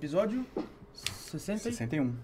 Episódio 60... 61.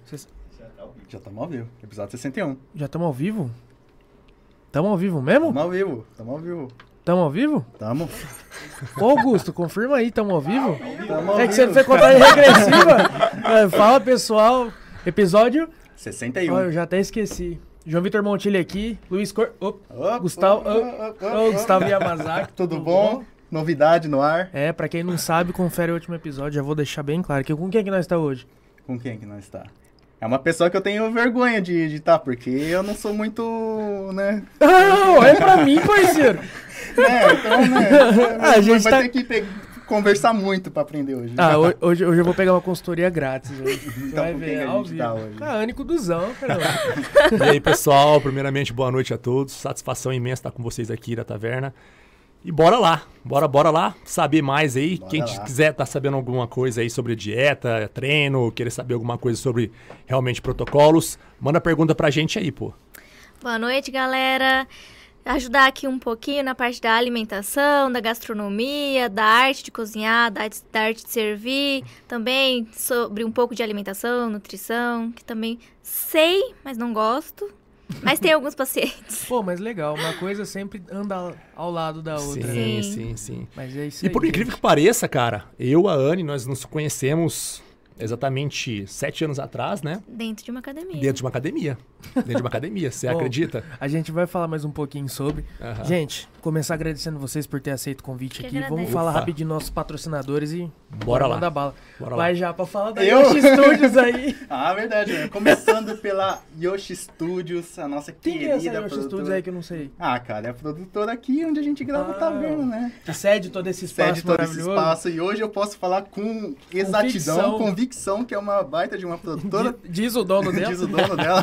Já estamos ao vivo. Episódio 61. Já estamos ao vivo? Estamos ao vivo mesmo? Estamos ao vivo. Estamos ao vivo. Estamos ao vivo? Estamos. Ô, Augusto, confirma aí, estamos ao vivo? Tamo ao É que você não vivo. fez contagem regressiva? Fala, pessoal. Episódio... 61. Ó, eu já até esqueci. João Vitor Montilho aqui, Luiz Opa, Gustavo... opa. Gustavo Yamazaki. Tudo bom? Novidade no ar. É, pra quem não sabe, confere o último episódio. Já vou deixar bem claro. Com quem que nós estamos hoje? Com quem que nós está? É uma pessoa que eu tenho vergonha de estar, porque eu não sou muito, né? Ah, olha pra mim, parceiro. Então, né? A gente vai tá... ter que conversar muito pra aprender hoje. Ah, hoje eu vou pegar uma consultoria grátis. Hoje. Então, Vai com quem ver, que a ao gente vivo. tá hoje? Ah, Ânico Duzão, cara. E aí, pessoal, primeiramente, boa noite a todos. Satisfação imensa estar com vocês aqui da taverna. E bora lá, bora lá, saber mais aí. Bora Quem lá. quiser estar sabendo alguma coisa aí sobre dieta, treino, querer saber alguma coisa sobre realmente protocolos, manda pergunta pra gente aí, pô. Boa noite, galera. Ajudar aqui um pouquinho na parte da alimentação, da gastronomia, da arte de cozinhar, da arte de servir. Também sobre um pouco de alimentação, nutrição, que também sei, mas não gosto. Mas tem alguns pacientes. Pô, mas legal. Uma coisa sempre anda ao lado da outra. Sim, né? sim. Mas é isso E aí, por incrível que pareça, cara, eu, a Anne, nós nos conhecemos exatamente 7 anos atrás, né? Dentro de uma academia. Dentro de uma academia. Você Bom, acredita? A gente vai falar mais um pouquinho sobre. Aham. Gente, começar agradecendo vocês por ter aceito o convite Que aqui. Vamos agradeço. falar Opa. rapidinho dos nossos patrocinadores e Bora lá. manda bala. Bora Vai lá. já pra falar da Eu? Yoshi Studios aí. Ah, verdade, né? Começando pela Yoshi Studios, a nossa Quem que é essa querida Yoshi Studios produtora. aí que eu não sei? Ah, cara, é a produtora aqui onde a gente grava o Taverna, né? Que cede todo esse espaço Cede todo esse maravilhoso. espaço e hoje eu posso falar com exatidão, Convicção. convicção, que é uma baita de uma produtora. Diz o dono dela. Diz o dono dela.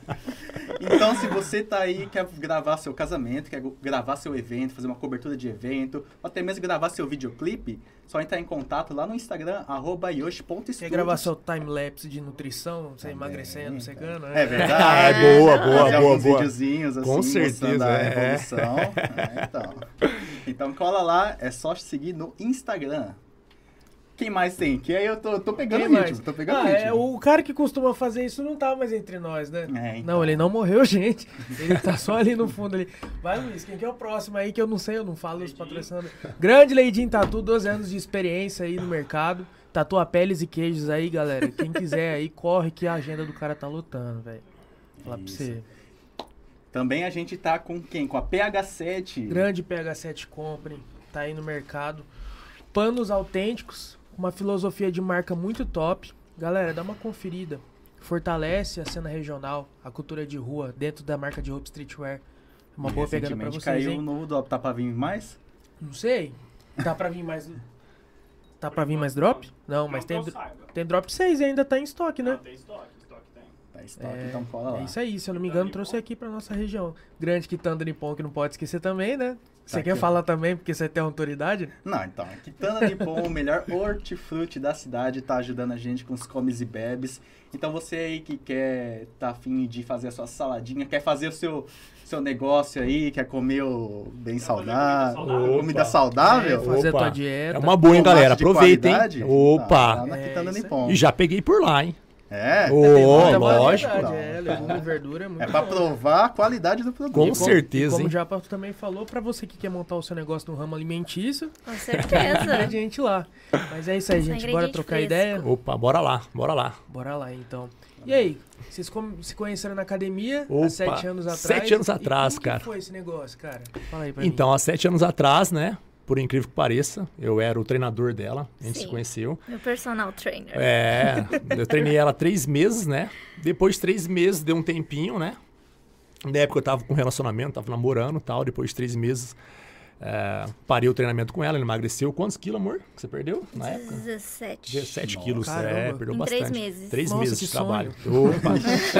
Então, se você tá aí, quer gravar seu casamento, quer gravar seu evento, fazer uma cobertura de evento, ou até mesmo gravar seu videoclipe, só entrar em contato lá no Instagram, @yoshi.studios. Quer gravar seu time-lapse de nutrição, você Também, emagrecendo, tá. secando, É né? verdade. É, boa, Fazer alguns boa. videozinhos assim, Com certeza, mostrando a é. evolução. Então cola lá, é só seguir no Instagram. Quem mais tem? Que aí eu tô pegando Quem ritmo, mais? tô pegando ritmo. O cara que costuma fazer isso não tá mais entre nós, né? Então. Não, ele não morreu, gente. Ele tá só ali no fundo ali. Vai, Luiz, quem que é o próximo aí que eu não sei, eu não falo os patrocinadores. Grande Leidinho Tatu, 12 anos de experiência aí no mercado. Tatua peles e queijos aí, galera. Quem quiser aí, corre que a agenda do cara tá lotando, velho. Falar pra Isso. você. Também a gente tá com quem? Com a PH7. Grande PH7 Compre, tá aí no mercado. Panos autênticos, uma filosofia de marca muito top. Galera, dá uma conferida. Fortalece a cena regional, a cultura de rua, dentro da marca de roupa streetwear. É uma boa pegada pra Recentemente vocês, caiu hein? o novo drop. Tá pra vir mais? Não sei. Tá pra vir mais... Tá pra vir mais drop? Não, mas tem drop 6 e ainda tá em estoque, né? Tem estoque tem. Tá em estoque, então cola lá. É isso aí, se eu não me engano, trouxe aqui pra nossa região. Grande Quitanda Nippon, que não pode esquecer também, né? Você Tá quer aqui, ó. falar também, porque você tem autoridade? Não, então, a Quitanda Nippon, o melhor hortifruti da cidade, tá ajudando a gente com os comes e bebes. Então você aí que quer, tá afim de fazer a sua saladinha, quer fazer o seu negócio aí, quer comer bem saudável, comida saudável, Fazer a Opa. tua dieta. É uma boa, hein, tomate galera? de Aproveitem. qualidade, Opa! tá lá na É, Quitanda isso aí. Nippon. E já peguei por lá, hein? É, Ô, Tem muita lógico. variedade, Não. legume e verdura é muito é pra bom. provar a qualidade do produto. Com E certeza, como hein? o Japa também falou, pra você que quer montar o seu negócio no ramo alimentício, Com certeza. ingrediente lá. Mas é isso aí, Só gente. Bora ingrediente trocar fresco. ideia? Opa, bora lá. Bora lá, então. E aí, vocês se conheceram na academia há Opa, 7 anos atrás? 7 anos E atrás, como cara. que foi esse negócio, cara? Fala aí pra mim. Então, há 7 anos atrás, né? Por incrível que pareça, eu era o treinador dela. A gente se Sim. conheceu. Meu personal trainer. É, eu treinei ela 3 meses, né? Depois de 3 meses, deu um tempinho, né? Na época eu tava com relacionamento, tava namorando e tal. Depois de 3 meses, parei o treinamento com ela, ela emagreceu. Quantos quilos, amor, que você perdeu na época? 17. 17 Nossa, quilos, caramba. perdeu Em bastante. 3 meses. 3 Nossa, meses que de trabalho. sonho. Opa.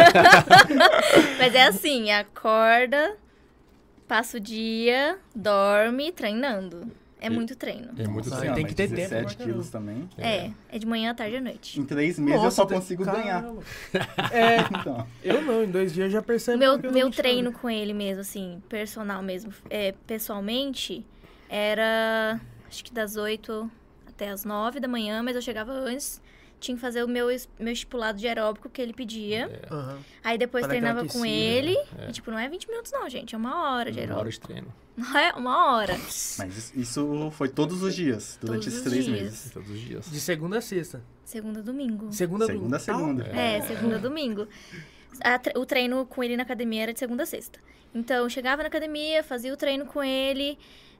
Mas é assim, acorda, passa o dia, dorme, treinando. É muito treino. É muito Nossa, treino. tem que ter tempo 17 pra quilos também. É de manhã, tarde e noite. Em 3 meses eu só consigo ganhar. caramba. É, Então, eu não, em 2 dias eu já percebo. Meu, que eu meu não treino com ele mesmo, assim, personal mesmo, pessoalmente, era acho que das 8 até as 9 da manhã, mas eu chegava antes, tinha que fazer o meu estipulado de aeróbico que ele pedia. Aham. Aí depois Pra dar aquela treinava com aquecida. ele. E, tipo, não é 20 minutos não, gente. É 1 hora de Uma aeróbico. hora de treino. Não é 1 hora. Mas isso foi todos os dias, durante Todos esses os 3 dias. meses. Todos os dias. De segunda a sexta. Segunda a domingo. Segunda a Segunda a segunda. Segunda a domingo. O treino com ele na academia era de segunda a sexta. Então, eu chegava na academia, fazia o treino com ele,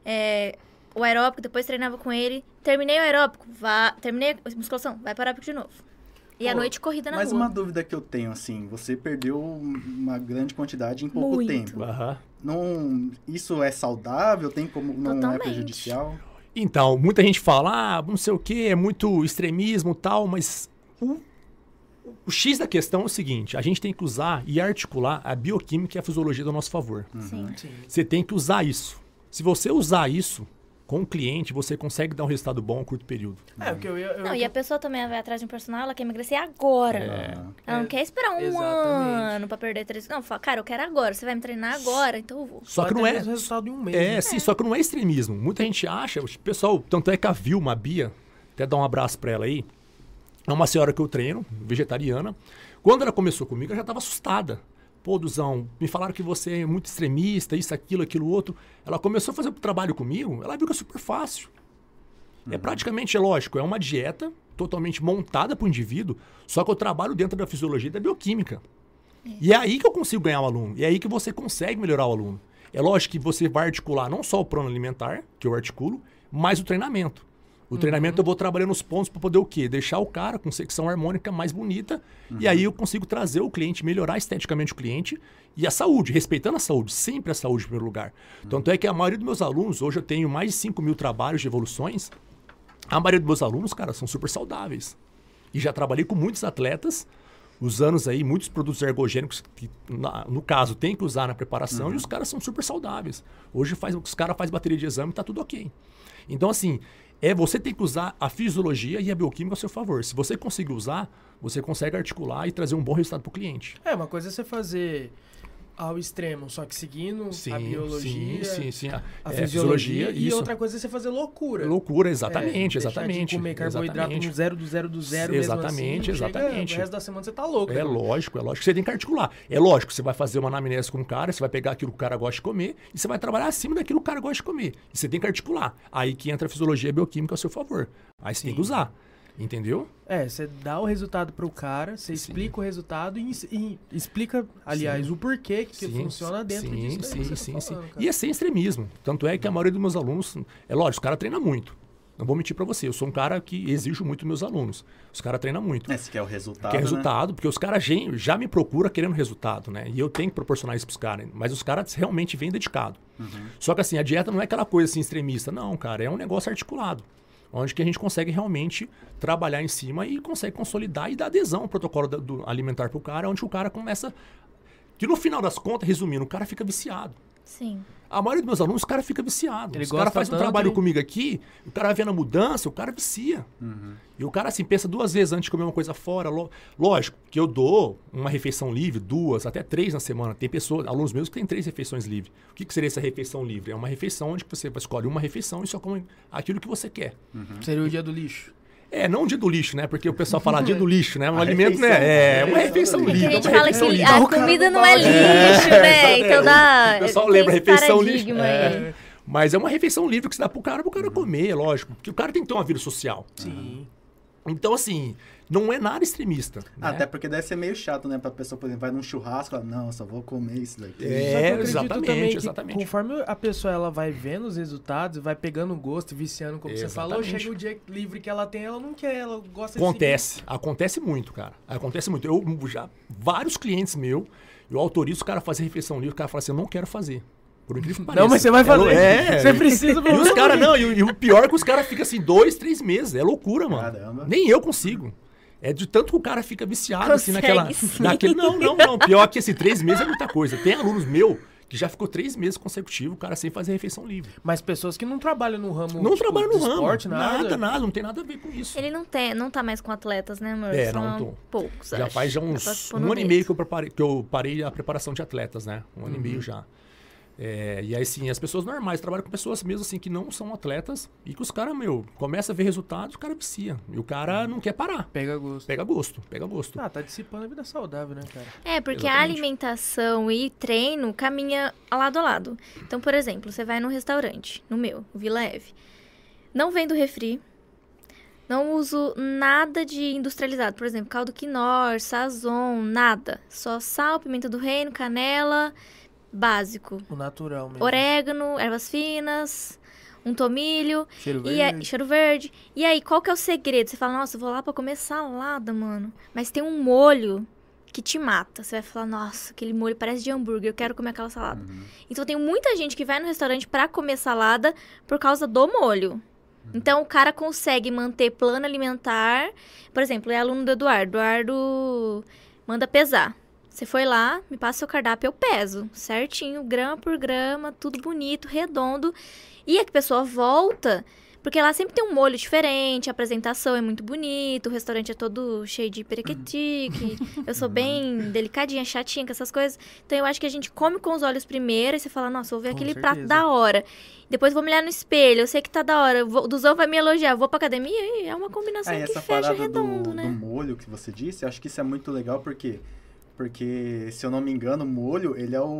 o aeróbico, depois treinava com ele. Terminei o aeróbico, terminei a musculação, vai para o aeróbico de novo. E à noite, corrida na Mas rua. uma dúvida que eu tenho, assim, você perdeu uma grande quantidade em pouco Muito. tempo. Aham. Não, isso é saudável? Tem como não é Totalmente. prejudicial? Então, muita gente fala, não sei o que, é muito extremismo e tal, mas o X da questão é o seguinte, a gente tem que usar e articular a bioquímica e a fisiologia do nosso favor. Sim. Sim. Você tem que usar isso. Se você usar isso com o cliente, você consegue dar um resultado bom a curto período. É, o que eu ia... Não, e a pessoa também vai atrás de um personal, ela quer emagrecer agora. Ela não quer esperar um Exatamente. ano pra perder 3 quilos. Não, fala, cara, eu quero agora. Você vai me treinar agora, então eu vou. Só que não é... o resultado em um mês. Sim, só que não é extremismo. Muita gente acha, o pessoal, tanto é que a Vilma, a Bia, até dar um abraço pra ela aí, é uma senhora que eu treino, vegetariana. Quando ela começou comigo, eu já tava assustada. Pô, Duzão, me falaram que você é muito extremista, isso, aquilo, outro. Ela começou a fazer o trabalho comigo, ela viu que é super fácil. É praticamente, é lógico, é uma dieta totalmente montada para o indivíduo, só que eu trabalho dentro da fisiologia e da bioquímica. E é aí que eu consigo ganhar o aluno, e é aí que você consegue melhorar o aluno. É lógico que você vai articular não só o plano alimentar, que eu articulo, mas o treinamento. O treinamento eu vou trabalhando os pontos para poder o quê? Deixar o cara com secção harmônica mais bonita, e aí eu consigo trazer o cliente, melhorar esteticamente o cliente e a saúde, respeitando a saúde, sempre a saúde em primeiro lugar. Tanto é que a maioria dos meus alunos, hoje eu tenho mais de 5.000 trabalhos de evoluções, a maioria dos meus alunos, cara, são super saudáveis. E já trabalhei com muitos atletas, usando aí muitos produtos ergogênicos que, no caso, tem que usar na preparação, e os caras são super saudáveis. Hoje os caras fazem bateria de exame e tá tudo ok. Então, assim, você tem que usar a fisiologia e a bioquímica ao seu favor. Se você conseguir usar, você consegue articular e trazer um bom resultado para o cliente. Uma coisa é você fazer ao extremo, só que seguindo a biologia, a fisiologia, e isso. outra coisa é você fazer loucura. Loucura, exatamente, Deixar exatamente. de comer carboidrato no zero do zero do zero Exatamente, mesmo assim, exatamente. O resto da semana você tá louco. É lógico que você tem que articular. É lógico, você vai fazer uma anamnese com o cara, você vai pegar aquilo que o cara gosta de comer e você vai trabalhar acima daquilo que o cara gosta de comer. E você tem que articular. Aí que entra a fisiologia e a bioquímica ao seu favor. Aí você tem que usar. Entendeu? Você dá o resultado pro cara, você explica o resultado e explica, aliás, o porquê que funciona dentro disso. Sim. E é sem extremismo. Tanto é que a maioria dos meus alunos, é lógico, os caras treinam muito. Não vou mentir pra você, eu sou um cara que exijo muito dos meus alunos. Os caras treinam muito. Esse que é o resultado, Quer resultado, porque os caras já me procuram querendo resultado, né? E eu tenho que proporcionar isso pros caras. Mas os caras realmente vêm dedicados. Só que assim, a dieta não é aquela coisa assim extremista. Não, cara, é um negócio articulado. Onde que a gente consegue realmente trabalhar em cima e consegue consolidar e dar adesão ao protocolo alimentar pro cara, onde o cara começa... Que no final das contas, resumindo, o cara fica viciado. Sim. A maioria dos meus alunos, o cara fica viciado. Ele Os cara faz um tanto, trabalho comigo aqui, o cara vendo a mudança, o cara vicia. E o cara, assim, pensa 2 vezes antes de comer uma coisa fora. Lógico que eu dou uma refeição livre, 2, até 3 na semana. Tem alunos meus que têm 3 refeições livres. O que seria essa refeição livre? É uma refeição onde você escolhe uma refeição e só come aquilo que você quer. Seria o dia do lixo. Não o dia do lixo, né? Porque o pessoal fala dia do lixo, né? Um alimento, refeição, né? É uma refeição É que livre. a gente uma fala refeição que livre. a comida não é lixo, né? Então dá... O pessoal tem lembra esse refeição lixo. paradigma aí. Mas é uma refeição livre que você dá pro cara comer, é lógico. Porque o cara tem que ter uma vida social. Sim. Então, assim, não é nada extremista. Né? Até porque deve ser meio chato, né? Pra pessoa, por exemplo, vai num churrasco e fala, não, eu só vou comer isso daqui. Só que eu acredito também que exatamente. Conforme a pessoa ela vai vendo os resultados, vai pegando gosto, viciando, como você falou, Exatamente. chega o dia livre que ela tem, ela não quer, ela gosta Acontece muito, cara. Acontece muito. Vários clientes meus, eu autorizo o cara a fazer refeição livre, o cara fala assim, eu não quero fazer. Por incrível que pareça. Não, mas você vai fazer. Você precisa. E os caras, não, e o pior é que os caras ficam assim 2, 3 meses. É loucura, mano. Caramba. Nem eu consigo. É de tanto que o cara fica viciado, assim, Consegue, sim. naquele. Não. Pior que assim, 3 meses é muita coisa. Tem alunos meus que já ficou 3 meses consecutivos, o cara sem fazer refeição livre. Mas pessoas que não trabalham no ramo. Não trabalham no de ramo. esporte, nada. Não tem nada a ver com isso. Ele não tá mais com atletas, né, amor? Não São tô. poucos, Já acho. faz Dá pra uns pôr no 1 ano e dedo. meio que eu parei a preparação de atletas, né? 1 ano e meio já. E aí, assim, as pessoas normais trabalham com pessoas mesmo assim que não são atletas e que os caras, começa a ver resultados, o cara vicia. E o cara não quer parar. Pega gosto. Pega gosto. Ah, tá dissipando a vida saudável, né, cara? Porque Exatamente. a alimentação e treino caminha lado a lado. Então, por exemplo, você vai num restaurante, no meu, Vila Eve. Não vendo refri. Não uso nada de industrializado. Por exemplo, caldo quinor, sazon, nada. Só sal, pimenta do reino, canela... Básico. O natural mesmo. Orégano, ervas finas, um tomilho. Cheiro E verde. cheiro verde. E aí, qual que é o segredo? Você fala, nossa, eu vou lá pra comer salada, mano. Mas tem um molho que te mata. Você vai falar, nossa, aquele molho parece de hambúrguer, eu quero comer aquela salada. Então, tem muita gente que vai no restaurante pra comer salada por causa do molho. Então, o cara consegue manter plano alimentar. Por exemplo, é aluno do Eduardo. Eduardo manda pesar. Você foi lá, me passa seu cardápio, eu peso certinho, grama por grama, tudo bonito, redondo. E a pessoa volta, porque lá sempre tem um molho diferente, a apresentação é muito bonita, o restaurante é todo cheio de perequetique. Eu sou bem delicadinha, chatinha com essas coisas. Então eu acho que a gente come com os olhos primeiro, e você fala, nossa, vou ver Com aquele certeza. prato da hora. Depois vou me olhar no espelho, eu sei que tá da hora, o Duzão vai me elogiar, vou pra academia, e é uma combinação que Essa fecha parada redondo, do né? molho que você disse, eu acho que isso é muito legal porque, se eu não me engano, o molho, ele é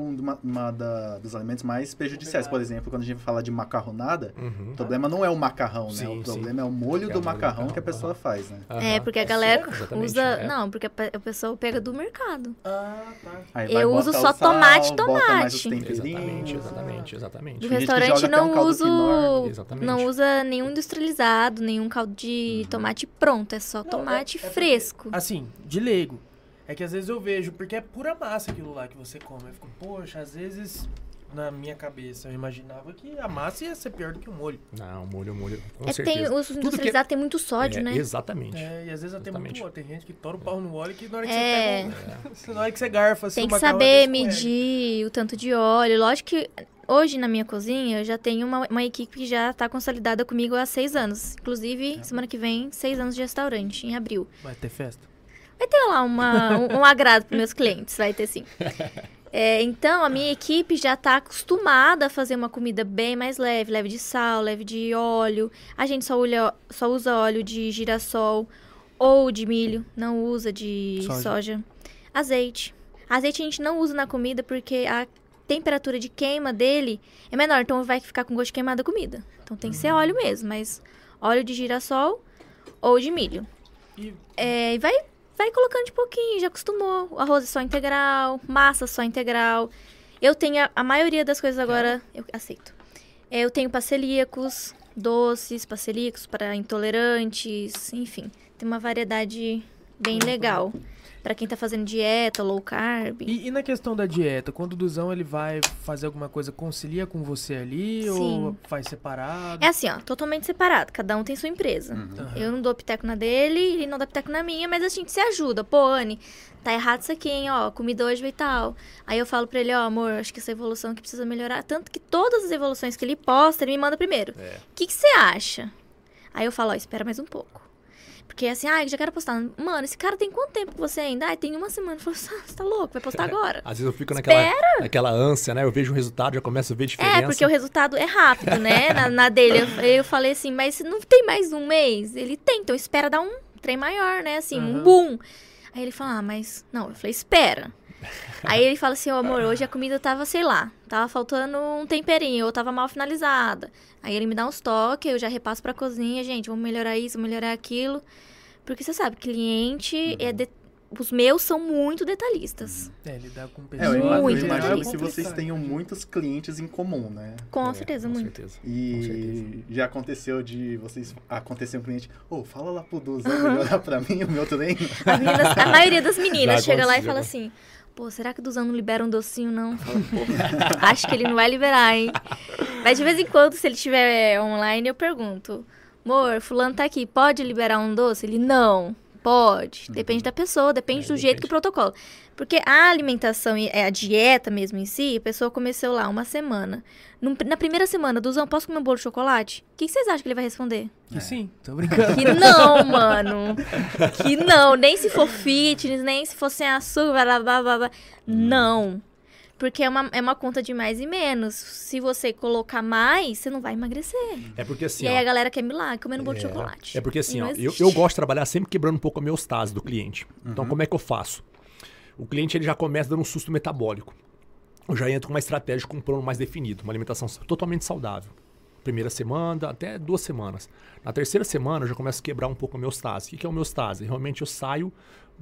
dos alimentos mais prejudiciais. Por exemplo, quando a gente fala de macarronada, o problema não é o macarrão, né? Sim, O problema é o molho É do o molho do macarrão que a macarrão, pessoa faz, né? Porque a galera sério? Exatamente, usa... é. Não, porque a pessoa pega do mercado. Ah, tá. Aí Eu vai uso botar só o sal, tomate. bota mais os temperinhos. Exatamente. Do Tem gente que restaurante joga até um não caldo uso... quinoa. Exatamente. Não usa nenhum industrializado, nenhum caldo de tomate pronto. É só tomate fresco. Assim, de leigo. É que às vezes eu vejo, porque é pura massa aquilo lá que você come. Eu fico, poxa, às vezes, na minha cabeça, eu imaginava que a massa ia ser pior do que o molho. Não, molho, com Tem, certeza. os industrializados tem muito sódio, né? Exatamente. É, e às vezes até muito Exatamente. óleo. Tem gente que tora o pau no óleo que na hora que É. você pega, na hora que você garfa, assim, Tem o que macarrão saber escorrega. medir o tanto de óleo. Lógico que hoje na minha cozinha eu já tenho uma equipe que já está consolidada comigo há 6 anos. Inclusive, semana que vem, 6 anos de restaurante, em abril. Vai ter festa? Vai ter lá um agrado para meus clientes, vai ter sim. Então, a minha equipe já está acostumada a fazer uma comida bem mais leve, leve de sal, leve de óleo. A gente só usa óleo de girassol ou de milho, não usa de soja. Azeite. Azeite a gente não usa na comida porque a temperatura de queima dele é menor, então vai ficar com gosto de queimada a comida. Então tem que ser óleo mesmo, mas óleo de girassol ou de milho. E E vai colocando de pouquinho, já acostumou. O arroz é só integral, massa só integral. Eu tenho a maioria das coisas agora, eu aceito. Eu tenho celíacos, doces, celíacos para intolerantes, enfim. Tem uma variedade bem legal. Pra quem tá fazendo dieta, low carb. E na questão da dieta, quando o Duzão ele vai fazer alguma coisa, concilia com você ali ou Sim. faz separado? É assim, ó, totalmente separado. Cada um tem sua empresa. Eu não dou piteco na dele, ele não dá piteco na minha, mas a gente se ajuda. Pô, Anne, tá errado isso aqui, hein, ó, comida hoje e tal. Aí eu falo pra ele, ó, amor, acho que essa evolução aqui precisa melhorar. Tanto que todas as evoluções que ele posta, ele me manda primeiro. O que você acha? Aí eu falo, ó, espera mais um pouco. Porque assim, já quero postar. Mano, esse cara tem quanto tempo com você ainda? Tem 1 semana. Eu falo, você tá louco? Vai postar agora? Às vezes eu fico naquela ânsia, né? Eu vejo o resultado, já começo a ver diferença. Porque o resultado é rápido, né? Na dele. Eu falei assim, mas não tem mais um mês? Ele tem, então espera dar um trem maior, né? Assim, um boom. Aí ele fala, mas... Não, eu falei, espera. Aí ele fala assim, amor, hoje a comida tava, sei lá, tava faltando um temperinho, ou tava mal finalizada. Aí ele me dá uns toques, eu já repasso pra cozinha, gente, vamos melhorar isso, vamos melhorar aquilo. Porque você sabe, cliente, os meus são muito detalhistas. Lidar com Eu pessoas. Muito imagino que detalhista. vocês tenham muitos clientes em comum, né? Com certeza, com muito. certeza. E já aconteceu de vocês... Aconteceu um cliente... fala lá pro Duzão melhorar pra mim o meu treino. A maioria das meninas Já chega lá e aconteceu. fala assim... Pô, será que o Duzão não libera um docinho, não? Eu falo, pô, acho que ele não vai liberar, hein? Mas de vez em quando, se ele estiver online, eu pergunto... Amor, fulano tá aqui, pode liberar um doce? Ele, não, pode. Depende da pessoa, depende do jeito que o protocolo. Porque a alimentação, a dieta mesmo em si, a pessoa começou lá 1 semana. Na primeira semana, Duzão, posso comer um bolo de chocolate? O que vocês acham que ele vai responder? Que sim, tô brincando. Que não, mano. Que não. Nem se for fitness, nem se for sem açúcar, blá, blá, blá, blá. Não. Porque é uma conta de mais e menos. Se você colocar mais, você não vai emagrecer. É porque assim, E aí a galera quer milagre, comendo bolo de chocolate. É porque assim, E não ó, existe. eu gosto de trabalhar sempre quebrando um pouco a homeostase do cliente. Então, como é que eu faço? O cliente ele já começa dando um susto metabólico. Eu já entro com uma estratégia com um plano mais definido, uma alimentação totalmente saudável. Primeira semana, até 2 semanas. Na terceira semana, eu já começo a quebrar um pouco a homeostase. O que é homeostase? Realmente eu saio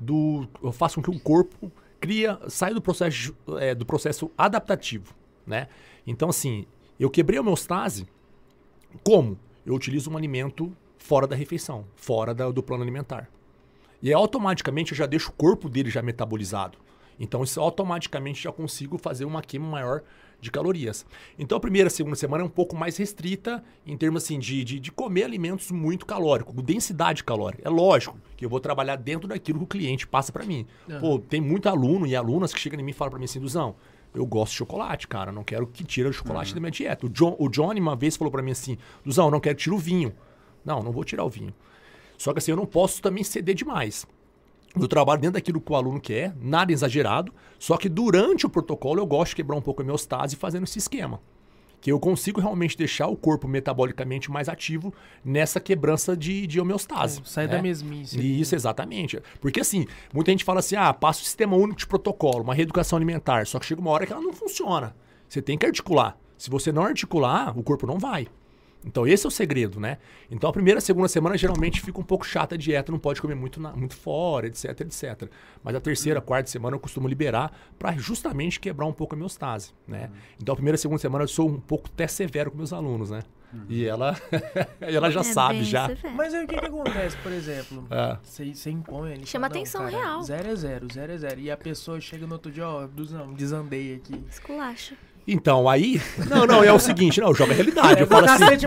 eu faço com que o corpo saia do processo adaptativo, né? Então, assim, eu quebrei a homeostase como? Eu utilizo um alimento fora da refeição, fora do plano alimentar. E aí, automaticamente, eu já deixo o corpo dele já metabolizado. Então, isso automaticamente já consigo fazer uma queima maior de calorias. Então, a primeira, segunda semana é um pouco mais restrita em termos assim, de comer alimentos muito calóricos, com densidade calórica. É lógico que eu vou trabalhar dentro daquilo que o cliente passa para mim. Pô, tem muito aluno e alunas que chegam em mim e falam para mim assim, Duzão, eu gosto de chocolate, cara, não quero que tire o chocolate da minha dieta. O Johnny uma vez falou para mim assim, Duzão, eu não quero que tire o vinho. Não vou tirar o vinho. Só que assim, eu não posso também ceder demais. Eu trabalho dentro daquilo que o aluno quer, nada exagerado, só que durante o protocolo eu gosto de quebrar um pouco a homeostase fazendo esse esquema. Que eu consigo realmente deixar o corpo metabolicamente mais ativo nessa quebrança de homeostase. Sai da mesmice. Isso, exatamente. Porque assim, muita gente fala assim, passa o sistema único de protocolo, uma reeducação alimentar, só que chega uma hora que ela não funciona. Você tem que articular. Se você não articular, o corpo não vai. Então esse é o segredo, né? Então a primeira, segunda semana geralmente fica um pouco chata a dieta, não pode comer muito fora, etc, etc. Mas a terceira, quarta semana eu costumo liberar para justamente quebrar um pouco a homeostase, né? Então a primeira, segunda semana eu sou um pouco até severo com meus alunos, né? E ela já sabe, já. Severo. Mas aí o que acontece, por exemplo? Você impõe ali. Chama fala, atenção cara, real. 0 é 0, 0 é 0. E a pessoa chega no outro dia, Duzão, desandei aqui. Esculacha. Então, aí... Não, é o seguinte, joga a realidade. Eu falo assim, cacete,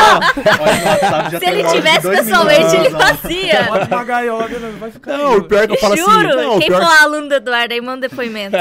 Se ele tivesse pessoalmente, ele fazia. Pode pagar a yoga, não vai ficar. não, o pior é que eu falo assim... Juro, Não, quem o pior... for aluno do Eduardo aí, manda depoimento.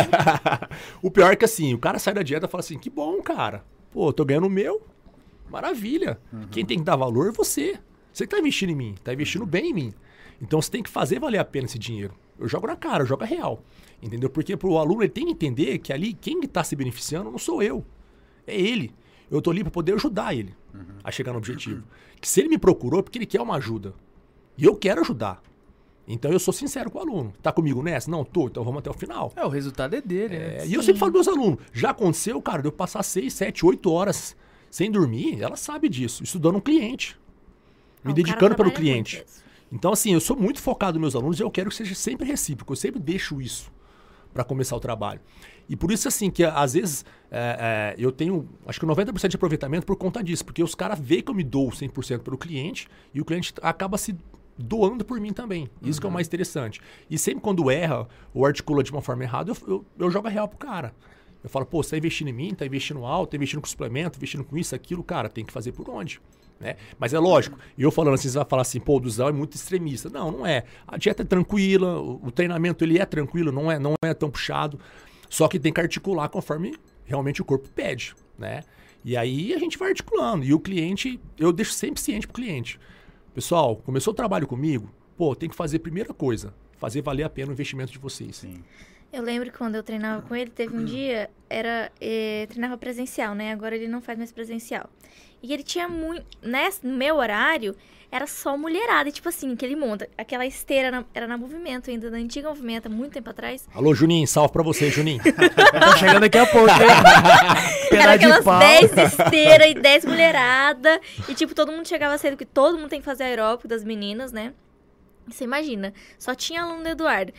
O pior é que assim, o cara sai da dieta e fala assim, que bom, cara. Pô, tô ganhando o meu. Maravilha. Quem tem que dar valor é você. Você que tá investindo em mim, tá investindo bem em mim. Então você tem que fazer valer a pena esse dinheiro. Eu jogo na cara, eu jogo a real. Entendeu? Porque pro aluno ele tem que entender que ali quem está se beneficiando não sou eu. É ele. Eu tô ali para poder ajudar ele a chegar no objetivo. Que se ele me procurou é porque ele quer uma ajuda. E eu quero ajudar. Então eu sou sincero com o aluno. Tá comigo nessa? Não, tô. Então vamos até o final. O resultado é dele, né? E eu sempre falo pros meus alunos, já aconteceu, cara, de eu passar 6, 7, 8 horas sem dormir, ela sabe disso, estudando um cliente. Me dedicando pelo cliente. Então, assim, eu sou muito focado nos meus alunos e eu quero que seja sempre recíproco. Eu sempre deixo isso para começar o trabalho. E por isso, assim, que às vezes eu tenho, acho que 90% de aproveitamento por conta disso. Porque os caras veem que eu me dou 100% pelo cliente e o cliente acaba se doando por mim também. Isso que é o mais interessante. E sempre quando erra ou articula de uma forma errada, eu jogo a real pro cara. Eu falo, pô, você tá investindo em mim, tá investindo alto, tá investindo com suplemento, investindo com isso, aquilo, cara, tem que fazer por onde? Né? Mas é lógico, eu falando assim, você vai falar assim, pô, o Duzão é muito extremista. Não é. A dieta é tranquila, o treinamento ele é tranquilo, não é tão puxado, só que tem que articular conforme realmente o corpo pede, né? E aí a gente vai articulando. E o cliente, eu deixo sempre ciente pro cliente. Pessoal, começou o trabalho comigo, pô, tem que fazer a primeira coisa, fazer valer a pena o investimento de vocês. Sim. Eu lembro que quando eu treinava com ele, teve um dia, treinava presencial, né? Agora ele não faz mais presencial. E ele tinha muito... No meu horário, era só mulherada. E tipo assim, que ele monta. Aquela esteira era na Movimento ainda, na antiga Movimento, muito tempo atrás. Alô, Juninho, salve pra você, Juninho. Tá chegando daqui a pouco, hein? Era aquelas 10 esteiras e 10 mulherada. E tipo, todo mundo chegava cedo, porque todo mundo tem que fazer aeróbico das meninas, né? Você imagina, só tinha aluno do Eduardo.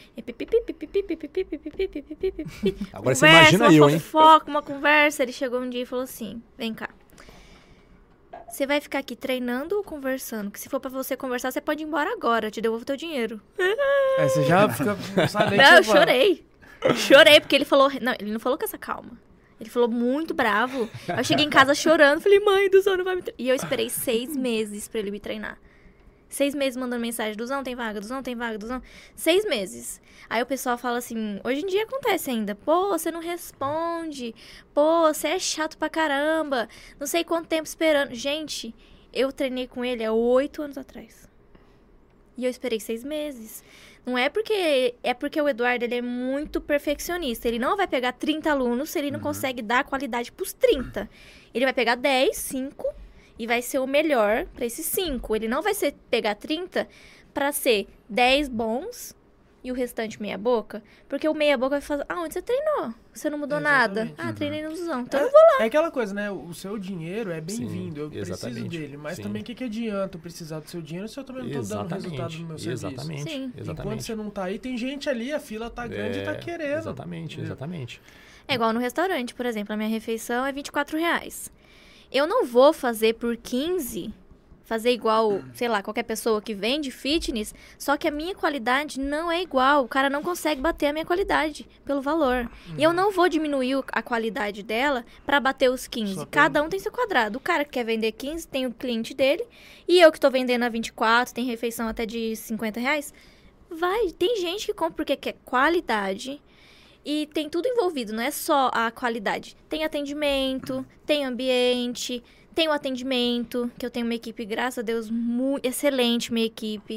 Agora você imagina eu, hein? Uma conversa. Ele chegou um dia e falou assim, vem cá. Você vai ficar aqui treinando ou conversando? Que se for pra você conversar, você pode ir embora agora. Eu te devolvo teu dinheiro. Você já fica... Não, sabe nem Não, eu que você fala. chorei. Chorei, porque ele falou... Não, ele não falou com essa calma. Ele falou muito bravo. Eu cheguei em casa chorando. Falei, mãe, Duzão não vai me treinar. E eu esperei 6 meses pra ele me treinar. 6 meses mandando mensagem, Duzão tem vaga, Duzão tem vaga, Duzão... 6 meses. Aí o pessoal fala assim, hoje em dia acontece ainda, pô, você não responde, pô, você é chato pra caramba, não sei quanto tempo esperando. Gente, eu treinei com ele há 8 anos atrás. E eu esperei 6 meses. Não é porque... É porque o Eduardo, ele é muito perfeccionista. Ele não vai pegar 30 alunos se ele não consegue dar qualidade pros 30. Ele vai pegar 10, 5 e vai ser o melhor pra esses 5. Ele não vai pegar 30 pra ser 10 bons e o restante meia boca. Porque o meia boca vai fazer... Ah, onde você treinou? Você não mudou nada. Exatamente. Ah, treinei no Zuzão. Então eu não vou lá. É aquela coisa, né? O seu dinheiro é bem-vindo, eu preciso exatamente. dele. Mas Sim. também o que adianta eu precisar do seu dinheiro se eu também não tô dando resultado no meu serviço? Exatamente. Sim. Enquanto Exatamente. você não tá aí, tem gente ali, a fila tá grande e tá querendo. Exatamente, exatamente. É igual no restaurante, por exemplo. A minha refeição é R$24. Eu não vou fazer por 15... Fazer igual, sei lá, qualquer pessoa que vende fitness, só que a minha qualidade não é igual. O cara não consegue bater a minha qualidade pelo valor. E eu não vou diminuir a qualidade dela pra bater os 15. Só Cada um tem seu quadrado. O cara que quer vender 15 tem o cliente dele. E eu que tô vendendo a 24, tem refeição até de R$50. Vai, tem gente que compra porque quer qualidade. E tem tudo envolvido, não é só a qualidade. Tem atendimento, tem ambiente... Tem o atendimento, que eu tenho uma equipe, graças a Deus, excelente, minha equipe.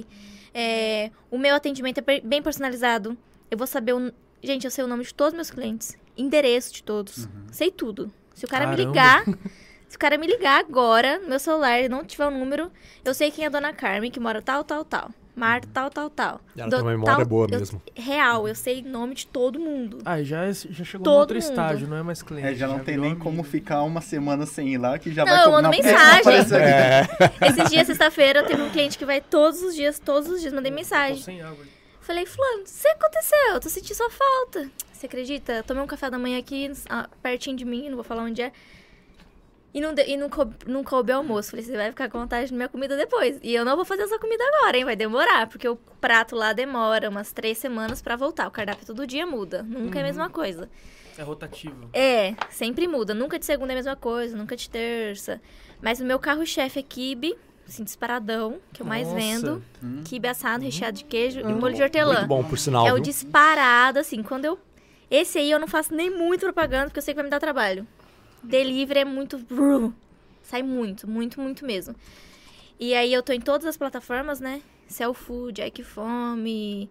O meu atendimento é bem personalizado. Eu vou saber... Gente, eu sei o nome de todos os meus clientes. Endereço de todos. Sei tudo. Se o cara me ligar... Se o cara me ligar agora, no meu celular, e não tiver o número, eu sei quem é a Dona Carmen, que mora tal, tal, tal. Marta, tal, tal, tal. Ela tem uma memória boa mesmo. Real, eu sei o nome de todo mundo. Ah, já chegou Todo no outro mundo. estágio, não é mais cliente. Já não tem virou nem amigo. como ficar uma semana sem ir lá, que já Não, vai... eu mando na próxima mensagem. aparecer aqui. Esses dias, sexta-feira, teve um cliente que vai todos os dias, mandei Tô mensagem. sem água. Falei, fulano, o que aconteceu? Eu tô sentindo sua falta. Você acredita? Eu tomei um café da manhã aqui, pertinho de mim, não vou falar onde é. E não coube almoço. Falei, você vai ficar com vontade da minha comida depois. E eu não vou fazer essa comida agora, hein? Vai demorar, porque o prato lá demora umas 3 semanas pra voltar. O cardápio todo dia muda. Nunca é a mesma coisa. É rotativo. Sempre muda. Nunca de segunda é a mesma coisa, nunca de terça. Mas o meu carro-chefe é quibe, assim, disparadão, que eu mais Nossa. vendo. Quibe assado, recheado de queijo e molho de hortelã. Muito bom, por sinal. É o viu? disparado, assim, quando eu... Esse aí eu não faço nem muito propaganda, porque eu sei que vai me dar trabalho. Delivery é muito... Sai muito, muito, muito mesmo. E aí eu tô em todas as plataformas, né? Cellfood, iFome,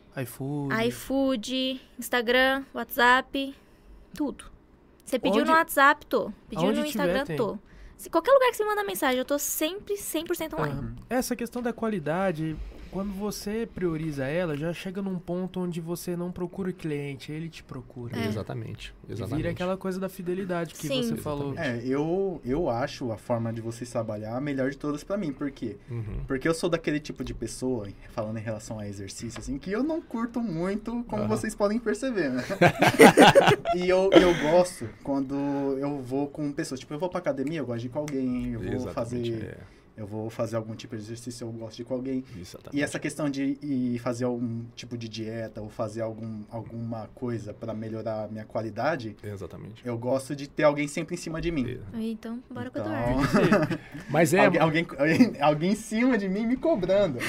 iFood, Instagram, WhatsApp, tudo. Você pediu Onde- no WhatsApp, tô. Pediu Aonde no Instagram, tiver, tem. tô. Se qualquer lugar que você me manda mensagem, eu tô sempre 100% online. Aham. Essa questão da qualidade, quando você prioriza ela, já chega num ponto onde você não procura o cliente, ele te procura. Exatamente, E exatamente. vira aquela coisa da fidelidade que Sim. você falou. Eu acho a forma de vocês trabalhar a melhor de todas pra mim. Por quê? Uhum. Porque eu sou daquele tipo de pessoa, falando em relação a exercício, assim, que eu não curto muito, como vocês podem perceber, né? E eu gosto quando eu vou com pessoas. Tipo, eu vou pra academia, eu gosto de ir com alguém, eu vou Exatamente, fazer... Eu vou fazer algum tipo de exercício, eu gosto de ir com alguém. Exatamente. E essa questão de ir fazer algum tipo de dieta ou fazer alguma coisa pra melhorar a minha qualidade, Exatamente. eu gosto de ter alguém sempre em cima de mim. Então, bora com o Então, Eduardo. Mas alguém em cima de mim me cobrando.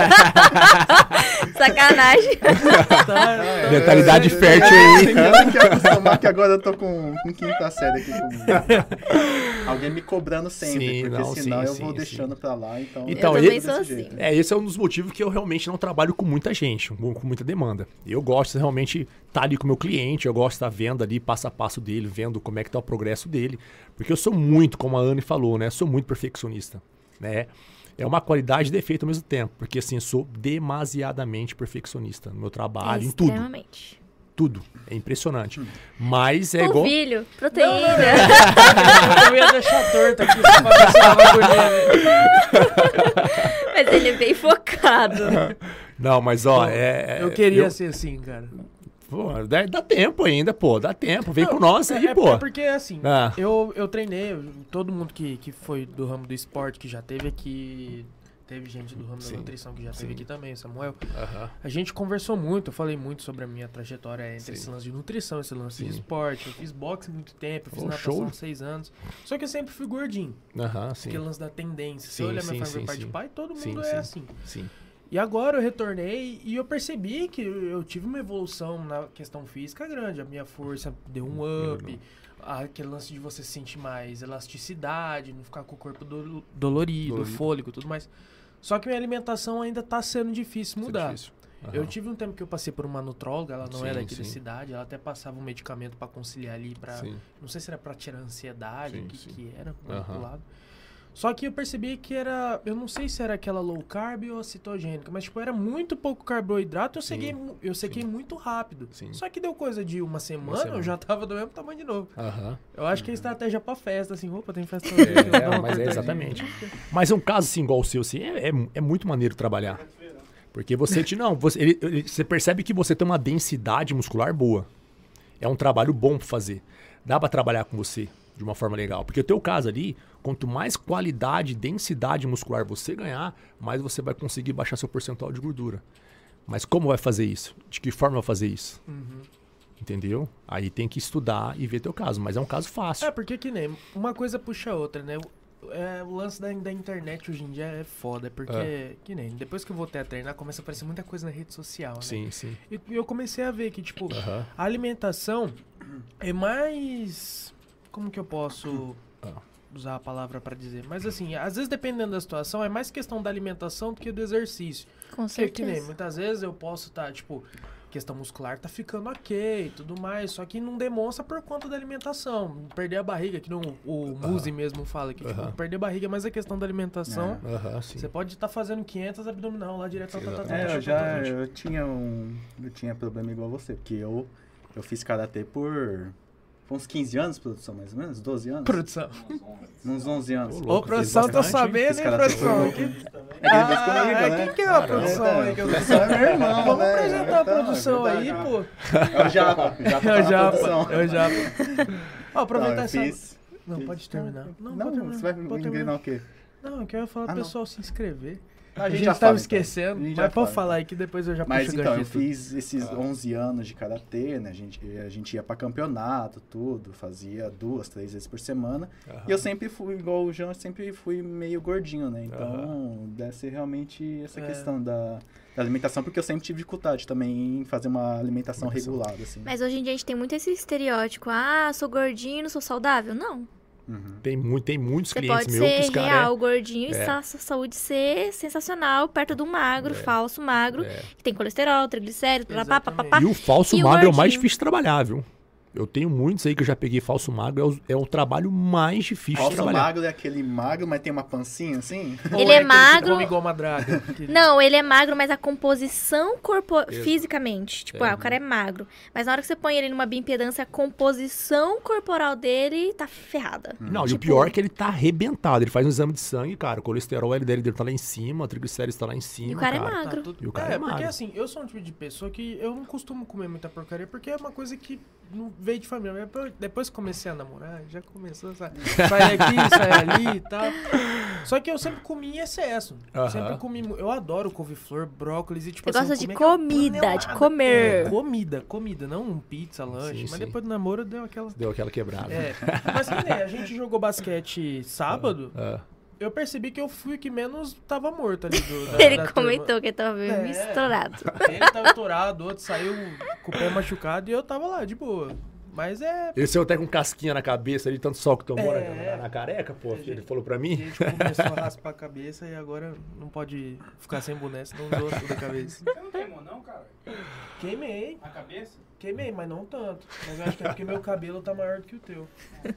Sacanagem. Mentalidade fértil aí. Tem que acostumar que agora eu tô com quinta série aqui comigo. Alguém me cobrando sempre, Sim, porque não, senão sim, eu vou sim, deixando pra lá. Então, Então, eu também desse sou jeito. assim. Esse é um dos motivos que eu realmente não trabalho com muita gente, com muita demanda. Eu gosto de realmente estar ali com o meu cliente, eu gosto de estar vendo ali passo a passo dele, vendo como é que tá o progresso dele. Porque eu sou muito, como a Anne falou, né? Sou muito perfeccionista, né? É uma qualidade e defeito ao mesmo tempo. Porque, assim, eu sou demasiadamente perfeccionista no meu trabalho, em tudo. Extremamente. Tudo. É impressionante. Mas é igual... Polvilho, proteína. Eu ia deixar torto aqui só pra ver se dava agonia, né? Mas ele é bem focado. Não, mas ó, Eu queria ser assim, cara. Pô, dá tempo ainda, pô. Dá tempo. Vem com nós aí, É pô. porque, assim, Ah. eu treinei, todo mundo que foi do ramo do esporte, que já teve aqui, teve gente do ramo Sim, da nutrição que já sim. teve aqui também, o Samuel. Aham. A gente conversou muito, eu falei muito sobre a minha trajetória entre Sim. esse lance de nutrição, esse lance de Sim. esporte. Eu fiz boxe há muito tempo, eu fiz Oh, natação show. há 6 anos. Só que eu sempre fui gordinho. Aham, sim. Aquele lance da tendência. Se Sim, eu olhar sim, minha família sim, pai de sim. pai, todo Sim, mundo sim. é assim. Sim. E agora eu retornei e eu percebi que eu tive uma evolução na questão física grande. A minha força deu um up. Aquele lance de você sentir mais elasticidade, não ficar com o corpo dolorido, fôlego e tudo mais. Só que minha alimentação ainda tá sendo difícil mudar. Difícil. Eu tive um tempo que eu passei por uma nutróloga, ela não Sim, é daqui da sim. cidade, ela até passava um medicamento pra conciliar ali, pra... Sim. Não sei se era pra tirar a ansiedade, Sim, o que sim. que era, Aham. manipulado. Só que eu percebi que era... Eu não sei se era aquela low carb ou a cetogênica, mas tipo, era muito pouco carboidrato, eu sequei muito rápido. Sim. Só que deu coisa de uma semana, eu já tava do mesmo tamanho de novo. Aham. Eu acho que é estratégia pra festa, assim, opa, tem festa hoje, eu vou dar uma Mas é cortadinha. exatamente. Mas é um caso assim, igual o seu, assim, é muito maneiro trabalhar. Porque você você percebe que você tem uma densidade muscular boa. É um trabalho bom pra fazer. Dá pra trabalhar com você de uma forma legal. Porque o teu caso ali, quanto mais qualidade, densidade muscular você ganhar, mais você vai conseguir baixar seu percentual de gordura. Mas como vai fazer isso? De que forma vai fazer isso? Entendeu? Aí tem que estudar e ver teu caso. Mas é um caso fácil. É, porque que nem uma coisa puxa a outra, né? O lance da internet hoje em dia é foda, porque, que nem, depois que eu voltei a treinar, começa a aparecer muita coisa na rede social, né? Sim, sim. E eu comecei a ver que, tipo, Aham. a alimentação é mais... Como que eu posso usar a palavra pra dizer? Mas assim, às vezes dependendo da situação, é mais questão da alimentação do que do exercício. Com Porque que nem, certeza. muitas vezes eu posso estar, tipo, questão muscular tá ficando ok e tudo mais, só que não demonstra por conta da alimentação. Perder a barriga, que não, o Muzi mesmo fala que tipo, perder a barriga é mais a questão da alimentação. Aham, sim. Você pode estar fazendo 500 abdominal lá direto. Eu tinha problema igual você, porque eu fiz karatê por uns 15 anos, produção, mais ou menos, 12 anos. Produção. Uns 11 anos. Ô, produção, tô sabendo, Esse hein, cara produção? tem Aqui. Quem Quem que é a produção aí? Que eu produção é meu irmão, Vamos né? apresentar a Então, produção é aí, verdade. pô. É o Japa. É o Japa. Ó, aproveitar Não, eu essa... fiz. Não, pode terminar. Não, pode terminar. você vai Pode engrenar terminar. o quê? Não, que eu ia falar pro não. pessoal se inscrever. A A gente já tava fala, então. esquecendo, A gente mas já pode fala, falar aí que depois eu já Mas puxo o então, eu gancho. fiz esses 11 anos de karatê, né? A gente ia pra campeonato, tudo, fazia 2, 3 vezes por semana. E eu sempre fui, igual o João, eu sempre fui meio gordinho, né? Então, deve ser realmente essa questão da alimentação, porque eu sempre tive dificuldade também em fazer uma alimentação regulada, assim. Mas hoje em dia a gente tem muito esse estereótipo. Ah, sou gordinho, não sou saudável. Não. Tem muitos Você clientes pode meus que ser os caras... real, gordinho, e a sua saúde ser sensacional perto do magro, falso magro, que tem colesterol, triglicéridos, Exatamente. E o falso E o magro é o mais gordinho? difícil de trabalhar, viu? Eu tenho muitos aí que eu já peguei falso magro, é o trabalho mais difícil de Falso trabalhar. magro é aquele magro, mas tem uma pancinha assim? Ou Ele é aquele que magro. come igual uma draga. Não, ele é magro, mas a composição fisicamente. Tipo, o cara é magro. Mas na hora que você põe ele numa bioimpedância, a composição corporal dele tá ferrada. Não, e o Tipo, pior é que ele tá arrebentado. Ele faz um exame de sangue, cara, o colesterol LDL dele tá lá em cima, o triglicérides tá lá em cima, E o cara é magro. E o cara é porque magro. assim, eu sou um tipo de pessoa que eu não costumo comer muita porcaria, porque é uma coisa que não veio de família. Depois que comecei a namorar, já começou a sair aqui, sair ali e tal. Só que eu sempre comi em excesso. Sempre comi. Eu adoro couve-flor, brócolis e tipo Você assim. gosta de comer aquela comida, de panelada. comer. Comida, não um pizza, lanche. Sim, mas sim. depois do namoro deu aquela. Deu aquela quebrada. Mas que nem, a gente jogou basquete sábado. Ah. Eu percebi que eu fui o que menos tava morto ali. Ele da comentou turma. que ele tava meio É. misturado. Ele tava estourado, o outro saiu com o pé machucado e eu tava lá, de boa. Mas é. Ele saiu até com casquinha na cabeça ali, tanto sol que tomou É. na careca, pô. Ele falou pra A mim. gente começou a raspar a cabeça e agora não pode ficar sem boné, senão zoa tudo a cabeça. Você não queimou não, cara? Queimei, A cabeça? mas não tanto. Mas eu acho que é porque meu cabelo tá maior do que o teu.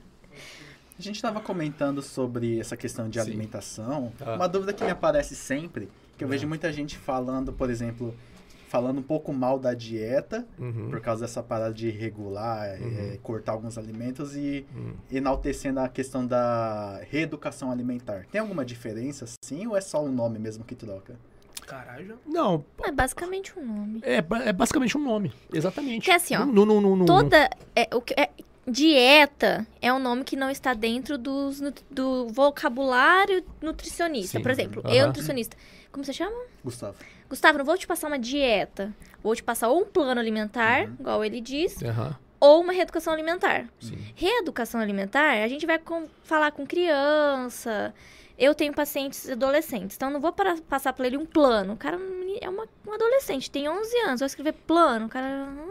A gente estava comentando sobre essa questão de Sim. alimentação. Ah. Uma dúvida que me aparece sempre, que eu vejo muita gente falando, por exemplo, falando um pouco mal da dieta, por causa dessa parada de regular, cortar alguns alimentos e enaltecendo a questão da reeducação alimentar. Tem alguma diferença, sim, ou é só o nome mesmo que troca? Caralho, já. Não, É basicamente um nome. é basicamente um nome. Exatamente. Que é assim, ó, No- dieta é um nome que não está dentro do vocabulário nutricionista. Sim. Por exemplo, Aham. eu, nutricionista. Como você chama? Gustavo. Gustavo, não vou te passar uma dieta. Vou te passar ou um plano alimentar, igual ele diz, Aham, ou uma reeducação alimentar. sim. Reeducação alimentar, a gente vai falar com criança. Eu tenho pacientes adolescentes, então não vou passar pra ele um plano. O cara é um adolescente, tem 11 anos, vai escrever plano. O cara...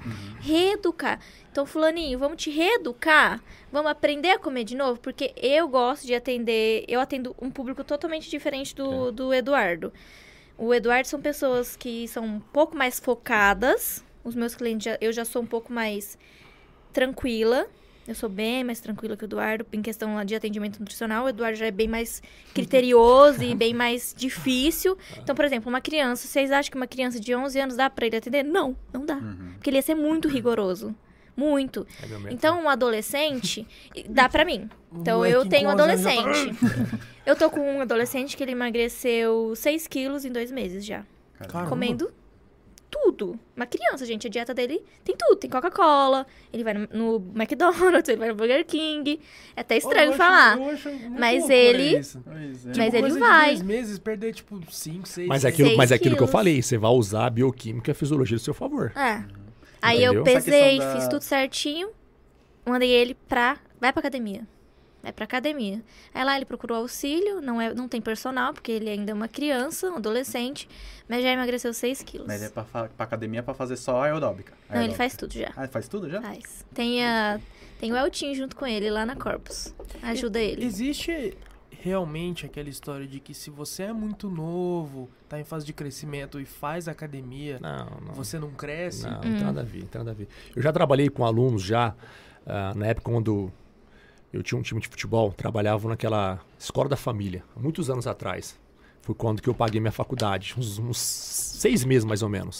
Reeducar. Então, fulaninho, vamos te reeducar? Vamos aprender a comer de novo? Porque eu gosto de atender... Eu atendo um público totalmente diferente do Eduardo. O Eduardo são pessoas que são um pouco mais focadas. Os meus clientes, eu já sou um pouco mais tranquila. Eu sou bem mais tranquila que o Eduardo em questão de atendimento nutricional. O Eduardo já é bem mais criterioso e bem mais difícil. Então, por exemplo, uma criança... Vocês acham que uma criança de 11 anos dá pra ele atender? Não, não dá. Porque ele ia ser muito rigoroso. Muito. Então, um adolescente dá pra mim. Então, eu tenho um adolescente. Eu tô com um adolescente que ele emagreceu 6 quilos em 2 meses já. Caramba. Comendo tudo. Uma criança, gente, a dieta dele tem tudo. Tem Coca-Cola, ele vai no McDonald's, ele vai no Burger King. É até estranho falar. Mas ele... Mas ele vai. 2 meses, perder, tipo, 5, 6... Mas é aquilo que eu falei, você vai usar a bioquímica e a fisiologia do seu favor. Aí Entendeu? eu pesei, fiz tudo certinho, mandei ele vai pra academia. Vai pra academia. Aí lá ele procurou auxílio, não tem personal, porque ele ainda é uma criança, um adolescente, mas já emagreceu 6 quilos. Mas é pra academia pra fazer só aeróbica. Não, ele faz tudo já. Ah, ele faz tudo já? Faz. Tem o Eltinho junto com ele lá na Corpus. Ajuda ele. Existe realmente aquela história de que se você é muito novo, tá em fase de crescimento e faz academia, Não. você não cresce? Não tem nada a ver, tem nada a ver. Eu já trabalhei com alunos na época quando eu tinha um time de futebol, trabalhava naquela escola da família, há muitos anos atrás. Foi quando que eu paguei minha faculdade, uns 6 meses mais ou menos.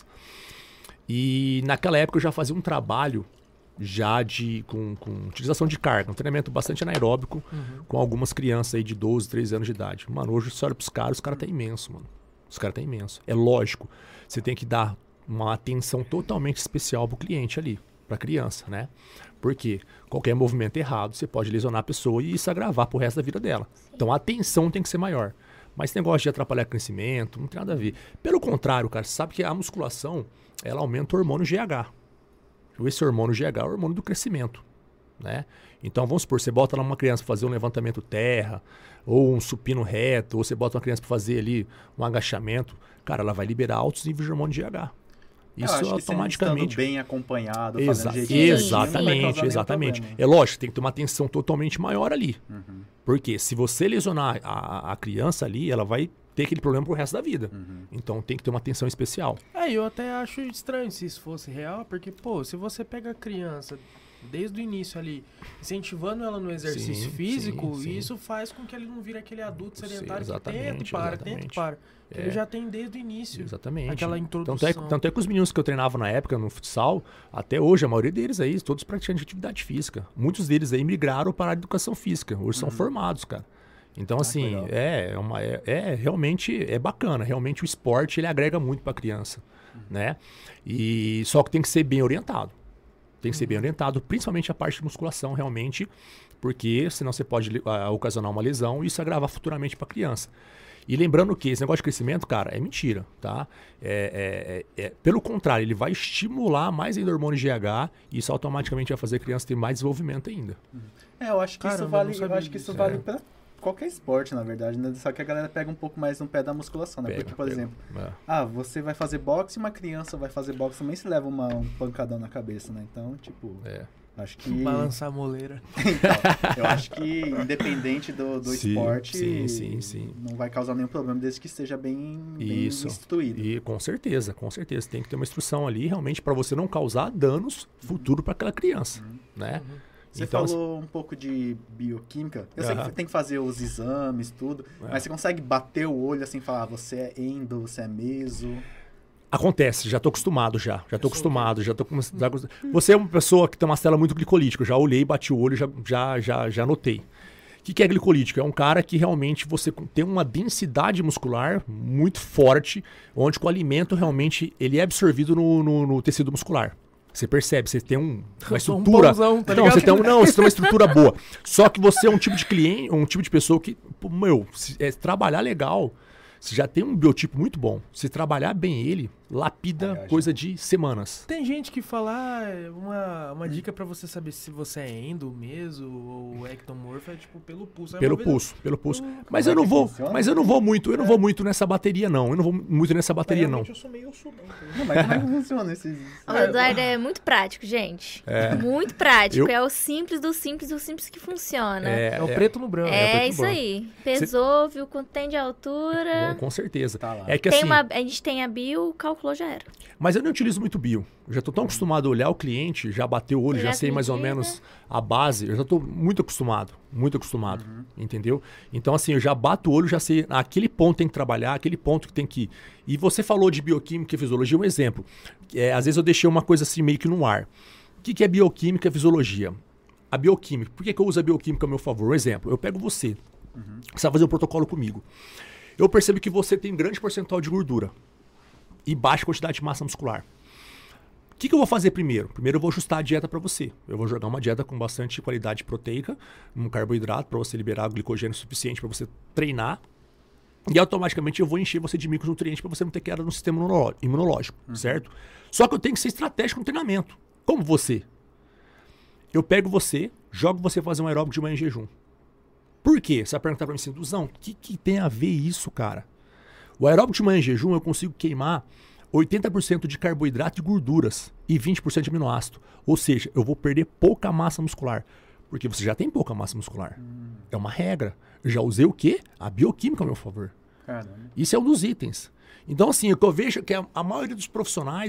E naquela época eu já fazia um trabalho já com utilização de carga, um treinamento bastante anaeróbico, com algumas crianças aí de 12, 13 anos de idade. Mano, hoje você olha pros caras, os caras tá imenso, mano. Os caras tá imenso. É lógico, você tem que dar uma atenção totalmente especial pro cliente ali, pra criança, né? Porque qualquer movimento errado, você pode lesionar a pessoa e isso agravar pro resto da vida dela. Então a atenção tem que ser maior. Mas esse negócio de atrapalhar o crescimento, não tem nada a ver. Pelo contrário, cara, você sabe que a musculação, ela aumenta o hormônio GH. Esse hormônio GH é o hormônio do crescimento, né? Então, vamos supor, você bota lá uma criança para fazer um levantamento terra, ou um supino reto, ou você bota uma criança para fazer ali um agachamento, cara, ela vai liberar altos níveis de hormônio GH. Isso eu acho automaticamente... estando bem acompanhado, fazendo jeitinho, exatamente. É lógico, tem que ter uma atenção totalmente maior ali. Porque se você lesionar a criança ali, ela vai ter aquele problema pro resto da vida. Então tem que ter uma atenção especial. Eu até acho estranho se isso fosse real, porque, pô, se você pega a criança desde o início ali, incentivando ela no exercício físico, isso faz com que ele não vire aquele adulto sedentário que tenta e para. Ele já tem desde o início. Exatamente. Aquela introdução. Tanto é que os meninos que eu treinava na época no futsal, até hoje, a maioria deles aí, todos praticantes de atividade física. Muitos deles aí migraram para a educação física. Hoje são formados, cara. Então, assim, realmente é bacana. Realmente o esporte, ele agrega muito para a criança, né? E só que tem que ser bem orientado. Tem que ser bem orientado, principalmente a parte de musculação, realmente, porque senão você pode ocasionar uma lesão e isso agravar futuramente para a criança. E lembrando que esse negócio de crescimento, cara, é mentira, tá? Pelo contrário, ele vai estimular mais ainda o hormônio GH e isso automaticamente vai fazer a criança ter mais desenvolvimento ainda. Eu acho que isso vale para qualquer esporte, na verdade, né? Só que a galera pega um pouco mais no pé da musculação, né? Porque, por exemplo, você vai fazer boxe e uma criança vai fazer boxe também se leva um pancadão na cabeça, né? Então, tipo... Acho que... Balançar a moleira. Então, eu acho que independente do esporte, sim. não vai causar nenhum problema desde que esteja bem instruído. E com certeza. Tem que ter uma instrução ali realmente para você não causar danos futuro para aquela criança, né? Você então, falou um pouco de bioquímica. Eu sei que você tem que fazer os exames, tudo, mas você consegue bater o olho assim e falar, você é endo, você é meso... Acontece, já tô acostumado já. Você é uma pessoa que tem uma célula muito glicolítica. Eu já olhei, bati o olho, já notei. O que é glicolítico? É um cara que realmente você tem uma densidade muscular muito forte, onde o alimento realmente ele é absorvido no tecido muscular. Você percebe, você tem uma estrutura... Você tem uma estrutura boa. Só que você é um tipo de cliente, um tipo de pessoa que, trabalhar legal... Você já tem um biotipo muito bom. Se trabalhar bem ele, lapida coisa de semanas. Tem gente que fala, uma dica pra você saber se você é endo mesmo ou ectomorfo é tipo pelo pulso. Aí Pelo uma vez pulso. Mas eu não vou muito nessa bateria, não. Eu não vou muito nessa bateria, não. Eu sou meio sudão. Não, mas como é que funciona esses... O Eduardo é muito prático, gente. Muito prático. É o simples do simples que funciona. É o preto no branco. É isso aí. Pesou, viu quanto tem de altura. Com certeza. Tá lá. É que assim, A gente tem a bio, calculou, já era. mas eu não utilizo muito bio. Eu já estou tão acostumado a olhar o cliente, já bateu o olho, já Já sei mais ou medida. menos a base. Eu já estou muito acostumado, entendeu? Então assim, eu já bato o olho, já sei aquele ponto tem que trabalhar, aquele ponto que tem que ir. E você falou de bioquímica e fisiologia, um exemplo. Às vezes eu deixei uma coisa assim meio que no ar. O que é bioquímica e fisiologia? A bioquímica, por que eu uso a bioquímica a meu favor? Um exemplo, eu pego você, você vai fazer um protocolo comigo. Eu percebo que você tem grande percentual de gordura e baixa quantidade de massa muscular. O que eu vou fazer primeiro? Primeiro eu vou ajustar a dieta para você. Eu vou jogar uma dieta com bastante qualidade proteica, um carboidrato para você liberar glicogênio suficiente para você treinar. E automaticamente eu vou encher você de micronutrientes para você não ter queda no sistema imunológico, certo? Só que eu tenho que ser estratégico no treinamento. Como você? Eu pego você, jogo você fazer um aeróbico de manhã em jejum. Por quê? Você vai perguntar para mim assim, Duzão, o que tem a ver isso, cara? O aeróbico de manhã em jejum eu consigo queimar 80% de carboidrato e gorduras e 20% de aminoácido. Ou seja, eu vou perder pouca massa muscular. Porque você já tem pouca massa muscular. É uma regra. Eu já usei o quê? A bioquímica a meu favor. Caramba. Isso é um dos itens. Então, assim, o que eu vejo é que a maioria dos profissionais,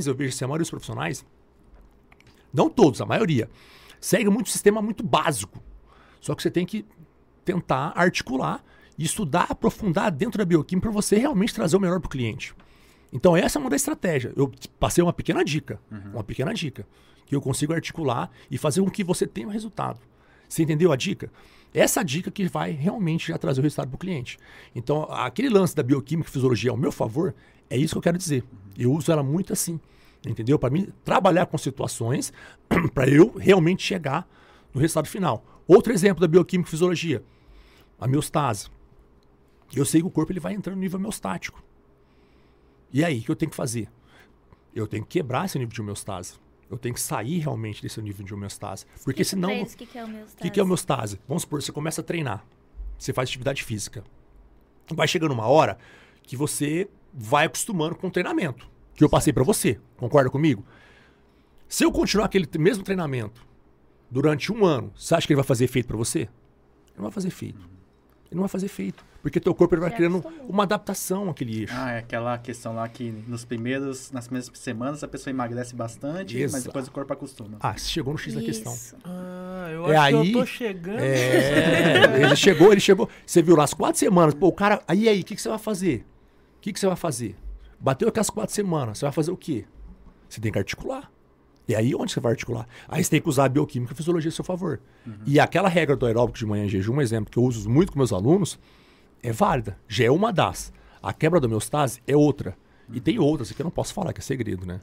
não todos, a maioria, segue muito sistema muito básico. Só que você tem que tentar articular e estudar, aprofundar dentro da bioquímica para você realmente trazer o melhor para o cliente. Então essa é uma da estratégia. Eu passei uma pequena dica, que eu consigo articular e fazer com que você tenha um resultado. Você entendeu a dica? Essa dica que vai realmente já trazer o resultado para o cliente. Então aquele lance da bioquímica e fisiologia ao meu favor, é isso que eu quero dizer. Eu uso ela muito assim, entendeu? Para mim trabalhar com situações para eu realmente chegar no resultado final. Outro exemplo da bioquímica e fisiologia, a homeostase. Eu sei que o corpo ele vai entrando no nível homeostático. E aí, o que eu tenho que fazer? Eu tenho que quebrar esse nível de homeostase. Eu tenho que sair realmente desse nível de homeostase. Porque senão... O que é homeostase? O que é homeostase? Vamos supor, você começa a treinar. Você faz atividade física. Vai chegando uma hora que você vai acostumando com o treinamento. Que eu passei para você. Concorda comigo? Se eu continuar aquele mesmo treinamento durante um ano, você acha que ele vai fazer efeito para você? Ele não vai fazer efeito. Ele não vai fazer efeito. Porque teu corpo ele vai criando uma adaptação àquele eixo. É aquela questão lá que nas primeiras semanas a pessoa emagrece bastante, mas depois o corpo acostuma. Você chegou no X da questão. Eu acho que eu tô chegando. Ele chegou. Você viu lá as 4 semanas. Pô, o cara... Aí, o que você vai fazer? O que você vai fazer? Bateu aquelas 4 semanas. Você vai fazer o quê? Você tem que articular. E aí, onde você vai articular? Aí você tem que usar a bioquímica e a fisiologia a seu favor. E aquela regra do aeróbico de manhã em jejum, um exemplo que eu uso muito com meus alunos, é válida. Já é uma das. A quebra da homeostase é outra. E tem outras que eu não posso falar, que é segredo, né?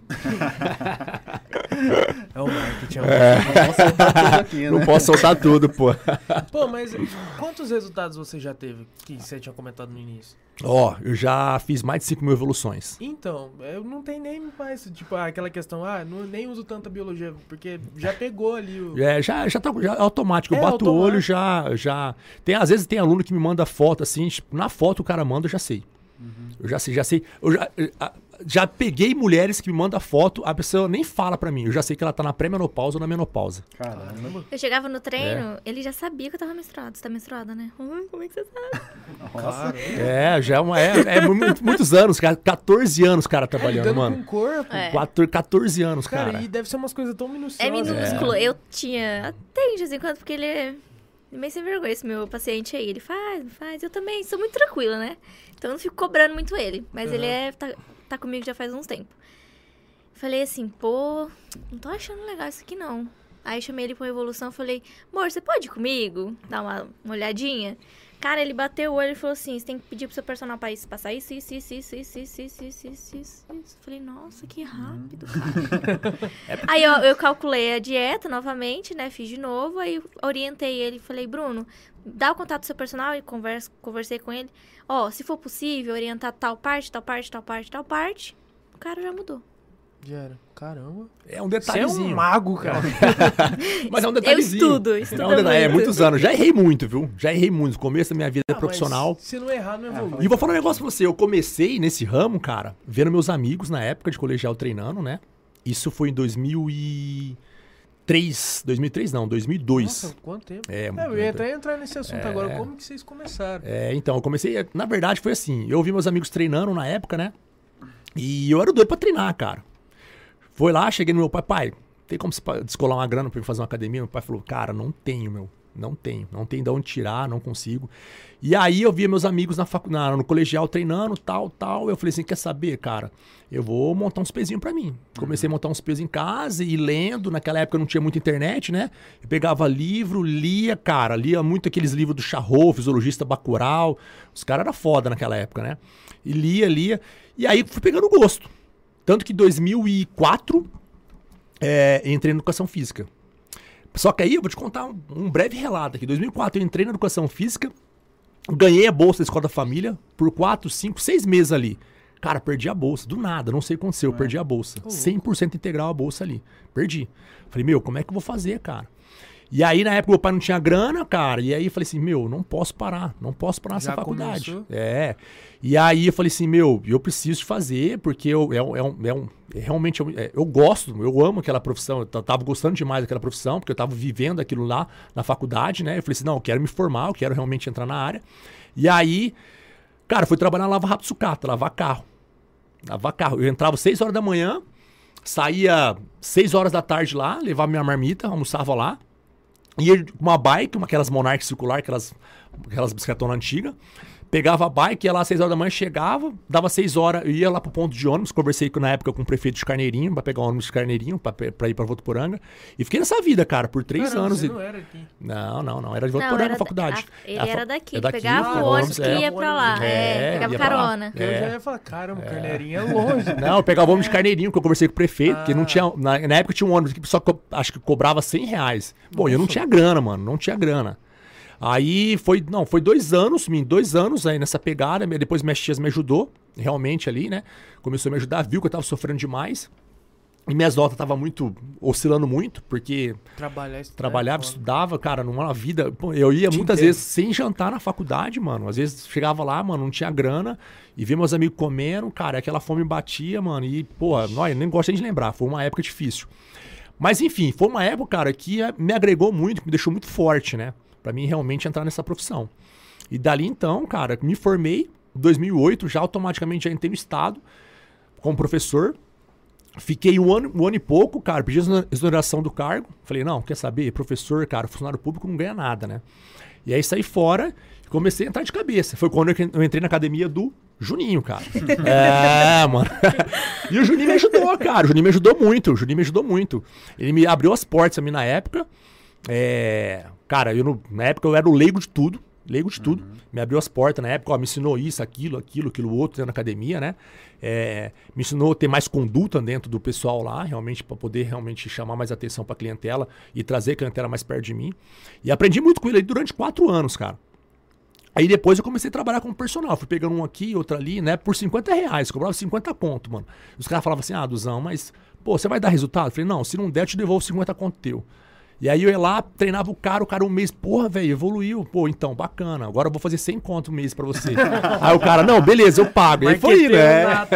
É o marketing. Não posso soltar tudo aqui, né? Não posso soltar tudo, pô. Pô, mas quantos resultados você já teve que você tinha comentado no início? Eu já fiz mais de 5 mil evoluções. Então, eu não tenho nem mais, tipo, aquela questão, nem uso tanta biologia, porque já pegou ali o... Já tá é automático. Eu bato o olho, já... Às vezes tem aluno que me manda foto, assim, tipo, na foto o cara manda, eu já sei. Eu já sei. Eu já peguei mulheres que me mandam foto, a pessoa nem fala pra mim. Eu já sei que ela tá na pré-menopausa ou na menopausa. Caramba. Eu chegava no treino, ele já sabia que eu tava menstruada. Você tá menstruada, né? Como é que você sabe? Nossa. Muitos anos, cara. 14 anos, cara, trabalhando, lidando mano. com corpo. 14 anos, cara. E deve ser umas coisas tão minuciosas. É minúsculo. Eu tinha... Até de vez em quando, porque ele é meio sem vergonha, esse meu paciente aí. Ele faz. Eu também sou muito tranquila, né? Então eu não fico cobrando muito ele. Mas ele tá comigo já faz uns tempos. Falei assim, pô, não tô achando legal isso aqui, não. Aí chamei ele pra uma evolução, falei, amor, você pode ir comigo? Dar uma olhadinha? Cara, ele bateu o olho e falou assim, você tem que pedir pro seu personal pra passar isso. Falei, nossa, que rápido, cara. Aí eu calculei a dieta novamente, né, fiz de novo, aí orientei ele, falei, Bruno, dá o contato do seu personal e conversei com ele. Se for possível, orientar tal parte. cara já mudou. Já era. Caramba. É um Você é detalhezinho. um mago, cara. Mas é um detalhezinho. Eu estudo muito. Muitos anos. Já errei muito, viu? Já errei muito. No começo da minha vida profissional. Se não errar, não evolui. E vou falar um negócio pra você. Eu comecei nesse ramo, cara, vendo meus amigos na época de colegial treinando, né? Isso foi em 2003. 2002. Nossa, quanto tempo. Muito Eu ia até entrar nesse assunto agora. Como que vocês começaram? Então, eu comecei... Na verdade, foi assim. Eu vi meus amigos treinando na época, né? E eu era doido pra treinar, cara. Foi lá, cheguei no meu pai, tem como você descolar uma grana pra eu fazer uma academia? Meu pai falou, cara, não tenho, meu. Não tenho de onde tirar, não consigo. E aí eu via meus amigos no colegial treinando, tal. Eu falei assim, quer saber, cara? Eu vou montar uns pezinhos pra mim. Comecei a montar uns pesos em casa e lendo. Naquela época não tinha muita internet, né? Eu pegava livro, lia muito aqueles livros do Charrot, Fisiologista Bacurau. Os caras eram foda naquela época, né? E lia. E aí fui pegando gosto. Tanto que em 2004 entrei na Educação Física. Só que aí eu vou te contar um breve relato aqui. Em 2004 eu entrei na Educação Física, ganhei a bolsa da Escola da Família por 4, 5, 6 meses ali. Cara, perdi a bolsa, do nada, não sei o que aconteceu, eu perdi a bolsa. 100% integral a bolsa ali, perdi. Falei, como é que eu vou fazer, cara? E aí, na época, meu pai não tinha grana, cara. E aí, eu falei assim, não posso parar nessa faculdade. Começou? E aí, eu falei assim, eu preciso fazer, porque realmente eu gosto, eu amo aquela profissão. Eu tava gostando demais daquela profissão, porque eu tava vivendo aquilo lá na faculdade, né? Eu falei assim, eu quero me formar, eu quero realmente entrar na área. E aí, cara, fui trabalhar na Lava Rápido Sucata, lavar carro. Eu entrava 6 horas da manhã, saía 6 horas da tarde lá, levava minha marmita, almoçava lá. Ia com uma bike, aquelas Monarch circular, aquelas bicicletonas antigas. Pegava a bike, ia lá às 6 horas da manhã, chegava, dava 6 horas, eu ia lá pro ponto de ônibus, conversei na época com o prefeito de Carneirinho, pra pegar o ônibus de Carneirinho, pra ir pra Votuporanga. E fiquei nessa vida, cara, por 3 anos. Você não era aqui. Não, era de Votuporanga na faculdade. Ele era daqui, daqui, pegava o ônibus que ia pra lá. Pegava carona. Eu já ia falar, caramba, Carneirinho é longe. Não, eu pegava o ônibus de Carneirinho, que eu conversei com o prefeito, porque não tinha. Na época tinha um ônibus que só acho que cobrava R$100. Bom, eu não tinha grana, mano, não tinha grana. Aí foi 2 anos aí nessa pegada. Depois minhas tias me ajudou, realmente ali, né? Começou a me ajudar, viu que eu tava sofrendo demais. E minhas notas estavam oscilando muito, porque trabalhava, estudava, cara, numa vida. Pô, eu ia muitas vezes sem jantar na faculdade, mano. Às vezes chegava lá, mano, não tinha grana, e via meus amigos comendo, cara, aquela fome batia, mano. E, porra, eu nem gosto de lembrar, foi uma época difícil. Mas enfim, foi uma época, cara, que me agregou muito, me deixou muito forte, né? Pra mim realmente entrar nessa profissão. E dali então, cara, me formei em 2008, já automaticamente já entrei no estado como professor. Fiquei um ano e pouco, cara, pedi exoneração do cargo. Falei, não, quer saber? Professor, cara, funcionário público não ganha nada, né? E aí saí fora e comecei a entrar de cabeça. Foi quando eu entrei na academia do Juninho, cara. Mano. E o Juninho me ajudou, cara. O Juninho me ajudou muito. Ele me abriu as portas a mim na época. Cara, na época eu era o leigo de tudo. Me abriu as portas na época, me ensinou isso, aquilo outro dentro da academia, né? Me ensinou a ter mais conduta dentro do pessoal lá, realmente, para poder realmente chamar mais atenção para a clientela e trazer a clientela mais perto de mim. E aprendi muito com ele durante 4 anos, cara. Aí depois eu comecei a trabalhar como personal. Fui pegando um aqui, outro ali, né? Por R$50. Cobrava 50 conto, mano. Os caras falavam assim, Duzão, mas, pô, você vai dar resultado? Eu falei, não, se não der, eu te devolvo 50 conto teu. E aí eu ia lá, treinava o cara um mês, porra, velho, evoluiu. Pô, então, bacana, agora eu vou fazer 100 conto um mês pra você. Aí o cara, não, beleza, eu pago. E aí foi indo,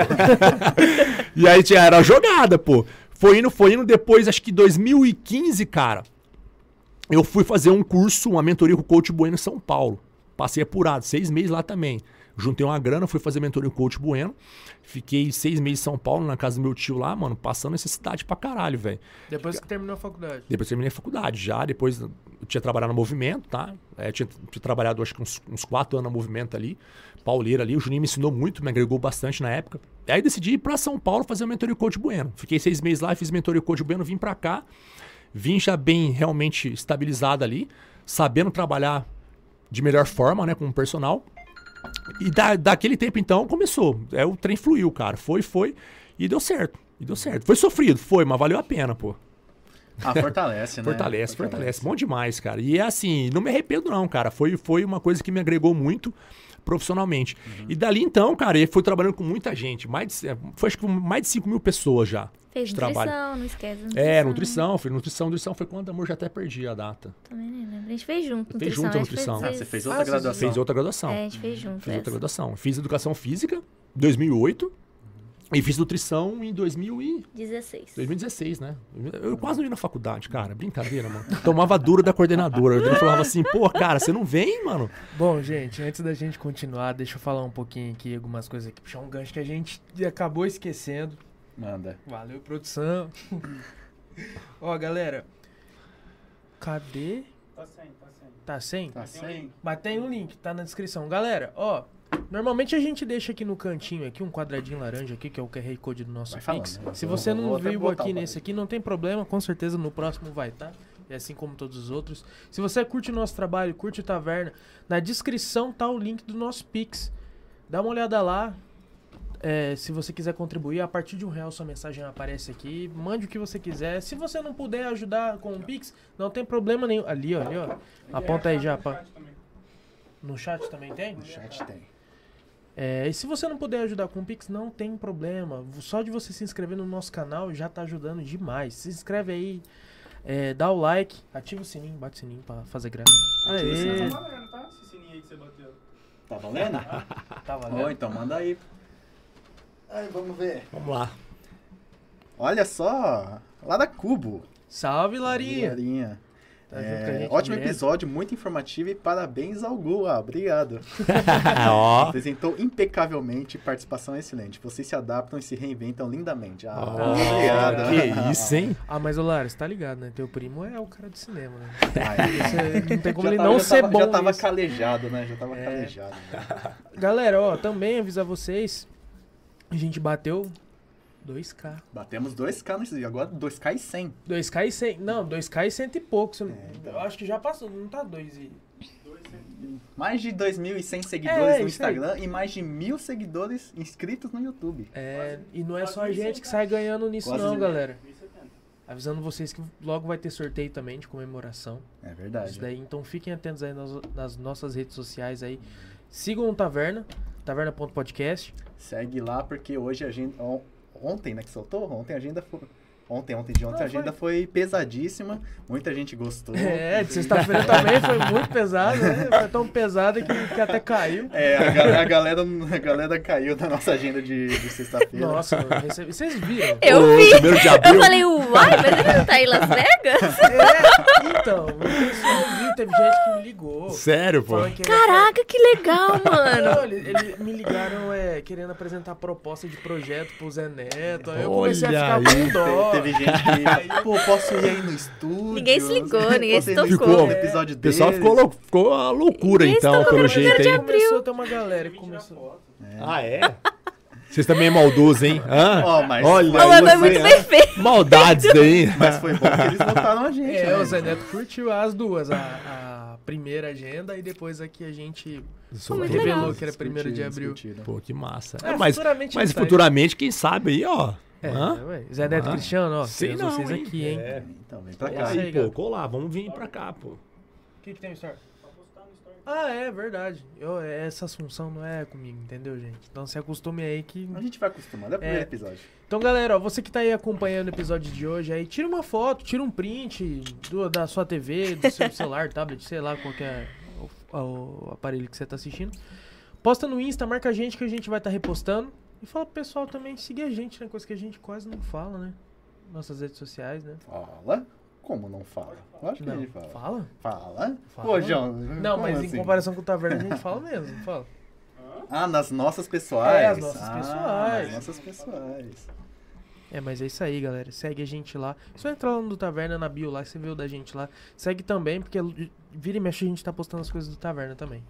E aí era a jogada, pô. Foi indo, depois, acho que 2015, cara, eu fui fazer um curso, uma mentoria com o Coach Bueno em São Paulo. Passei apurado, 6 meses lá também. Juntei uma grana, fui fazer mentoria com o Coach Bueno. Fiquei 6 meses em São Paulo, na casa do meu tio lá, mano, passando necessidade pra caralho, velho. Depois que terminou a faculdade? Depois terminei a faculdade já, depois eu tinha trabalhado no Movimento, tá? Tinha trabalhado acho que uns 4 anos no Movimento ali, pauleira ali. O Juninho me ensinou muito, me agregou bastante na época. Aí decidi ir pra São Paulo fazer a mentoria com o Coach Bueno. Fiquei 6 meses lá, fiz mentoria com o Coach Bueno, vim pra cá. Vim já bem realmente estabilizado ali, sabendo trabalhar de melhor forma, né, como personal. E daquele tempo, então, começou. O trem fluiu, cara. Foi. E deu certo. Foi sofrido, mas valeu a pena, pô. Fortalece, né? Fortalece. Bom demais, cara. E é assim, não me arrependo não, cara. Foi uma coisa que me agregou muito profissionalmente. E dali então, cara, ele foi trabalhando com muita gente. Foi acho que mais de 5 mil pessoas já. Fez de nutrição, trabalho. não esquece. Nutrição. Nutrição foi quando, amor, já até perdi a data. Também nem lembro. A gente fez junto. Fez junto a nutrição. Você fez outra graduação. Fez outra graduação. É, a gente fez junto. Fiz outra graduação. Fiz educação física em 2008 e fiz nutrição em 2016, né? Eu quase não ia na faculdade, cara. Brincadeira, mano. Tomava duro da coordenadora. Eu falava assim, pô, cara, você não vem, mano? Bom, gente, antes da gente continuar, deixa eu falar um pouquinho aqui, algumas coisas aqui, puxar um gancho que a gente acabou esquecendo. Manda. Valeu, produção. Ó, galera. Cadê? Tá sem? Tá sem? Mas tem um link, tá na descrição. Galera, ó, normalmente a gente deixa aqui no cantinho, aqui um quadradinho laranja aqui, que é o QR Code do nosso Vai Pix. falando, Se eu você não vou até viu botar aqui o nesse aqui, não tem problema, com certeza no próximo vai, tá? É assim como todos os outros. Se você curte o nosso trabalho, curte o Taverna, na descrição tá o link do nosso Pix. Dá uma olhada lá. Se você quiser contribuir, a partir de R$1 sua mensagem aparece aqui. Mande o que você quiser. Se você não puder ajudar com o Pix, não tem problema nenhum. Ali, ó. Aponta aí já. No chat também tem? No chat tem. E se você não puder ajudar com o Pix, não tem problema. Só de você se inscrever no nosso canal já tá ajudando demais. Se inscreve aí, dá o like, ativa o sininho, bate o sininho pra fazer graça. Aê! Tá valendo, tá? Esse sininho aí que você bateu. Tá valendo? Tá valendo? Ó, então manda aí. Aí, vamos ver. Vamos lá. Olha só, lá da Cubo. Salve, Larinha! Larinha. Tá junto com a gente Ótimo direto. episódio, muito informativo e parabéns ao Gu. Obrigado. Ó. Apresentou impecavelmente, participação excelente. Vocês se adaptam e se reinventam lindamente. Ó, Obrigado. que isso, hein? Ah, mas, ô Lara, você tá ligado, né? Teu primo é o cara do cinema, né? Ai, Não tem como já ele tava- não já ser tava- bom Já tava nisso. calejado, né? Já tava calejado. Né? Galera, ó, também avisar vocês, a gente bateu 2K. Batemos 2K nesse agora 2K e 100. 2K e 100. Não, 2K e 100 e pouco. então. Eu acho que já passou, não tá 2 e... Mais de 2.100 seguidores no isso aí. Instagram e mais de 1.000 seguidores inscritos no YouTube. E não é só a gente que sai ganhando nisso Quase não, mil. galera. Avisando vocês que logo vai ter sorteio também de comemoração. É verdade. Isso daí, então fiquem atentos aí nas nossas redes sociais aí. Sigam o Taverna, taverna.podcast. Segue lá porque hoje a agenda... Ontem, né, que soltou? Ontem a agenda foi... Ontem a agenda foi pesadíssima. Muita gente gostou. De sexta-feira também foi muito pesado, né? Foi tão pesado que até caiu. A galera caiu da nossa agenda de sexta-feira. Nossa, eu recebi... Vocês viram? Eu vi. 1º de abril. Eu falei, uai, mas ele não tá em Las Vegas? Então, o pessoal viu, teve gente que me ligou. Sério, pô. falando que Caraca, que legal, mano. Não, eles me ligaram querendo apresentar proposta de projeto pro Zé Neto. Aí eu comecei a Olha ficar aí. com dó. Teve gente que... Pô, posso ir aí no estúdio? Ninguém se ligou, ninguém se Posso ir no tocou. no episódio O pessoal deles? ficou a loucura, Ninguém então, estava pelo no jeito primeiro aí. de abril. Começou a ter uma galera que começou... Ah, é? Vocês também é maldoso, hein? Hã? Ó, mas- Olha, mas Mas foi você, muito hã? bem feito. Maldades daí. Mas foi bom que eles votaram a gente, né? o Zé Neto curtiu as duas. A primeira agenda e depois a que a gente muito revelou legal. que era 1º de abril. Discutiram. Pô, que massa. Futuramente a Mas gente sai. futuramente, quem sabe aí, ó. Hã? Ué, Zé Neto Hã? Cristiano, ó. Sei temos não, vocês hein? aqui, hein? É. Então, vem pra É cá. isso aí, Aí, galera. pô, colar, vamos vir pra cá, pô. O que tem, Star? Ah, é verdade. Essa assunção não é comigo, entendeu, gente? Então se acostume aí que... A gente vai acostumando, é o primeiro episódio. Então, galera, ó, você que tá aí acompanhando o episódio de hoje, aí tira uma foto, tira um print da sua TV, do seu celular, tablet, sei lá, qualquer o aparelho que você tá assistindo. Posta no Insta, marca a gente que a gente vai estar repostando. E fala pro pessoal também seguir a gente, né? Coisa que a gente quase não fala, né? Nossas redes sociais, né? Fala? Como não fala? Lógico que a Não, gente fala. fala? Fala? Fala. Pô, João. Não, como mas assim? em comparação com o Taverna a gente fala mesmo, não fala. Ah, nas nossas pessoais? As nossas pessoais. Nas nossas pessoais. Mas é isso aí, galera. Segue a gente lá. Só entra lá no Taverna, na bio lá, que você vê o da gente lá. Segue também, porque vira e mexe a gente tá postando as coisas do Taverna também.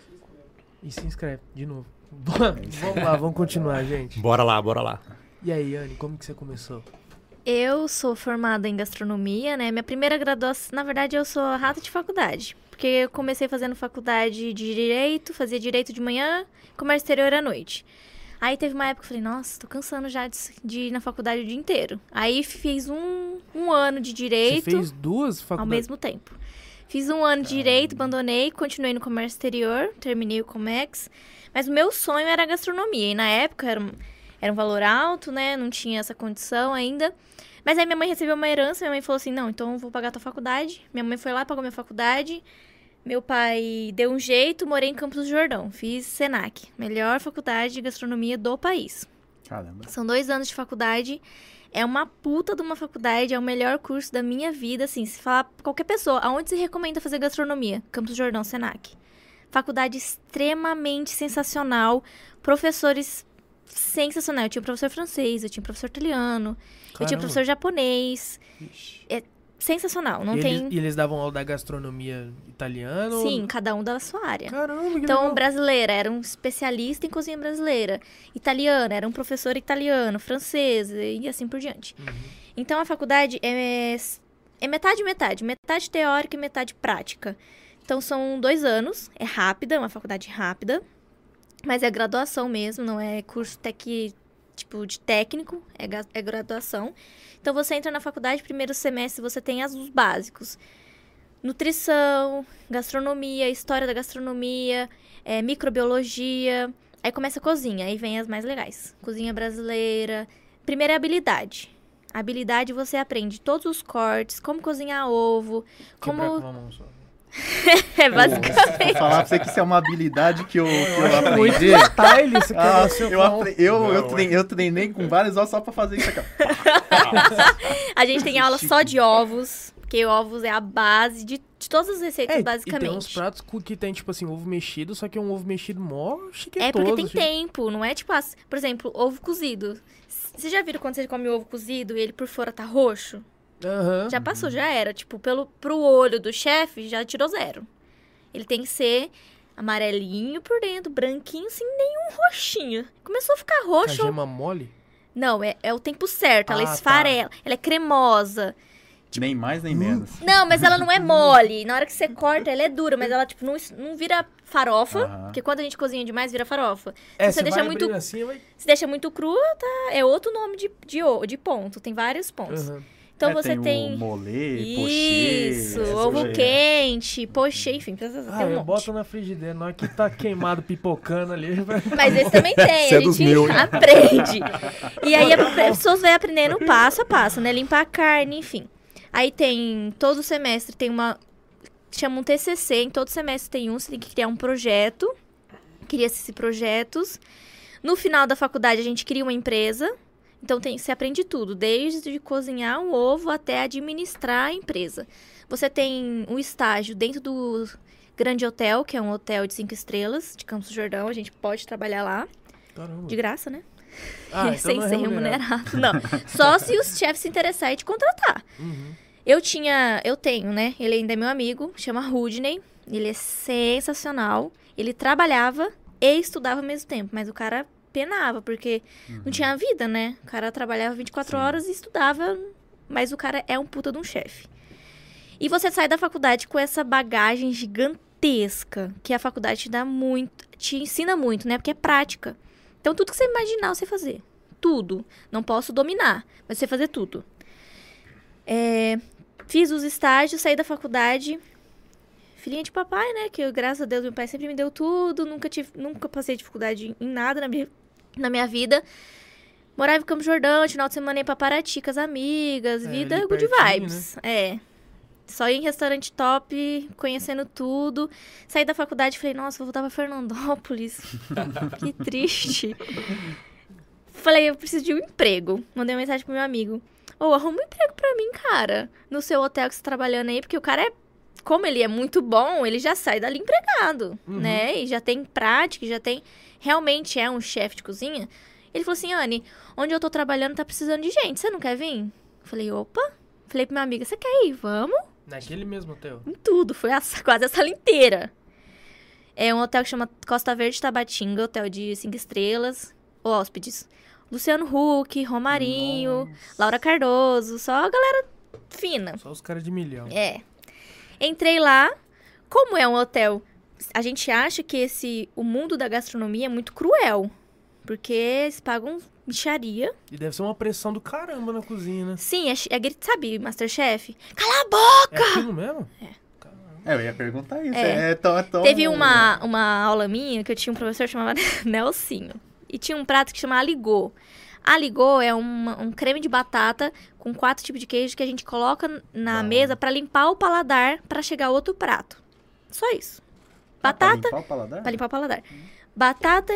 E se inscreve, de novo. Vamos lá, vamos continuar, gente. Bora lá, bora lá. E aí, Anne, como que você começou? Eu sou formada em gastronomia, né? Minha primeira graduação, na verdade, eu sou rata de faculdade. Porque eu comecei fazendo faculdade de Direito, fazia Direito de manhã, Comércio Exterior à noite. Aí teve uma época que eu falei, nossa, tô cansando já de ir na faculdade o dia inteiro. Aí fiz um ano de Direito Você fez duas ao faculdades? mesmo tempo. Fiz um ano de Direito, abandonei, continuei no comércio exterior, terminei o Comex. Mas o meu sonho era a gastronomia. E na época era um valor alto, né? Não tinha essa condição ainda. Mas aí minha mãe recebeu uma herança, minha mãe falou assim, não, então eu vou pagar a tua faculdade. Minha mãe foi lá, pagou minha faculdade. Meu pai deu um jeito, morei em Campos do Jordão. Fiz Senac, melhor faculdade de gastronomia do país. Caramba. São 2 anos de faculdade. É uma puta de uma faculdade, é o melhor curso da minha vida, assim, se falar pra qualquer pessoa, aonde se recomenda fazer gastronomia? Campos do Jordão, Senac. Faculdade extremamente sensacional, professores sensacionais. Eu tinha um professor francês, eu tinha um professor italiano, eu tinha um professor japonês. É sensacional, não tem... E eles davam aula da gastronomia italiana? Sim, cada um da sua área. Caramba, que Então, legal. brasileira era um especialista em cozinha brasileira. Italiana era um professor italiano, francês e assim por diante. Então, a faculdade é metade. Metade teórica e metade prática. Então, são 2 anos. É rápida, é uma faculdade rápida. Mas é graduação mesmo, não é curso tipo de técnico, é graduação. Então, você entra na faculdade, primeiro semestre você tem os básicos. Nutrição, gastronomia, história da gastronomia, microbiologia. Aí começa a cozinha, aí vem as mais legais. Cozinha brasileira. Primeiro é habilidade. Habilidade você aprende todos os cortes, como cozinhar ovo, como... Quebrar com a mão só. É basicamente... Vou falar pra você que isso é uma habilidade que eu Muito aprendi. style esse Ah, cara. eu treinei com vários ossos só pra fazer isso aqui. A gente tem aula só de ovos, porque ovos é a base de todas as receitas, E basicamente. tem uns pratos que tem, tipo assim, ovo mexido, só que é um ovo mexido mó chiquetoso. É porque tem assim. tempo, não é tipo, por exemplo, ovo cozido. Vocês já viram quando você come ovo cozido e ele por fora tá roxo? Aham. Já passou, já era. Tipo, pro olho do chefe, já tirou 0. Ele tem que ser amarelinho por dentro, branquinho, sem nenhum roxinho. Começou a ficar A roxo. gema mole? Não, é o tempo certo. Ela Ah, esfarela. Ela é cremosa. Nem mais nem menos. Não, mas ela não é mole. Na hora que você corta, ela é dura, mas ela, tipo, não vira farofa. Aham. Porque quando a gente cozinha demais, vira farofa. É, Se você deixa vai muito, abrindo assim, vai... se deixa muito crua, tá? É outro nome de ponto. Tem vários pontos. Aham. Então você tem tem. o molê, pochê. Isso, essa ovo aí. quente, pochê, enfim, tem um eu monte. boto na frigideira, na hora que tá queimado, pipocando ali. vai- Mas esse também tem, Você a é dos gente meus, hein? aprende. E aí as pessoas vão aprendendo passo a passo, né? Limpar a carne, enfim. Aí tem, todo semestre tem chama um TCC, em todo semestre tem você tem que criar um projeto. Cria-se esses projetos. No final da faculdade a gente cria uma empresa. Então você aprende tudo, desde cozinhar um ovo até administrar a empresa. Você tem um estágio dentro do Grande Hotel, que é um hotel de 5 estrelas, de Campos do Jordão. A gente pode trabalhar lá, Caramba. de graça, né? Ah, então Sem não é ser remunerado, não. Só se os chefes se interessarem em te contratar. Uhum. Eu tenho, né? Ele ainda é meu amigo, chama Rudney. Ele é sensacional. Ele trabalhava e estudava ao mesmo tempo, mas o cara penava, porque não tinha vida, né? O cara trabalhava 24 horas e estudava, mas o cara é um puta de um chefe. E você sai da faculdade com essa bagagem gigantesca, que a faculdade te ensina muito, né? Porque é prática. Então, tudo que você imaginar, você fazer. Tudo. Não posso dominar, mas você fazer tudo. Fiz os estágios, saí da faculdade. Filhinha de papai, né? Que graças a Deus, meu pai sempre me deu tudo. Nunca passei dificuldade em nada na minha vida. Morava em Campos do Jordão, final de semana ia pra Paraty com as amigas. Vida ali good pertinho, vibes. Só ia em restaurante top, conhecendo tudo. Saí da faculdade e falei, nossa, vou voltar pra Fernandópolis. Que triste. Falei, eu preciso de um emprego. Mandei uma mensagem pro meu amigo. Arruma um emprego pra mim, cara. No seu hotel que você tá trabalhando aí, porque o cara como ele é muito bom, ele já sai dali empregado, né? E já tem prática, realmente é um chefe de cozinha. Ele falou assim, Anne, onde eu tô trabalhando tá precisando de gente, você não quer vir? Falei, opa. Falei pra minha amiga, você quer ir? Vamos? Naquele mesmo hotel? Em tudo, foi quase a sala inteira. É um hotel que chama Costa Verde Tabatinga, hotel de 5 estrelas, hóspedes. Luciano Huck, Romarinho, Laura Cardoso, só a galera fina. Só os caras de milhão. Entrei lá, como é um hotel, a gente acha que o mundo da gastronomia é muito cruel, porque eles pagam mixaria. E deve ser uma pressão do caramba na cozinha, né? Sim, sabe, Masterchef? Cala a boca! É aquilo mesmo? É. Caramba. Eu ia perguntar isso. É tão... Teve uma aula minha que eu tinha um professor chamado Nelsinho. E tinha um prato que chama aligô. Aligô é um creme de batata com 4 tipos de queijo que a gente coloca na mesa pra limpar o paladar pra chegar outro prato. Só isso. Batata... Pra limpar o paladar? Pra limpar o paladar. Batata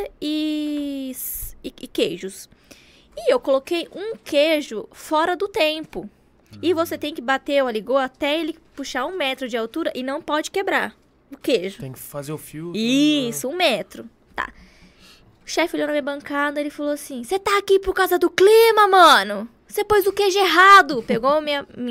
e queijos. E eu coloquei um queijo fora do tempo. E você tem que bater o aligô até ele puxar 1 metro de altura e não pode quebrar o queijo. Tem que fazer o fio. Isso, 1 metro. Tá. O chefe olhou na minha bancada e ele falou assim, você tá aqui por causa do clima, mano? Você pôs o queijo errado. Pegou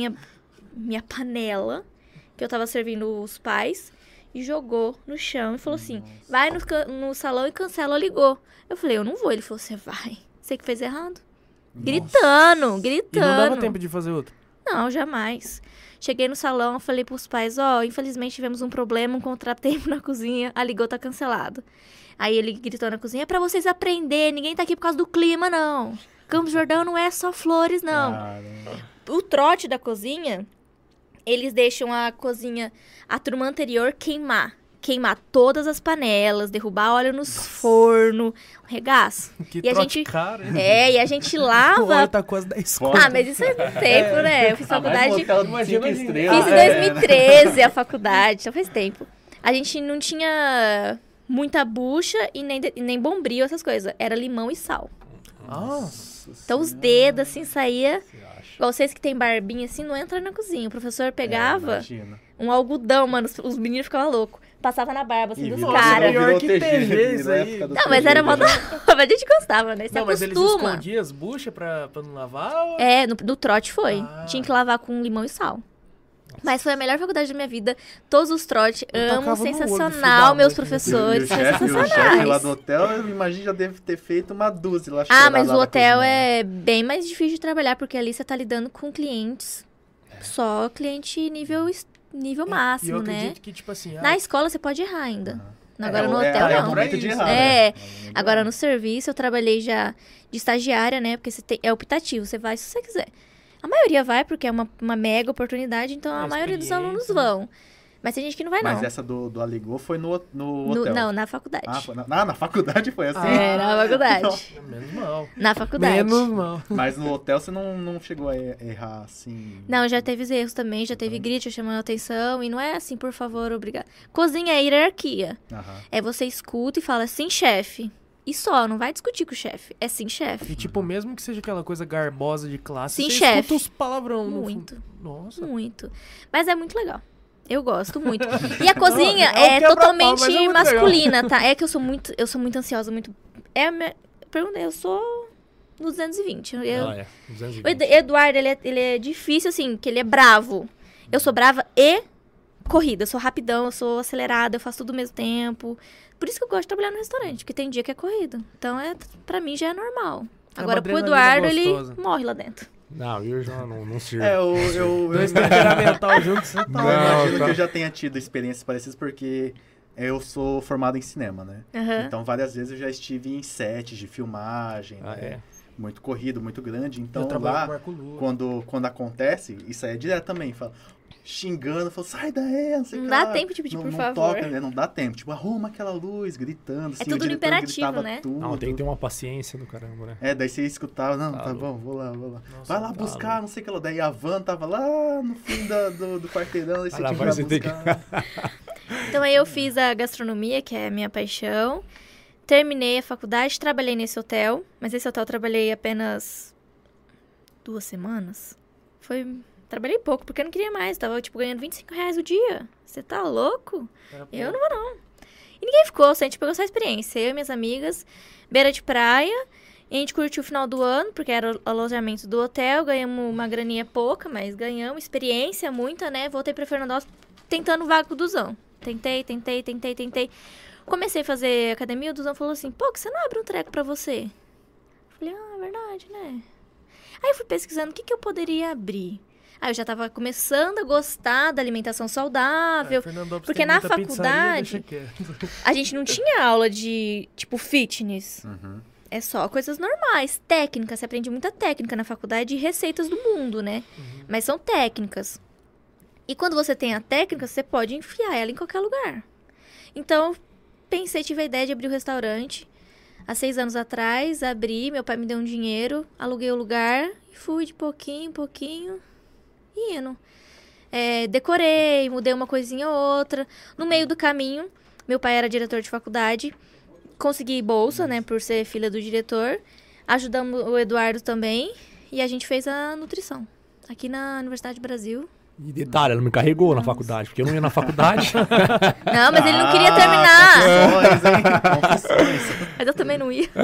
minha panela, que eu tava servindo os pais, e jogou no chão e falou assim, vai no salão e cancela o aligô. Eu falei, eu não vou. Ele falou, você vai. Você que fez errado. Gritando. E não dava tempo de fazer outro? Não, jamais. Cheguei no salão, falei pros pais, infelizmente tivemos um problema, um contratempo na cozinha, a ligô tá cancelado. Aí ele gritou na cozinha, é pra vocês aprenderem, ninguém tá aqui por causa do clima, não. Campos Jordão não é só flores, não. O trote da cozinha, eles deixam a cozinha, a turma anterior queimar todas as panelas, derrubar óleo nos fornos, um regaço. Que e a trote gente caro, hein? e a gente O lava. óleo tá quase 10 conto. Mas isso é tempo, né? Eu fiz faculdade. Imagina Fiz em 2013 a faculdade, já faz tempo. A gente não tinha muita bucha e nem bombril, essas coisas. Era limão e sal. Nossa. Então os dedos, assim, saía... Igual vocês que tem barbinha, assim, não entra na cozinha. O professor pegava um algodão, mano. Os meninos ficavam loucos. Passava na barba, assim, dos caras. Pior que TG isso aí. Não, mas era uma nova. A gente gostava, né? Você Não, mas eles acostuma. escondiam as buchas pra não lavar? Ou... No trote foi. Tinha que lavar com limão e sal. Mas foi a melhor faculdade da minha vida. Todos os trotes, amo, tacava no olho do filho sensacional, da meus mãe. professores, o são chefe sensacionais. lá do hotel, eu imagino já deve ter feito uma dúzia lá. Mas o hotel é bem mais difícil de trabalhar, porque ali você tá lidando com clientes. Só cliente nível máximo, E eu né? acredito que, tipo assim... Na escola você pode errar ainda. Agora no hotel é o não. momento de errar, né? Agora no serviço eu trabalhei já de estagiária, né? Porque é optativo, você vai se você quiser. A maioria vai porque é uma mega oportunidade, então a maioria dos alunos vão. Mas tem gente que não vai, não. Mas essa do Aligô foi no hotel? Não, na faculdade. Na faculdade foi assim? Na faculdade. Menos mal. Na faculdade. Menos mal. Mas no hotel você não chegou a errar assim? Não, já teve erros também, já teve grito chamando atenção. E não é assim, por favor, obrigado. Cozinha é hierarquia. É você escuta e fala, sim, chefe. E só, não vai discutir com o chefe. É sim, chefe. E tipo, mesmo que seja aquela coisa garbosa de classe, Sim, você chefe. escuta os palavrão. Muito. Nossa. Muito. Mas é muito legal. Eu gosto muito. E a cozinha Não, é um é quebra-pau, totalmente mas é muito masculina, tá? É que eu sou muito ansiosa, muito... Perguntei, eu sou no 220. 220. O Eduardo, ele é difícil, assim, que ele é bravo. Eu sou brava e corrida. Eu sou rapidão, eu sou acelerada, eu faço tudo ao mesmo tempo. Por isso que eu gosto de trabalhar no restaurante, porque tem dia que é corrida. Então, pra mim, já é normal. Agora, pro Eduardo, ele morre lá dentro. Não, eu já não sirvo. Dois temperamental juntos, você tá... Eu imagino que eu já tenha tido experiências parecidas, porque eu sou formado em cinema, né? Então, várias vezes eu já estive em sets de filmagem, né? Muito corrido, muito grande. Então, lá, quando acontece, isso aí é direto também. Fala, xingando, fala, sai daí, não sei o que. Não dá tempo de pedir, por favor. Toca, não dá tempo. Tipo, arruma aquela luz, gritando. Assim, é tudo no imperativo, né? Tudo. Não, tem que ter uma paciência do caramba, né? Daí você escutava, não, tá bom, vou lá. Nossa, vai lá buscar, não sei o que lá. Daí a van tava lá no fim do quarteirão, aí você tinha que ir lá buscar. Então aí eu fiz a gastronomia, que é a minha paixão. Terminei a faculdade, trabalhei nesse hotel. Mas esse hotel eu trabalhei apenas 2 semanas. Trabalhei pouco, porque eu não queria mais. Tava, ganhando R$25 o dia. Você tá louco? Eu não vou, não. E ninguém ficou, a gente pegou só a experiência. Eu e minhas amigas, beira de praia. E a gente curtiu o final do ano, porque era o alojamento do hotel. Ganhamos uma graninha pouca, mas ganhamos. Experiência muita, né? Voltei pra Fernandópolis tentando vaga com o Duzão. Tentei. Comecei a fazer academia, o Duzão falou assim, pô, que você não abre um treco pra você? Falei, é verdade, né? Aí eu fui pesquisando o que eu poderia abrir. Aí eu já tava começando a gostar da alimentação saudável. Porque na faculdade, a gente não tinha aula de, fitness. É só coisas normais, técnicas. Você aprende muita técnica na faculdade e receitas do mundo, né? Mas são técnicas. E quando você tem a técnica, você pode enfiar ela em qualquer lugar. Então, tive a ideia de abrir o restaurante. Há 6 anos atrás, abri, meu pai me deu um dinheiro, aluguei o lugar e fui de pouquinho em pouquinho indo. Decorei, mudei uma coisinha ou outra. No meio do caminho, meu pai era diretor de faculdade, consegui bolsa, né, por ser filha do diretor. Ajudamos o Eduardo também e a gente fez a nutrição aqui na Universidade do Brasil. E detalhe, ela me carregou na faculdade, porque eu não ia na faculdade. Não, mas ele não queria terminar. Confissões. Mas eu também não ia.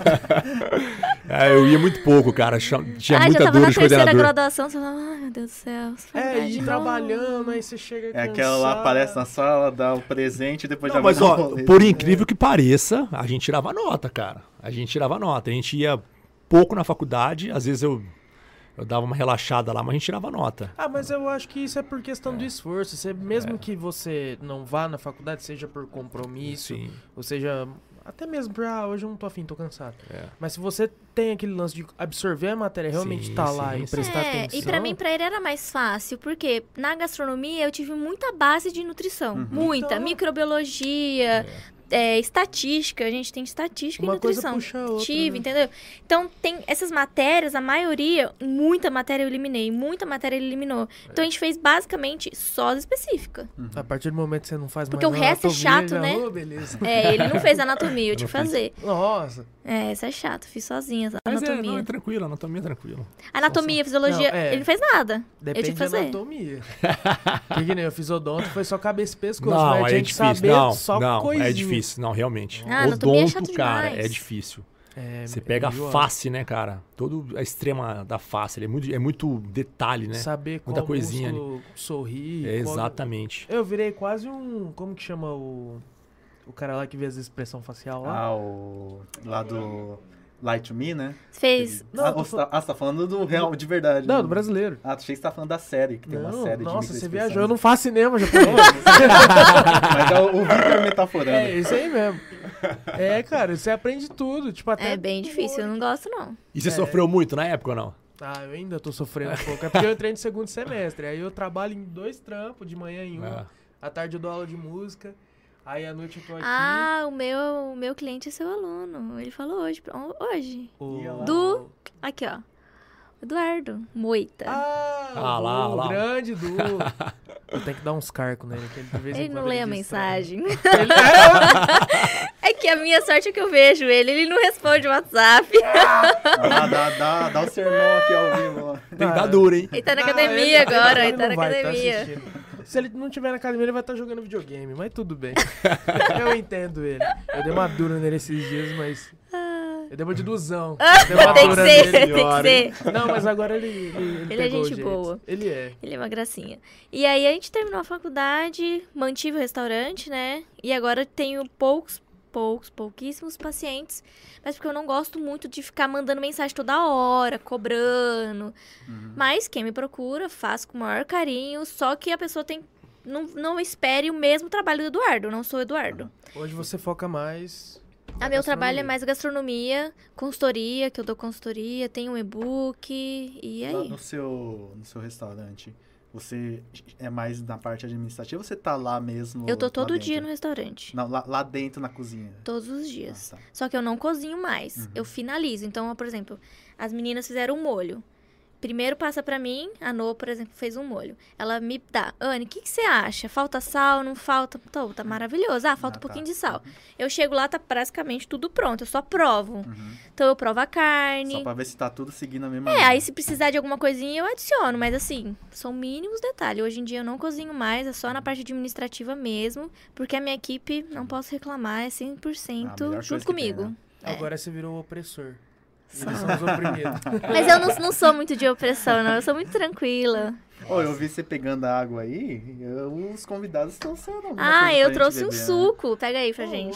Eu ia muito pouco, cara. Tinha Já muita tava dor na de terceira coordenador. graduação, você fala, ai meu Deus do céu. E trabalhando, aí você chega É aquela lá, aparece na sala, dá o presente e depois Não, já mas vai ó, dar um rolê. por incrível que pareça, a gente tirava nota, cara. A gente ia pouco na faculdade, às vezes eu dava uma relaxada lá, mas a gente tirava nota. Mas eu acho que isso é por questão do esforço. Mesmo que você não vá na faculdade, seja por compromisso, Sim. ou seja, até mesmo por, hoje eu não tô afim, tô cansado. É. Mas se você tem aquele lance de absorver a matéria, realmente Sim, tá lá sim, e sim. prestar atenção. E pra mim, pra ele era mais fácil, porque na gastronomia eu tive muita base de nutrição. Muita. Então- Microbiologia, estatística. A gente tem estatística Uma e coisa nutrição. puxa a outra, Tive, né? entendeu? Então, tem essas matérias, a maioria, muita matéria eu eliminei, muita matéria ele eliminou. Então, a gente fez basicamente só as específicas. A partir do momento que você não faz Porque mais o resto é anatomia, chato, já, né? Beleza. Ele não fez anatomia, eu tive que fazer. Nossa. Isso é chato, fiz sozinha a Mas anatomia. é tranquilo, anatomia é tranquilo. Anatomia, fisiologia, Não, ele não fez nada. eu Depende tive que da fazer. anatomia. que nem eu fiz odonto, foi só cabeça e pescoço. Não, mas aí tinha é que difícil. saber só Não, coisinha. é difícil. Não, realmente. Anatomia é chato Odonto, cara, demais. é difícil. É, Você pega a enjoado. face, né, cara? Toda a extrema da face. É muito detalhe, né? Saber Muita qual coisinha músculo sorrir. qual- Exatamente. Eu virei quase um... Como que chama o cara lá que vê as expressão facial lá? O lá do Light to Me, né? Fez. Não, você tá falando do real, de verdade. Não, né? do brasileiro. Achei que você tá falando da série, que tem uma Não, série nossa, de você microexpressões. viajou. Eu não faço cinema, japonês. Mas é o Victor metaforando. É, isso aí mesmo. Cara, você aprende tudo. Tipo, até É bem difícil, eu não gosto, não. E você sofreu muito na época ou não? Eu ainda tô sofrendo um pouco. É porque eu entrei no segundo semestre. Aí eu trabalho em 2 trampos, de manhã em um. É. À tarde eu dou aula de música. Aí à noite eu tô aqui. O meu cliente é seu aluno. Ele falou hoje. Hoje. O... Aqui, ó. Eduardo Moita. lá. O grande Du. Eu tenho que dar uns carcos nele. Que ele de vez em Ele quando não lê a distrai. mensagem. Ele... É que a minha sorte é que eu vejo ele não responde o WhatsApp. Dá o sermão aqui ao vivo. Ó. Tem que dar duro, hein? Ele tá na academia agora, ele tá na não vai academia. assistindo. Se ele não tiver na academia, ele vai estar jogando videogame, mas tudo bem. Eu entendo ele. Eu dei uma dura nele esses dias, mas... Eu dei uma de duzão. Eu dei uma Tem que dura ser, nele. tem que ser. Não, mas agora ele Ele é pegou o gente jeito. boa. Ele é. Ele é uma gracinha. E aí a gente terminou a faculdade, mantive o restaurante, né? E agora tenho pouquíssimos pacientes. Mas porque eu não gosto muito de ficar mandando mensagem toda hora, cobrando. Mas quem me procura, faço com o maior carinho. Só que a pessoa tem... Não espere o mesmo trabalho do Eduardo. Eu não sou o Eduardo. Hoje você foca mais... Meu trabalho é mais gastronomia, consultoria, que eu dou consultoria, tenho um e-book, e Lá aí? no seu restaurante, você é mais na parte administrativa ou você tá lá mesmo? Eu tô lá todo dentro? dia no restaurante. Não, lá dentro na cozinha. Todos os dias. Ah, tá. Só que eu não cozinho mais. Eu finalizo. Então, por exemplo, as meninas fizeram um molho. Primeiro passa pra mim, a Nô, por exemplo, fez um molho. Ela me dá, Anne, o que você acha? Falta sal, não falta? Tá maravilhoso. Falta um pouquinho de sal. Eu chego lá, tá praticamente tudo pronto. Eu só provo. Então, eu provo a carne. Só pra ver se tá tudo seguindo a mesma Aí se precisar de alguma coisinha, eu adiciono. Mas assim, são mínimos detalhes. Hoje em dia eu não cozinho mais, é só na parte administrativa mesmo. Porque a minha equipe, não posso reclamar, é 100% melhor junto coisa que comigo. tem, né? Agora você virou o opressor. Eles são os oprimidos. Mas eu não sou muito de opressão, não. Eu sou muito tranquila. Eu vi você pegando a água aí, os convidados estão sendo. Eu trouxe um suco. Pega aí pra gente.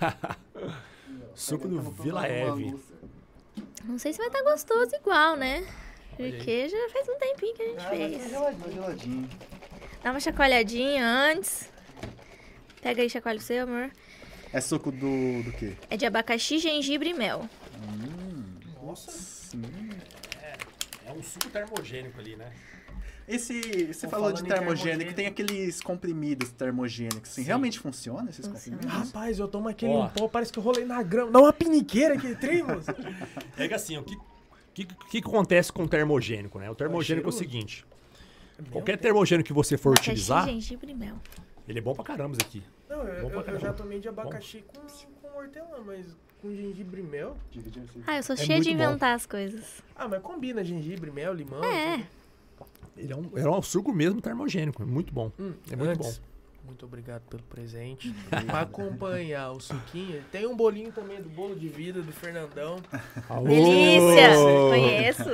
Suco do Vila Eve. Não sei se vai estar gostoso igual, né? Porque já faz um tempinho que a gente fez. Geladinho. Dá uma chacoalhadinha antes. Pega aí, chacoalha o seu, amor. É suco do quê? É de abacaxi, gengibre e mel. É um suco termogênico ali, né? Você falou de termogênico, tem aqueles comprimidos termogênicos, assim, realmente funciona esses comprimidos? Rapaz, eu tomo aquele em pó, parece que eu rolei na grama. Dá uma piniqueira aquele trem, moço. É que assim, o que acontece com o termogênico, né? O termogênico é o seguinte. Qualquer termogênico que você for utilizar, gengibre e mel. ele é bom pra caramba isso aqui. Não, Bom pra eu caramba. já tomei de abacaxi com hortelã, mas com gengibre e mel. Ah, eu sou É cheia de muito bom. inventar as coisas. Ah, mas combina gengibre, mel, limão. É. tudo. Ele é um suco mesmo termogênico, é muito bom. É muito Antes, bom. muito obrigado pelo presente. Pra acompanhar o suquinho, tem um bolinho também do bolo de vida do Fernandão. Delícia! Conheço.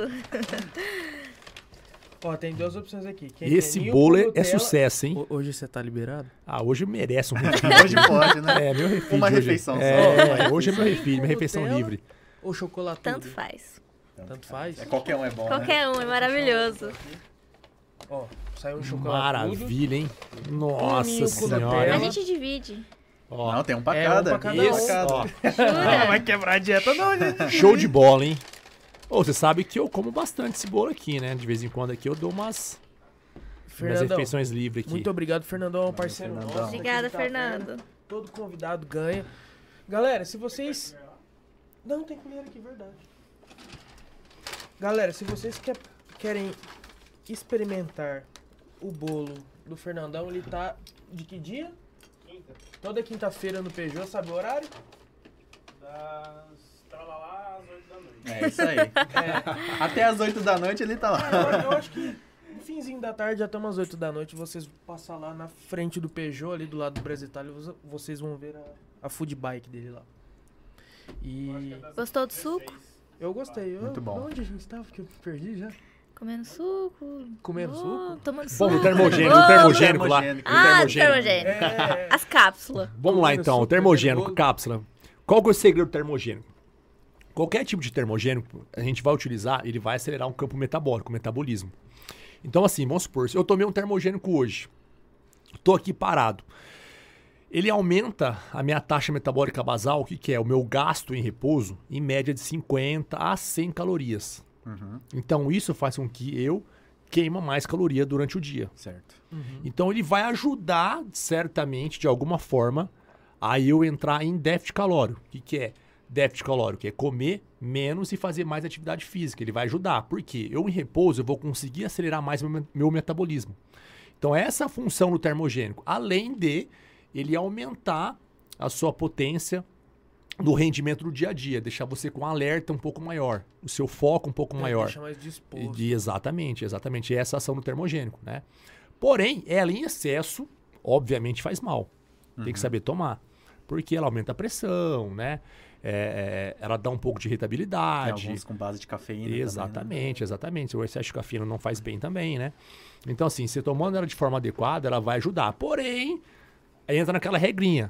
Ó, tem duas opções aqui. Esse Quentinho bolo com é Nutella. sucesso, hein? Hoje você tá liberado? Ah, hoje merece um refil. Hoje pode, né? É, meu refil. Uma de hoje. refeição só. Hoje é meu refil, minha refeição Nutella. livre. Ou chocolate? Tanto faz. Tanto faz? Qualquer um é bom, né? Qualquer um, é maravilhoso. Ó, saiu um chocolate. Maravilha, hein? Ninho Nossa com senhora. Nutella. A gente divide. Ó, Não, tem um pra É, cada. um pra cada esse, um. ó, Não vai quebrar a dieta não, gente. show de bola, hein? Ô, você sabe que eu como bastante esse bolo aqui, né? De vez em quando aqui eu dou umas Fernandão, refeições livres aqui. muito obrigado, Fernandão, é um parceiro Fernandão. nosso. Obrigada, aqui do Taverna. Fernando. Todo convidado ganha. Galera, se vocês... Não, tem colher aqui, verdade. Galera, se vocês querem experimentar o bolo do Fernandão, ele tá de que dia? Quinta. Toda quinta-feira no Peugeot, sabe o horário? Das tralalá às 8 da noite. É isso aí. Até as 8 da noite ele tá lá. Eu acho que no finzinho da tarde, até umas 8 da noite, vocês passar lá na frente do Peugeot, ali do lado do Brasil Itália, vocês vão ver a food bike dele lá. E Gostou do suco? eu gostei. Muito bom. Onde a gente tava? Que eu perdi já. Comendo suco. Comendo Oh, suco? Tomando Bom, suco. o termogênico, Oh, o termogênico lá. termogênico. Ah, termogênico. termogênico. É, As cápsulas. Vamos lá Comendo então, suco, o termogênico, bebendo cápsula. Qual que é o segredo do termogênico? Qualquer tipo de termogênico, a gente vai utilizar, ele vai acelerar um campo metabólico, o metabolismo. Então assim, vamos supor, se eu tomei um termogênico hoje, tô aqui parado, ele aumenta a minha taxa metabólica basal, o que que é? O meu gasto em repouso, em média de 50 a 100 calorias. Então isso faz com que eu queima mais caloria durante o dia. Certo. Então ele vai ajudar, certamente, de alguma forma, a eu entrar em déficit calórico. O que é déficit calórico? É comer menos e fazer mais atividade física. Ele vai ajudar. Por quê? Eu em repouso eu vou conseguir acelerar mais meu metabolismo. Então essa é a função do termogênico. Além de ele aumentar a sua potência do rendimento do dia a dia. Deixar você com um alerta um pouco maior. O seu foco um pouco maior. Deixa mais disposto. Exatamente. Essa ação do termogênico, né? Porém, ela em excesso, obviamente, faz mal. Tem que saber tomar. Porque ela aumenta a pressão, né? Ela dá um pouco de Tem irritabilidade. alguns com base de cafeína Exatamente. O excesso de cafeína não faz bem também, né? Então, assim, você tomando ela de forma adequada, ela vai ajudar. Porém, aí entra naquela regrinha.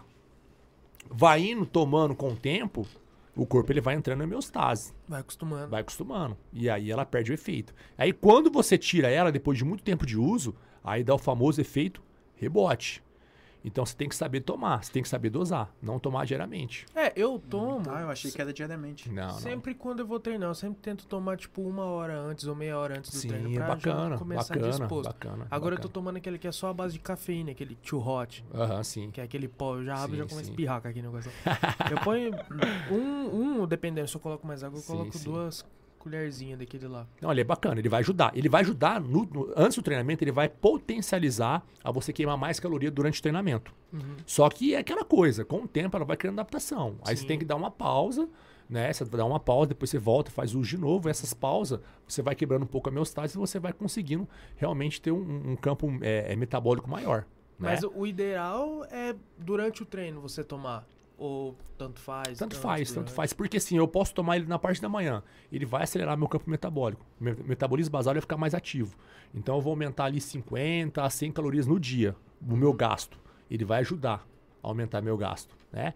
Vai indo, tomando com o tempo, o corpo ele vai entrando em homeostase. Vai acostumando. Vai acostumando. E aí ela perde o efeito. Aí quando você tira ela, depois de muito tempo de uso, aí dá o famoso efeito rebote. Então você tem que saber tomar, você tem que saber dosar, não tomar diariamente. Eu tomo. Ah, eu achei que era diariamente. Não. Sempre quando eu vou treinar, eu sempre tento tomar tipo 1 hora antes ou meia hora antes do Sim, treino. é Pra bacana, já começar bacana, disposto. bacana. Agora eu tô tomando aquele que é só a base de cafeína, aquele too hot. Aham, sim. Que é aquele pó, eu já abro e já Sim, começo a sim. espirrar com aquele negócio. Eu ponho dependendo, se eu coloco mais água, eu Sim, coloco sim. 2 colherzinhas daquele lá. Não, ele é bacana, ele vai ajudar. Ele vai ajudar, antes do treinamento, ele vai potencializar a você queimar mais caloria durante o treinamento. Só que é aquela coisa, com o tempo ela vai criando adaptação. Aí Sim. você tem que dar uma pausa, né? Você dá uma pausa, depois você volta, faz uso de novo. Essas pausas, você vai quebrando um pouco a homeostase e você vai conseguindo realmente ter um campo metabólico maior. Né? Mas o ideal é durante o treino você tomar. Ou tanto faz? Tanto durante. faz. Porque assim, eu posso tomar ele na parte da manhã. Ele vai acelerar meu campo metabólico. Meu metabolismo basal vai ficar mais ativo. Então eu vou aumentar ali 50 a 100 calorias no dia, o meu gasto. Ele vai ajudar a aumentar meu gasto, né?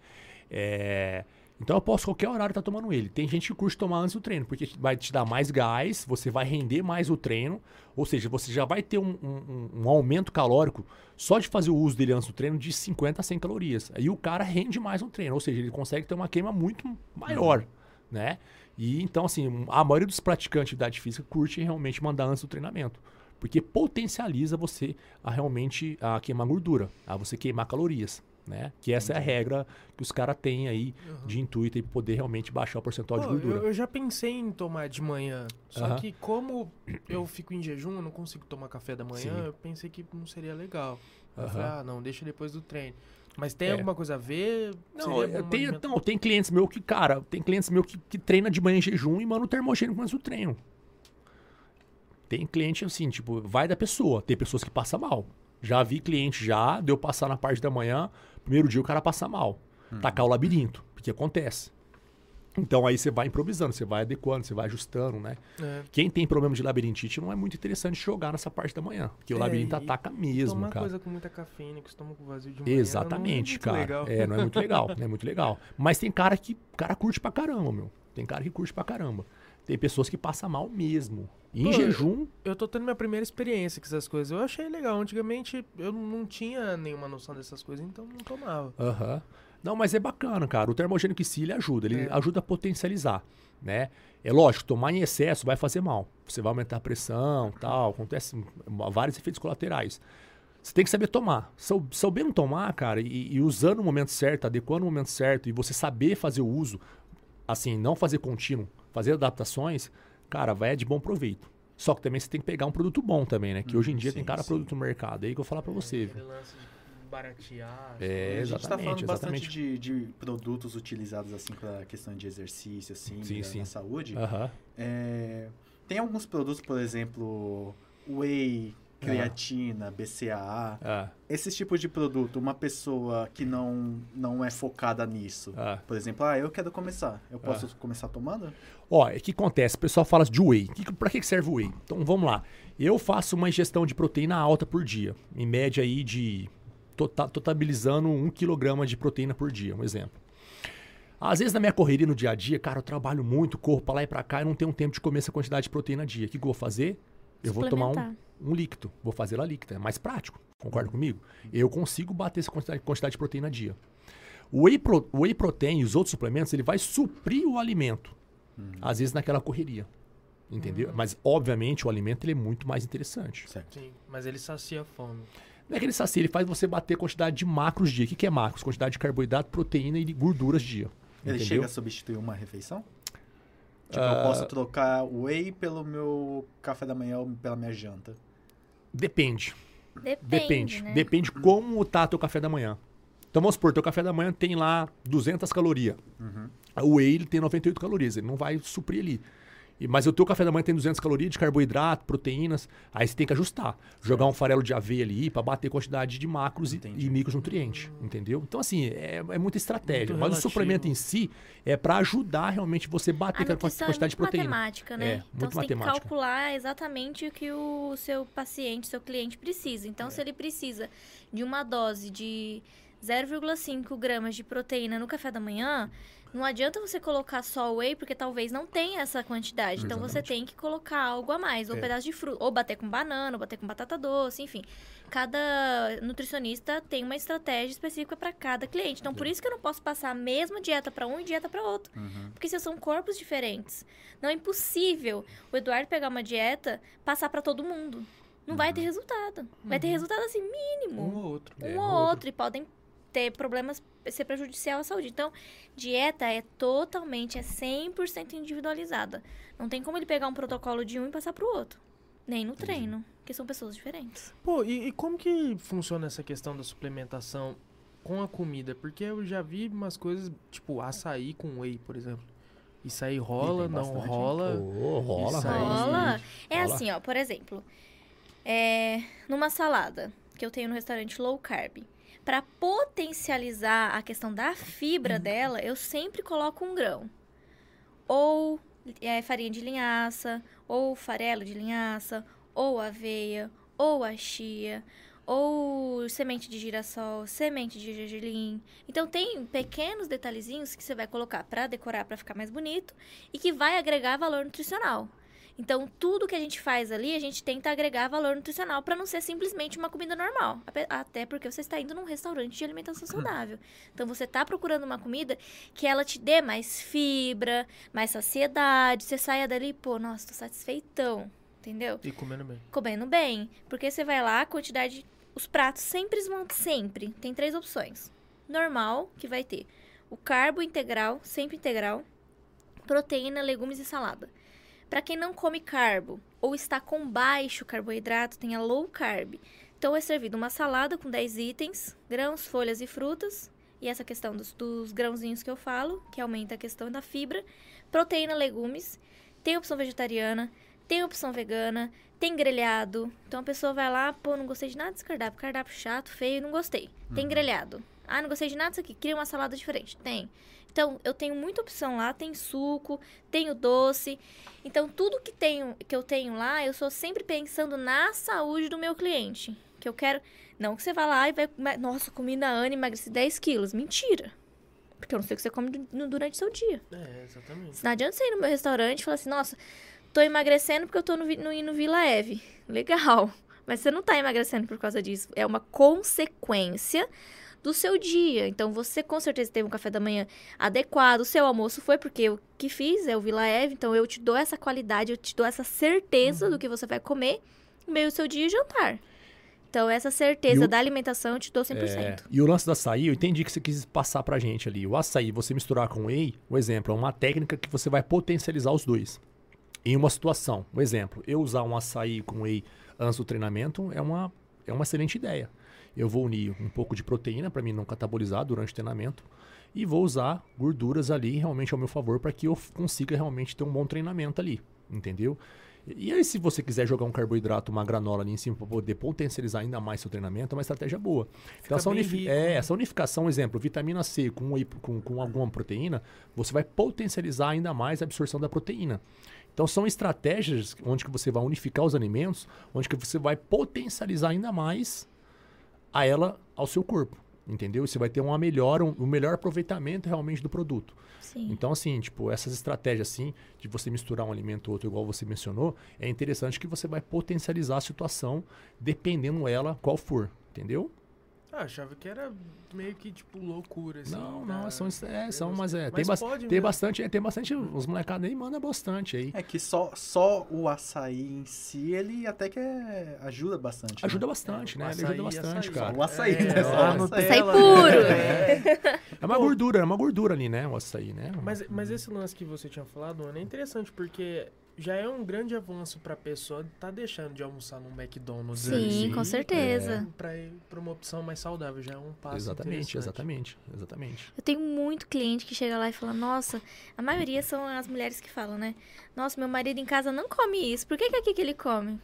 Então eu posso qualquer horário estar tomando ele. Tem gente que curte tomar antes do treino, porque vai te dar mais gás, você vai render mais o treino, ou seja, você já vai ter um aumento calórico só de fazer o uso dele antes do treino de 50 a 100 calorias. Aí o cara rende mais no treino, ou seja, ele consegue ter uma queima muito maior, né? E então assim, a maioria dos praticantes de atividade física curte realmente mandar antes do treinamento. Porque potencializa você a realmente a queimar gordura, a você queimar calorias, né? Que essa é a regra que os caras têm aí de intuito e poder realmente baixar o percentual de gordura. Eu já pensei em tomar de manhã, só Aham. que como eu fico em jejum, eu não consigo tomar café da manhã, Sim. eu pensei que não seria legal. Eu Aham. falei, não, deixa depois do treino. Mas tem É. alguma coisa a ver? Não, Seria uma alimentação- tem clientes meus que, cara, tem clientes meus que treina de manhã em jejum e manda o termogênico antes do treino. Tem cliente assim, tipo, vai da pessoa. Tem pessoas que passam mal. Já vi cliente deu passar na parte da manhã, primeiro dia o cara passa mal. Tacar o labirinto, porque acontece. Então aí você vai improvisando, você vai adequando, você vai ajustando, né? É. Quem tem problema de labirintite não é muito interessante jogar nessa parte da manhã, porque o labirinto e ataca mesmo, Tomar cara. coisa com muita cafeína, que estômago vazio de manhã, Exatamente, não é muito cara. legal. Não é muito legal, não é muito legal. Mas tem cara curte pra caramba, meu. Tem cara que curte pra caramba. Tem pessoas que passam mal mesmo. E em Pô, jejum, Eu tô tendo minha primeira experiência com essas coisas. Eu achei legal. Antigamente eu não tinha nenhuma noção dessas coisas, então não tomava. aham. Não, mas é bacana, cara. O termogênico em si, ele ajuda. Ele É. ajuda a potencializar, né? É lógico, tomar em excesso vai fazer mal. Você vai aumentar a pressão, tal. Acontece vários efeitos colaterais. Você tem que saber tomar. Sabendo tomar, cara, e usando no momento certo, adequando no momento certo, e você saber fazer o uso, assim, não fazer contínuo, fazer adaptações, cara, vai de bom proveito. Só que também você tem que pegar um produto bom também, né? Que hoje em dia tem sim, cada sim. produto no mercado. É aí que eu vou falar pra você. Aquele lance de baratear. É, A gente tá falando exatamente, bastante de produtos utilizados assim para questão de exercício, assim, Sim, da sim. saúde. Aham. Tem alguns produtos, por exemplo, whey, creatina, BCAA. Ah, Esses tipos de produto, uma pessoa que não é focada nisso, ah. por exemplo, eu quero começar, eu posso começar tomando? Ó, o que acontece? O pessoal fala de whey. Pra que serve o whey? Então vamos lá. Eu faço uma ingestão de proteína alta por dia. Em média aí de... totalizando 1 kg de proteína por dia, um exemplo. Às vezes na minha correria no dia a dia, cara, eu trabalho muito, corro pra lá e pra cá e não tenho tempo de comer essa quantidade de proteína a dia. O que eu vou fazer? Eu vou tomar Suplementar. um líquido. Vou fazer ela líquida. É mais prático. Concorda comigo? Eu consigo bater essa quantidade de proteína a dia. O whey protein e os outros suplementos, ele vai suprir o alimento. Às vezes naquela correria. Entendeu? Mas, obviamente, o alimento ele é muito mais interessante. Certo. Sim, mas ele sacia a fome. Não é aquele saci, ele faz você bater a quantidade de macros dia. O que é macros? Quantidade de carboidrato, proteína e de gorduras dia. Ele Entendeu? chega a substituir uma refeição? Tipo, eu posso trocar o whey pelo meu café da manhã ou pela minha janta? Depende. Depende, né? Depende como tá teu café da manhã. Então vamos supor, teu café da manhã tem lá 200 calorias. O whey ele tem 98 calorias, ele não vai suprir ali. Mas o teu café da manhã tem 200 calorias de carboidrato, proteínas, aí você tem que ajustar. Jogar um farelo de aveia ali para bater quantidade de macros e micronutrientes, entendeu? Então assim, é muita estratégia. Muito Mas o relativo. suplemento em si é para ajudar realmente você bater A aquela nutrição é quantidade de muito proteína. matemática, né? É, Então muito você tem que matemática. calcular exatamente o que o seu paciente, seu cliente precisa. Então, se ele precisa de uma dose de 0,5 gramas de proteína no café da manhã, não adianta você colocar só whey, porque talvez não tenha essa quantidade. Então, você tem que colocar algo a mais, ou um pedaço de fruta, ou bater com banana, ou bater com batata doce, enfim. Cada nutricionista tem uma estratégia específica para cada cliente. Então, por isso que eu não posso passar a mesma dieta para um e dieta para outro. Porque são corpos diferentes. Não é impossível o Eduardo pegar uma dieta, passar para todo mundo. Não vai ter resultado. Vai ter resultado assim, mínimo. Um ou outro. Um ou outro. E podem ter problemas, ser prejudicial à saúde. Então, dieta é 100% individualizada. Não tem como ele pegar um protocolo de um e passar pro outro. Nem no treino, porque são pessoas diferentes. Pô, e como que funciona essa questão da suplementação com a comida? Porque eu já vi umas coisas, tipo açaí com whey, por exemplo. Isso aí rola, tem não bastante, hein? rola? Rola, Isso aí. Rola. É Rola. assim, ó, por exemplo, numa salada que eu tenho no restaurante low carb, para potencializar a questão da fibra dela, eu sempre coloco um grão. Ou farinha de linhaça, ou farelo de linhaça, ou aveia, ou a chia, ou semente de girassol, semente de gergelim. Então tem pequenos detalhezinhos que você vai colocar para decorar, para ficar mais bonito e que vai agregar valor nutricional. Então, tudo que a gente faz ali, a gente tenta agregar valor nutricional para não ser simplesmente uma comida normal. Até porque você está indo num restaurante de alimentação saudável. Então, você está procurando uma comida que ela te dê mais fibra, mais saciedade. Você saia dali, pô, nossa, tô satisfeitão. entendeu? E comendo bem. Comendo bem. Porque você vai lá, a quantidade... Os pratos sempre vão... Sempre. Tem 3 opções. Normal, que vai ter o carbo integral, sempre integral, proteína, legumes e salada. Para quem não come carbo ou está com baixo carboidrato, tem a low carb. Então, é servido uma salada com 10 itens, grãos, folhas e frutas. E essa questão dos grãozinhos que eu falo, que aumenta a questão da fibra. Proteína, legumes. Tem opção vegetariana, tem opção vegana, tem grelhado. Então, a pessoa vai lá, pô, não gostei de nada desse cardápio. Cardápio chato, feio, não gostei. Tem grelhado. Ah, não gostei de nada disso aqui. Cria uma salada diferente. Tem. Então, eu tenho muita opção lá. Tem suco, tenho doce. Então, tudo que eu tenho lá, eu sou sempre pensando na saúde do meu cliente. Que eu quero... Não que você vá lá e vai... Nossa, comi na Ana e emagreci 10 quilos. Mentira. Porque eu não sei o que você come durante o seu dia. Exatamente. Não adianta você ir no meu restaurante e falar assim, nossa, tô emagrecendo porque eu tô no Vila Eve. Legal. Mas você não tá emagrecendo por causa disso. É uma consequência do seu dia. Então, você com certeza teve um café da manhã adequado. O seu almoço foi porque eu que fiz, é o Vila Eve. Então, eu te dou essa qualidade, eu te dou essa certeza do que você vai comer no meio do seu dia e jantar. Então, essa certeza da alimentação eu te dou 100%. E o lance do açaí, eu entendi que você quis passar pra gente ali. O açaí, você misturar com whey, o exemplo, é uma técnica que você vai potencializar os dois. Em uma situação, um exemplo, eu usar um açaí com whey antes do treinamento é uma excelente ideia. Eu vou unir um pouco de proteína para mim não catabolizar durante o treinamento e vou usar gorduras ali realmente ao meu favor para que eu consiga realmente ter um bom treinamento ali, entendeu? E aí, se você quiser jogar um carboidrato, uma granola ali em cima para poder potencializar ainda mais seu treinamento, é uma estratégia boa. Então, essa unificação, exemplo, vitamina C com alguma proteína, você vai potencializar ainda mais a absorção da proteína. Então, são estratégias onde que você vai unificar os alimentos, onde que você vai potencializar ainda mais ao seu corpo, entendeu? E você vai ter uma melhora, um melhor aproveitamento realmente do produto. Sim. Então, assim, tipo, essas estratégias, assim, de você misturar um alimento ou outro, igual você mencionou, é interessante que você vai potencializar a situação, dependendo ela qual for, entendeu? Ah, achava que era meio que, tipo, loucura, assim. Não, tem bastante, os molecados aí mandam bastante aí. É que só o açaí em si, ele até que ajuda bastante. Ajuda bastante, né? Ele ajuda bastante, cara. O açaí, né? Açaí puro. É uma gordura ali, né? O açaí, né? Mas esse lance que você tinha falado, Ana, é interessante, porque já é um grande avanço pra pessoa tá deixando de almoçar num McDonald's. Sim, ali, com certeza. Pra ir pra uma opção mais saudável, já é um passo Exatamente. Eu tenho muito cliente que chega lá e fala, nossa, a maioria são as mulheres que falam, né? Nossa, meu marido em casa não come isso, por que aqui que ele come?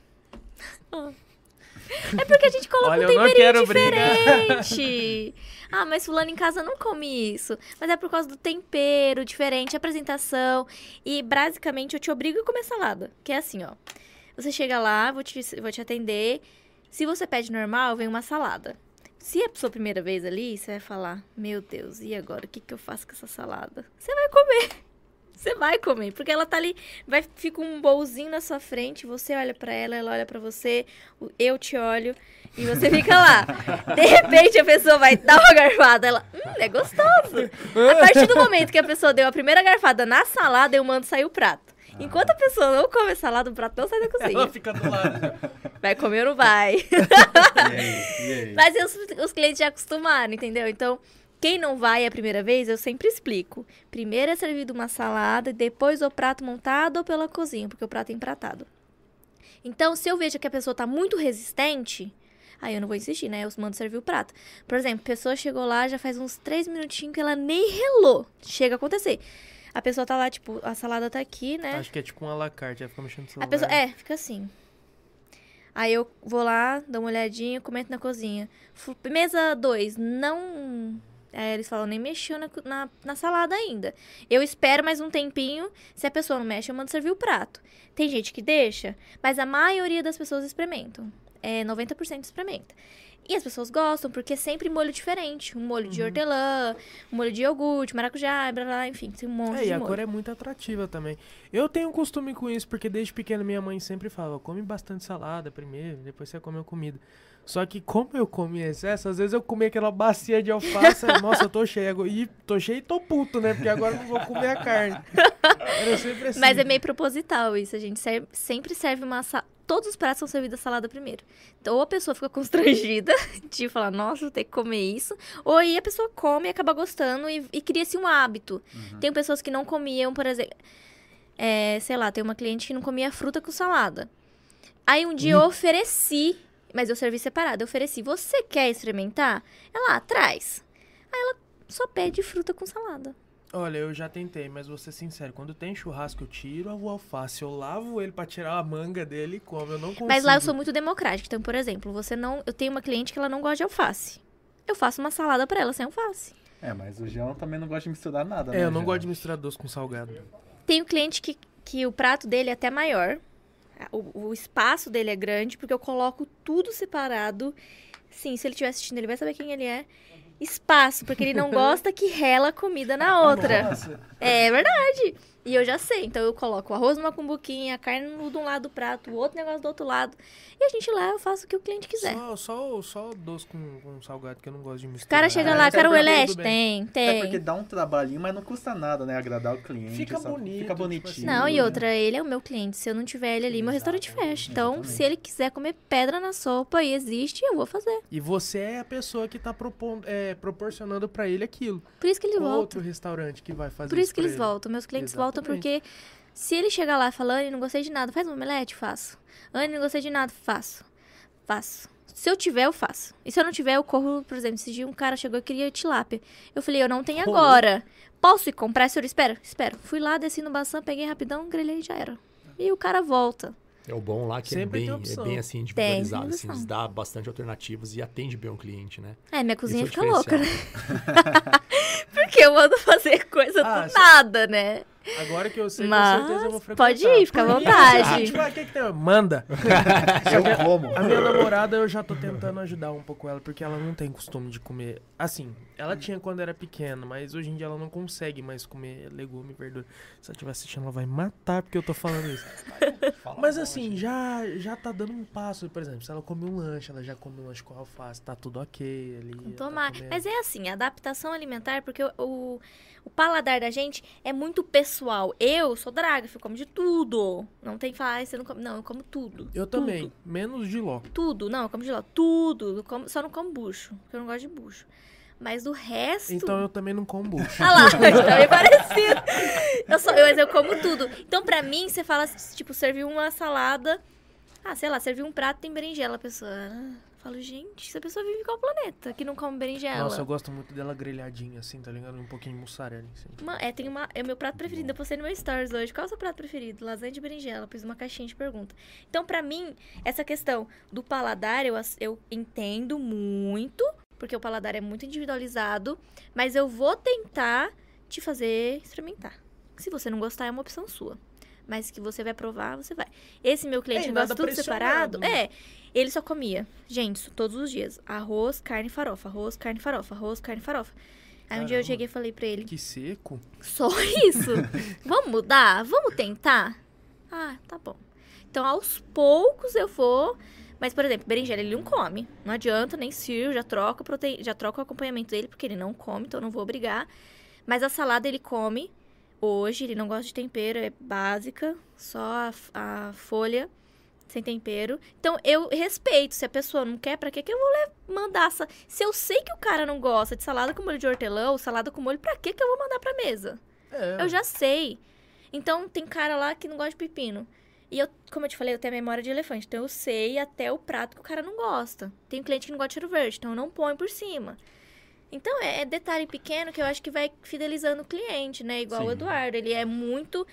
É porque a gente coloca um temperinho diferente. Ah, mas fulano em casa não come isso. Mas é por causa do tempero diferente, apresentação. E, basicamente, eu te obrigo a comer salada. Que é assim, ó. Você chega lá, vou te atender. Se você pede normal, vem uma salada. Se é a sua primeira vez ali, você vai falar, meu Deus, e agora? O que eu faço com essa salada? Você vai comer. Você vai comer, porque ela tá ali, fica um bolzinho na sua frente, você olha pra ela, ela olha pra você, eu te olho, e você fica lá. De repente, a pessoa vai dar uma garfada, ela, é gostoso. A partir do momento que a pessoa deu a primeira garfada na salada, eu mando sair o prato. Enquanto a pessoa não come a salada, o prato não sai da cozinha. Ela fica do lado. Vai comer ou não vai? E aí? Mas os clientes já acostumaram, entendeu? Então... Quem não vai a primeira vez, eu sempre explico. Primeiro é servido uma salada, depois o prato montado ou pela cozinha, porque o prato é empratado. Então, se eu vejo que a pessoa tá muito resistente, aí eu não vou insistir, né? Eu mando servir o prato. Por exemplo, a pessoa chegou lá, já faz uns 3 minutinhos que ela nem relou. Chega a acontecer. A pessoa tá lá, tipo, a salada tá aqui, né? Acho que é tipo um à la carte, ela fica mexendo no celular. A pessoa, fica assim. Aí eu vou lá, dou uma olhadinha, comento na cozinha. Mesa 2, não... eles falam, nem mexeu na salada ainda. Eu espero mais um tempinho. Se a pessoa não mexe, eu mando servir o prato. Tem gente que deixa, mas a maioria das pessoas experimentam. 90% experimenta. E as pessoas gostam, porque é sempre molho diferente. Um molho de hortelã, um molho de iogurte, maracujá, blá, blá, enfim, tem um monte de E a molho. cor é muito atrativa também. Eu tenho um costume com isso, porque desde pequeno minha mãe sempre fala, come bastante salada primeiro, depois você come a comida. Só que como eu comi em excesso, às vezes eu comi aquela bacia de alface, nossa, eu tô cheio. E tô cheio e tô puto, né? Porque agora eu não vou comer a carne. Era sempre assim. Mas é meio proposital isso. A gente sempre serve todos os pratos são servidos a salada primeiro. Então, ou a pessoa fica constrangida de falar, nossa, vou ter que comer isso. Ou aí a pessoa come e acaba gostando e cria-se um hábito. Tem pessoas que não comiam, por exemplo... sei lá, tem uma cliente que não comia fruta com salada. Aí um dia eu ofereci, mas eu servi separado. Eu ofereci, você quer experimentar? Ela, traz. Aí ela só pede fruta com salada. Olha, eu já tentei, mas vou ser sincero. Quando tem churrasco, eu tiro o alface. Eu lavo ele pra tirar a manga dele e como. Eu não consigo. Mas lá eu sou muito democrática. Então, por exemplo, eu tenho uma cliente que ela não gosta de alface. Eu faço uma salada pra ela sem alface. Mas o Jean também não gosta de misturar nada, né? Eu não Jean? gosto de misturar doce com salgado. Tem um cliente que o prato dele é até maior. O espaço dele é grande, porque eu coloco tudo separado. Sim, se ele estiver assistindo, ele vai saber quem ele é. Espaço, porque ele não gosta que rela comida na outra. Nossa. É verdade. E eu já sei. Então eu coloco o arroz numa cumbuquinha, a carne de um lado do prato, o outro negócio do outro lado. E a gente lá, eu faço o que o cliente quiser. Só doce com salgado, que eu não gosto de O misturar. cara chega lá, até quero o porque Eleste? tudo bem. Tem. É porque dá um trabalhinho, mas não custa nada, né? Agradar o cliente. Fica sabe? bonito, Fica tipo bonitinho. assim. Não, e né? outra, ele é o meu cliente. Se eu não tiver ele ali, meu restaurante fecha. Então, Exatamente. se ele quiser comer pedra na sopa e existe, eu vou fazer. E você é a pessoa que tá proporcionando pra ele aquilo. Por isso que ele volta. Outro restaurante que vai fazer Por isso que pra eles ele. voltam. Meus clientes voltam Exatamente. porque se ele chegar lá falando, não gostei de nada, faz um omelete? Faço. Anne, não gostei de nada, faço. Se eu tiver, eu faço. E se eu não tiver, eu corro, por exemplo, esse dia um cara chegou e queria tilápia. Eu falei, eu não tenho agora. Posso ir comprar? Senhor, espera. Fui lá, desci no Baçã, peguei rapidão, grelhei e já era. E o cara volta. É o bom lá que Sempre tem é opção. bem assim Tem individualizado, assim, opção. eles dão bastante alternativas e atende bem o cliente, né? Minha cozinha Esse é o fica louca, né? diferencial. Porque eu mando fazer coisa do nada, né? Agora que eu sei, Mas com certeza eu vou frequentar. pode ir, fica à Por mim, vontade. tipo, o que tem? Manda. Eu como. A minha namorada, eu já tô tentando ajudar um pouco ela, porque ela não tem costume de comer. Assim, ela tinha quando era pequena, mas hoje em dia ela não consegue mais comer legume e verdura. Se ela estiver assistindo, ela vai matar porque eu tô falando isso. Mas assim, já tá dando um passo. Por exemplo, se ela come um lanche, ela já come um lanche com alface, tá tudo ok ali. Com ela tomate. tá comendo. Mas é assim, adaptação alimentar, porque o paladar da gente é muito pessoal. Eu sou draga, eu como de tudo. Não tem que falar, você não come. Não, eu como tudo. Eu também, menos de ló. Tudo. Não, eu como de lá. Tudo. Só não como bucho, porque eu não gosto de bucho. Mas do resto... Então eu também não como bucho. Ah lá, tá bem parecido. Mas eu como tudo. Então, pra mim, você fala, tipo, serviu uma salada... sei lá, serviu um prato, tem berinjela. A pessoa... falo, gente, essa pessoa vive em qual planeta que não come berinjela? Nossa, eu gosto muito dela grelhadinha, assim, tá ligado? Um pouquinho de mussarela, assim. É o meu prato preferido. Eu postei no meu stories hoje. Qual é o seu prato preferido? Lasanha de berinjela. Pus uma caixinha de pergunta. Então, pra mim, essa questão do paladar, eu entendo muito, porque o paladar é muito individualizado, mas eu vou tentar te fazer experimentar. Se você não gostar, é uma opção sua. Mas que você vai provar, você vai. Esse meu cliente e gosta nada tudo pressionado, separado. né? Ele só comia, gente, isso todos os dias. Arroz, carne, farofa. Arroz, carne, farofa. Arroz, carne, farofa. Aí um dia eu Caramba. cheguei e falei pra ele, Que seco. só isso? Vamos mudar? Vamos tentar? Tá bom. Então, aos poucos eu vou... Mas, por exemplo, berinjela ele não come. Não adianta, nem sirvo, já troco o acompanhamento dele, porque ele não come, então eu não vou obrigar. Mas a salada ele come. Hoje, ele não gosta de tempero, é básica, só a folha, sem tempero. Então, eu respeito. Se a pessoa não quer, pra que eu vou mandar? Se eu sei que o cara não gosta de salada com molho de hortelã ou salada com molho, pra que eu vou mandar pra mesa? Eu já sei. Então, tem cara lá que não gosta de pepino. E eu, como eu te falei, eu tenho a memória de elefante. Então, eu sei até o prato que o cara não gosta. Tem cliente que não gosta de cheiro verde, então eu não ponho por cima. Então, é detalhe pequeno que eu acho que vai fidelizando o cliente, né? Igual Sim. o Eduardo. Ele é muito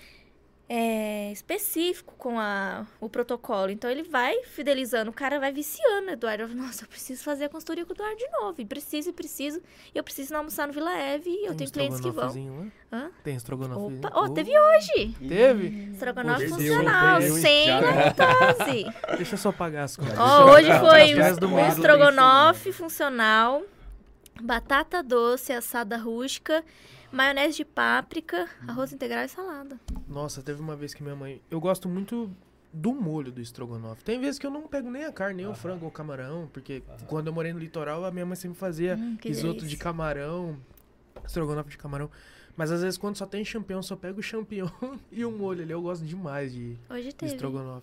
específico com o protocolo. Então, ele vai fidelizando. O cara vai viciando o Eduardo. Eu falo, nossa, eu preciso fazer a consultoria com o Eduardo de novo. E preciso. E eu preciso almoçar no Vila Eve. E eu tenho clientes que vão. Lá? Tem estrogonofezinho? Opa, teve hoje. Teve? Estrogonofe Perdeu, funcional, perdeu, sem já. lactose. Deixa eu só pagar as contas. Hoje foi As do um mês. estrogonofe funcional, batata doce, assada rústica, maionese de páprica, arroz integral e salada. Nossa, teve uma vez que minha mãe... Eu gosto muito do molho do estrogonofe. Tem vezes que eu não pego nem a carne, nem o frango ou o camarão, porque quando eu morei no litoral, a minha mãe sempre fazia Que risoto delícia. de camarão, estrogonofe de camarão. Mas às vezes quando só tem champignon, eu só pego o champignon e o molho ali. Eu gosto demais de Hoje teve. estrogonofe.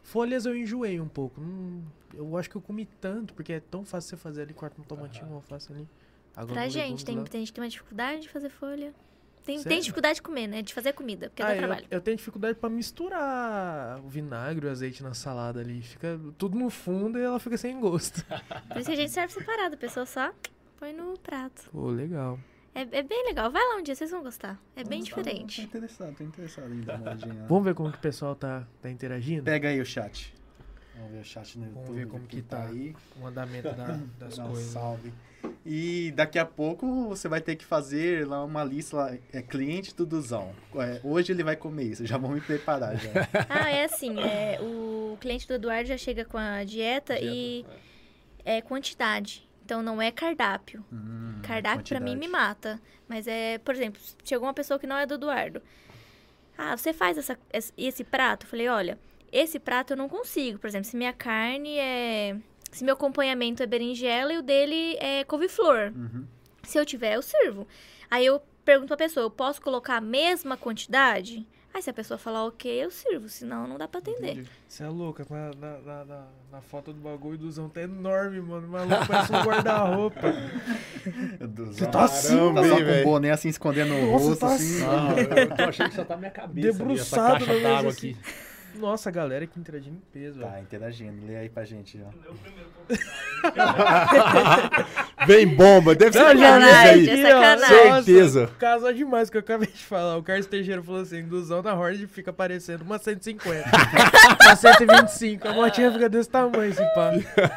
Folhas eu enjoei um pouco. Eu acho que eu comi tanto, porque é tão fácil você fazer ali, corta um tomatinho, uma alface ali. Agora Pra no gente, legumes tem lá. gente que tem uma dificuldade de fazer folha. Tem Sério? dificuldade de comer, né? De fazer comida, porque dá trabalho. Eu tenho dificuldade pra misturar o vinagre e o azeite na salada ali. Fica tudo no fundo e ela fica sem gosto. Por isso que a gente serve separado, a pessoa só põe no prato. Pô, legal. É bem legal. Vai lá um dia, vocês vão gostar. É bem Tô diferente. interessado em dar uma olhadinha lá. Vamos ver como que o pessoal tá interagindo? Pega aí o chat. Vamos ver o chat no YouTube. Vamos ver como que tá aí. o andamento das Dá um coisas. salve. E daqui a pouco você vai ter que fazer lá uma lista lá, cliente do Duzão. Hoje ele vai comer isso, já vamos me preparar já. É assim, o cliente do Eduardo já chega com a dieta e é quantidade. Então não é cardápio. Cardápio pra mim me mata. Mas por exemplo, chegou uma pessoa que não é do Eduardo. Você faz esse prato? Eu falei, olha, esse prato eu não consigo. Por exemplo, se minha carne se meu acompanhamento é berinjela e o dele é couve-flor. Se eu tiver, eu sirvo. Aí eu pergunto pra pessoa, eu posso colocar a mesma quantidade? Aí se a pessoa falar ok, eu sirvo. Senão, não dá pra atender. Você é louca, na foto do bagulho do Zão tá enorme, mano. O maluco parece um guarda-roupa. Você tá assim, tá só com o velho. boné assim, escondendo o Nossa, rosto, tá assim. Não, eu tô achando que só tá minha cabeça. Debruçado Essa na caixa mesa, d'água assim. aqui. Nossa, a galera que interagindo em peso, Tá velho. interagindo, lê aí pra gente, ó. Meu primeiro comentário. Vem bomba, deve ser Não, uma já camisa Sacanagem, aí. é Aqui, ó, sacanagem. Certeza. Nossa, casou demais que eu acabei de falar. O Carlos Teixeira falou assim, Duzão da Horde fica parecendo uma 150. Uma 125. A motinha fica desse tamanho, esse pá.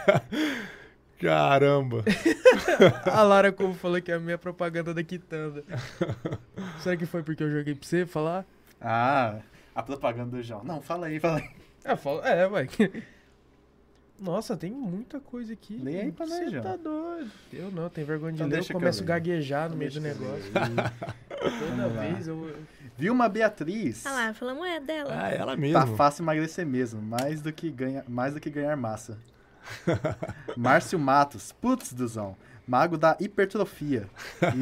Caramba. A Lara Como falou que é a minha propaganda da Quitanda. Será que foi porque eu joguei pra você falar? A propaganda do João. Não, fala aí. Vai. Nossa, tem muita coisa aqui. Lê aí pra nós, Você João. tá doido. Eu não, tenho vergonha de Então ler. deixa Eu que eu começo a leio. gaguejar no meio do negócio. Toda Vamos lá. vez eu... Vilma Beatriz. Ah lá, falamos dela. Ah, ela mesmo. Tá fácil emagrecer mesmo, mais do que ganhar massa. Márcio Matos, putz, Duzão, mago da hipertrofia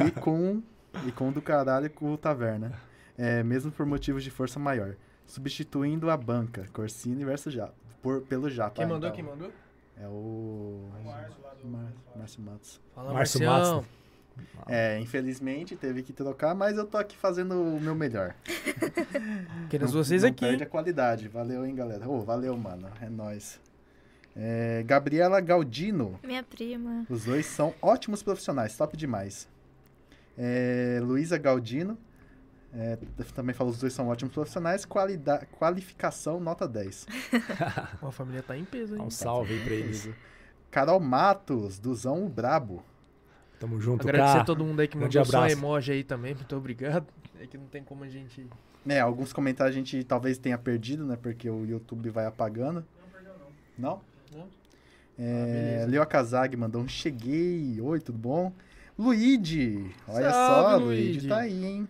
e com do caralho com o Taverna, mesmo por motivos de força maior, substituindo a banca, Corsini versus Japa, pelo Japa. Quem mandou? Então, Quem mandou? É o Márcio lá do... Márcio Matos. Fala, Márcio Marcião. Infelizmente teve que trocar, mas eu tô aqui fazendo o meu melhor. Queremos Não- vocês não aqui. perde a qualidade. Valeu, hein, galera. Valeu, mano. É nóis. Gabriela Galdino. Minha prima. Os dois são ótimos profissionais. Top demais. Luísa Galdino. Também falou os dois são ótimos profissionais. Qualificação, nota 10. A família tá em peso, hein? Um salve aí pra eles. Carol Matos, Duzão o Brabo. Tamo junto, Agradecer cara. a todo mundo aí que Grande mandou só abraço. emoji aí também. Muito obrigado. É que não tem como a gente... Alguns comentários a gente talvez tenha perdido, né? Porque o YouTube vai apagando. Não perdeu, não. Não? Não? Beleza. Leo Akazag mandou um cheguei. Oi, tudo bom? Luigi. Olha Salve, só, Luigi. Luigi tá aí, hein?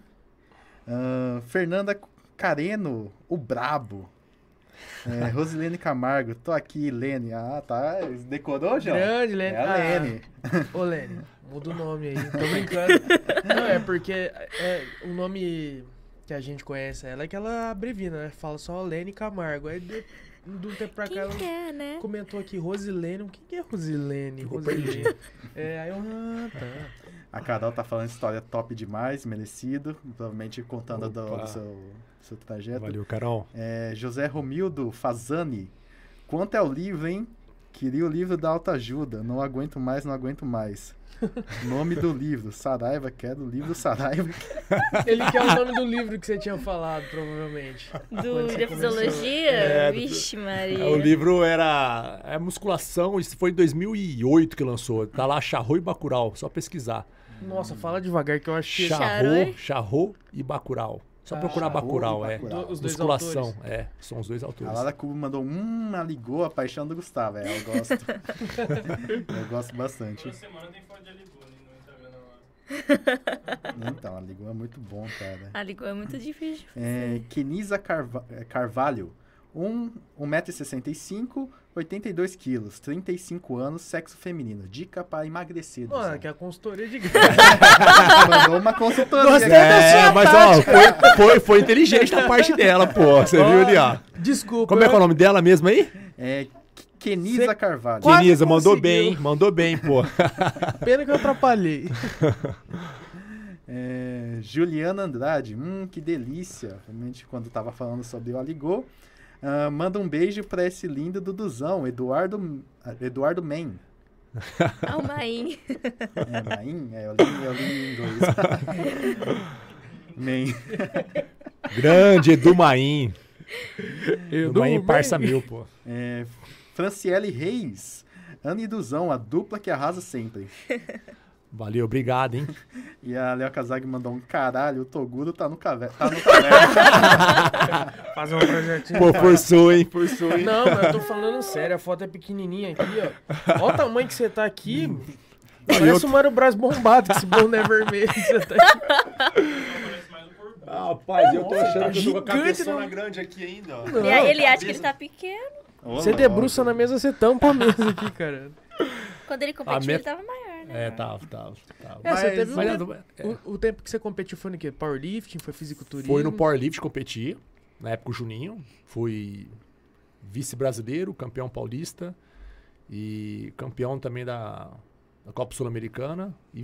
Fernanda Careno, o brabo. Rosilene Camargo, tô aqui, Lene. Ah, tá. Decorou, João? Grande, Lene. É a Lene. Ô, Lene, muda o nome aí. Tô brincando. Não, é porque o nome que a gente conhece ela é que ela abrevia, né? Fala só Lene Camargo. Aí de um tempo pra cá Quem ela que é, né? comentou aqui Rosilene. O que que é Rosilene? Ficou Rosilene. Aí eu, tá. A Carol tá falando história top demais, merecido. Provavelmente contando do Opa. seu trajeto. Valeu, Carol. José Romildo Fazani. Quanto é o livro, hein? Queria o livro da autoajuda. Não aguento mais, não aguento mais. Nome do livro. Saraiva, quero o livro Saraiva. Ele quer o nome do livro que você tinha falado, provavelmente. Do Quando você da fisiologia? É, do- Vixe, Maria. O livro era musculação, isso foi em 2008 que lançou. Tá lá, Charrot e Bacurau, só pesquisar. Nossa, fala devagar que eu acho que... Charrot e Bacurau. Só procurar Charrot e Bacurau, Bacurau. Os dois musculação, autores. são os dois A autores. Lara Cubo mandou ligou a paixão do Gustavo. Eu gosto. Eu gosto bastante. Toda semana tem foto de Aligone no Instagram lá. Então, a ligou é muito bom, cara. A ligou é muito difícil. Kenisa Carvalho. 1,65 m, 82 quilos, 35 anos, sexo feminino. Dica para emagrecer. Mano, Duzão. que é a consultoria de Mandou uma consultoria. Gostei da sua mas ó, foi inteligente da parte dela, pô. Você viu ali, ó. Desculpa. Como é que é o nome dela mesmo aí? Kenisa Cê- Carvalho. Quase Kenisa, mandou conseguiu. bem, hein? Mandou bem, pô. Pena que eu atrapalhei. Juliana Andrade, que delícia. Realmente, quando tava falando sobre o Aligô. Manda um beijo pra esse lindo Duduzão, Eduardo Men. Almaim. Main? Eu li em inglês. Men. Grande Edu Maim. Edu Maim, Maim. parça meu, pô. Franciele Reis. Ana e Duzão, a dupla que arrasa sempre. Valeu, obrigado, hein? E a Léo Kazag mandou um caralho, o Toguro tá no caverna. Fazer um projetinho. Pô, forçou, hein? Forçou, hein? Não, mas eu tô falando sério, a foto é pequenininha aqui, ó. Olha o tamanho que você tá aqui. Parece o Mário Braz bombado, que esse boné vermelho que você tá aqui. Parece mais um corpo. Rapaz, eu tô achando tá que eu tô com a gigante, cabeçona não. grande aqui ainda, ó. Não, Ele acha que ele tá pequeno. você debruça na mesa, você tampa a mesa aqui, cara. Quando ele competiu, ele tava maior, né? Tava. É, você teve Mas o tempo que você competiu foi no quê? Powerlifting? Foi fisiculturismo? foi no Powerlift competir, na época o Juninho. Fui vice-brasileiro, campeão paulista e campeão também da Copa Sul-Americana e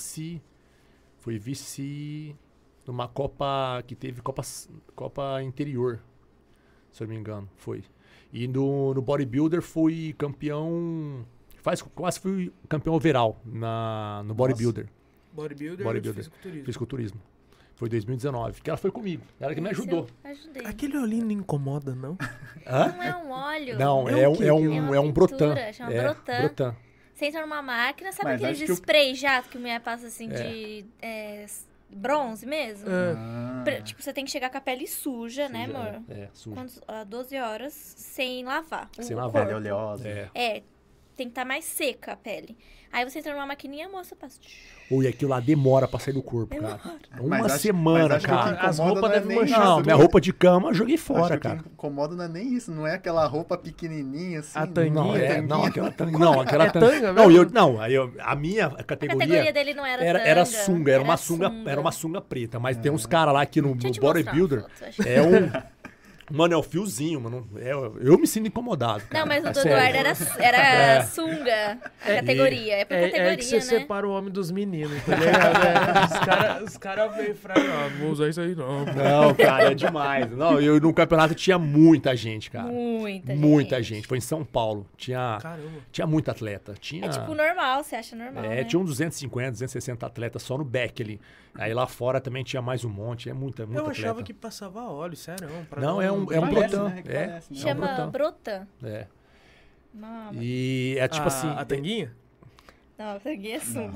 fui vice numa Copa que teve Copa Interior, se eu não me engano, foi. E no Bodybuilder fui campeão, quase fui campeão overall no Bodybuilder. Bodybuilder. Fisiculturismo. Foi 2019, que ela foi comigo. Ela que me ajudou. Eu ajudei. Aquele olhinho não incomoda, não? Hã? Não é um óleo. Não, É o quê? é É um uma brotan. pintura, chama brotan. brotan. Você entra numa máquina, sabe Mas aqueles acho que o- spray jato que a mulher passa assim de bronze mesmo? Tipo, você tem que chegar com a pele suja, né, amor? Suja. 12 horas sem lavar. Sem O lavar. Pele oleosa. tem que estar mais seca a pele. Aí você entra numa maquininha, a moça passa. Ui, aquilo lá demora pra sair do corpo, cara. Uma Mas acho- semana, mas acho que o que cara. As incomoda roupas não é devem nem manchar. isso, Não, minha roupa de cama eu joguei Acho fora, que o cara. que incomoda não é nem isso, não é aquela roupa pequenininha assim. A tanguinha. Não, aquela tanga. Não, aquela É tanga. tanga Não, mesmo? a minha A categoria categoria dele não era era tanga, sunga, era uma sunga preta. Mas tem uns caras lá que no Deixa eu te mostrar uma bodybuilder foto, acho que- é um. Mano, é um fiozinho, mano. Eu me sinto incomodado. Cara. Não, mas o do Sério. Eduardo era sunga, a categoria. É por categoria, É que você né? separa o homem dos meninos, tá ligado? Os caras veem e falam, não vou usar isso aí não. Não, cara, é demais. Não, no campeonato tinha muita gente, cara. Muita gente. Foi em São Paulo. Caramba. Tinha muito atleta. Tinha, É tipo normal, você acha normal, né? tinha uns 250, 260 atletas só no back ali. Aí lá fora também tinha mais um monte. É muita Eu atleta. achava que passava óleo, sério. Não, é um Parece, brotan. né? Que É. parece, né? Chama brotan. brotan. É. Não, E é tipo assim. A tanguinha? não, peguei a sunga.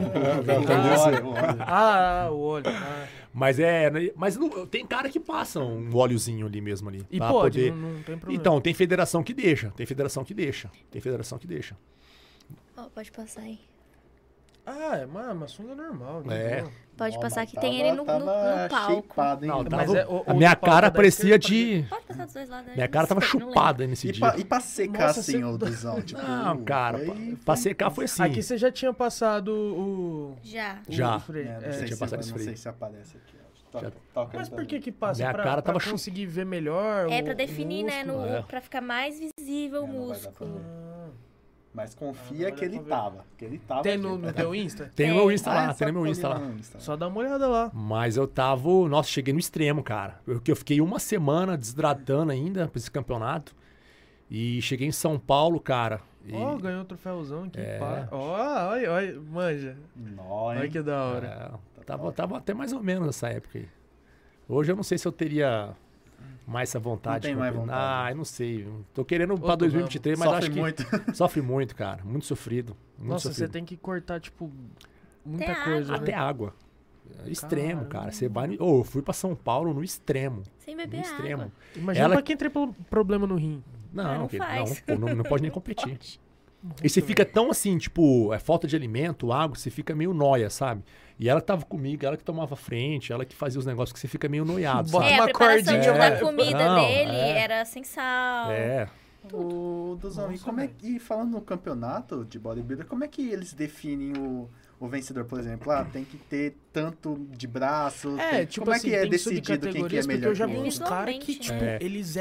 O óleo. Ah. Mas tem cara que passa um óleozinho ali mesmo ali. E pra pode, poder- não tem problema. Então, tem federação que deixa. Tem federação que deixa. Ó, pode passar aí. Ah, é uma sunga normal. de É. boa. Pode Ó, passar mas que tem ele no tava palco. shapeado, hein? Não, Mas tava, é, o a minha do palco cara da parecia esquerda de... Pode passar dos dois lados. Minha cara tava não lembro. chupada nesse dia. E pra secar Nossa, assim, você- o Duzão? Tipo, Não, cara, foi- pra secar foi assim. Aqui você já tinha passado o... Já. Já. o spray. Não É. sei, tinha se, passado não spray. sei se aparece aqui. ó. Já- Toca Mas aí por pra que mim. que passa? Minha pra cara tava conseguir ver melhor É o- pra o definir, né? músculo? É. Pra ficar mais visível o não vai dar pra músculo. ver. Ah. Mas Ah, confia não que vai ele dar pra tava. Que ele tava Tem aqui. no teu Insta? Tem no meu Insta lá, tem no meu Insta lá. Só dá uma olhada lá. Mas eu tava... Nossa, cheguei no extremo, cara. Eu fiquei uma semana desidratando ainda pra esse campeonato. E cheguei em São Paulo, cara. e- Ó, ganhou o troféuzão aqui. Pá. Ó, olha, manja. Olha que da hora. Tava até mais ou menos nessa época aí. Hoje eu não sei se eu teria mais essa vontade. Não tem de mais competir. vontade. Ah, eu não sei. Tô querendo pra Outro 2023, mas Sofre acho que... muito. Sofre muito, cara. Muito sofrido. Muito Nossa, sofrido. você tem que cortar, tipo, muita Até coisa, água. né? Até água. Extremo, Caramba. cara. Você vai... eu fui pra São Paulo no extremo. Sem No beber extremo. água. Imagina Ela- pra quem tem problema no rim. Não, não que- faz. não, pô, não pode nem competir. E você fica tão assim, tipo, é falta de alimento, água, você fica meio noia, sabe? E ela que tava comigo, ela que tomava frente, ela que fazia os negócios que você fica meio noiado, Bota sabe? É, a uma preparação cordinha. da É, comida não, dele é. era sem sal. É. O Duzão, e como é que, falando no campeonato de bodybuilder, como é que eles definem o vencedor, por exemplo? Tem que ter tanto de braço. Tipo como assim, é que é tem decidido quem que é subcategorias, melhor? porque eu já que vi o uns outro? caras que, tipo, eles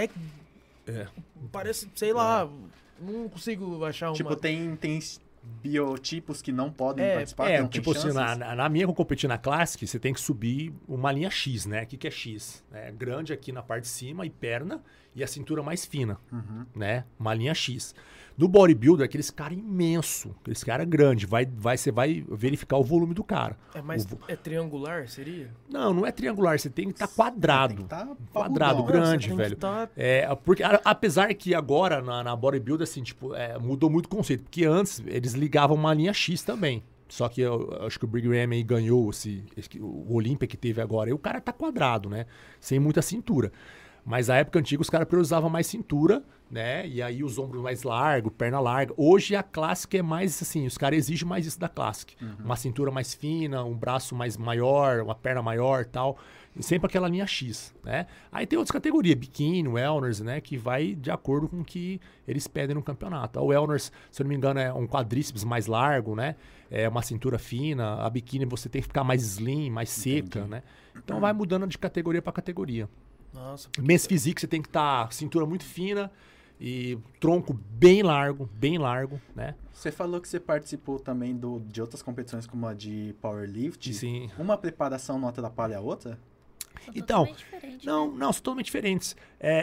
parece, sei lá, não consigo achar uma... Tipo, tem biotipos que não podem participar, que não tem tipo assim, chances? na minha, que eu competi na Classic, você tem que subir uma linha X, né? O que é X? É grande aqui na parte de cima e perna, e a cintura mais fina, né? Uma linha X. No bodybuilder, aqueles cara imenso, aqueles cara grande, você vai verificar o volume do cara. É triangular, seria? Não é triangular, você tem que estar quadrado. Tem que tá quadrado, parrudão. grande, Você tem velho. que tá- Porque apesar que agora na bodybuilder, assim, tipo, mudou muito o conceito. Porque antes eles ligavam uma linha X também. Só que eu acho que o Brigham aí ganhou o Olímpia que teve agora. E o cara tá quadrado, né? Sem muita cintura. Mas na época antiga os caras priorizavam mais cintura, né? E aí os ombros mais largos, perna larga. Hoje a Classic é mais assim, os caras exigem mais isso da Classic. Uma cintura mais fina, um braço mais maior, uma perna maior e tal. E sempre aquela linha X, né? Aí tem outras categorias, biquíni, wellness, né? Que vai de acordo com o que eles pedem no campeonato. O wellness, se eu não me engano, é um quadríceps mais largo, né? É uma cintura fina. A biquíni você tem que ficar mais slim, mais seca, né? Então vai mudando de categoria para categoria. Nossa, Men's Physique você tem que estar cintura muito fina e tronco bem largo, né? Você falou que você participou também de outras competições como a de powerlift. Sim. Uma preparação não atrapalha a outra? Então, Totalmente diferente, não, né? são totalmente diferentes.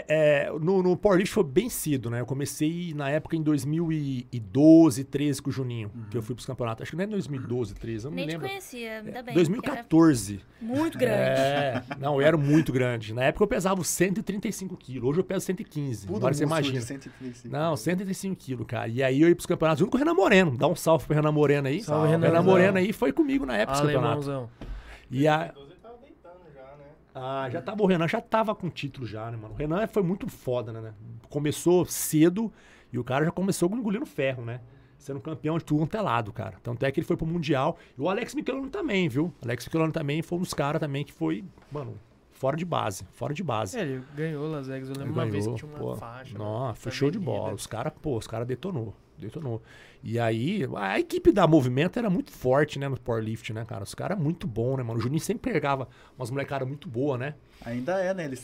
No powerlift foi bem cedo, né? Eu comecei na época em 2012, 13 com o Juninho, que eu fui pros campeonatos. Acho que não é 2012, 13, eu não Nem me te lembro. conhecia, ainda bem. 2014. porque era muito grande. Não, eu era muito grande. Na época eu pesava 135 quilos, hoje eu peso 115. Puta Agora você músculo imagina. de 135. Não, 135 quilos, cara. E aí eu ia pros campeonatos junto com o Renan Moreno. Dá um salve pro Renan Moreno aí. Salve, O Renan Renanzão. Moreno aí foi comigo na época dos campeonatos. alemãozão. E a... 12 tava deitando já, né? já tava, o Renan já tava com título já, né, mano? O Renan foi muito foda, né? Começou cedo e o cara já começou engolindo ferro, né? Sendo campeão de tudo quanto é lado, cara. Tanto é que ele foi pro Mundial. E o Alex Michelotto também, viu? O Alex Michelotto também foi um dos caras também que foi, mano, fora de base. Ele ganhou Las Vegas, eu lembro Ele uma vez ganhou, que tinha uma pô. faixa. Nossa, foi na show de avenida. bola. Os caras detonou. E aí, a equipe da Movimento era muito forte, né, no powerlift, né, cara? Os caras muito bom, né, mano? O Juninho sempre pegava umas molecadas muito boas, né? Ainda né? Eles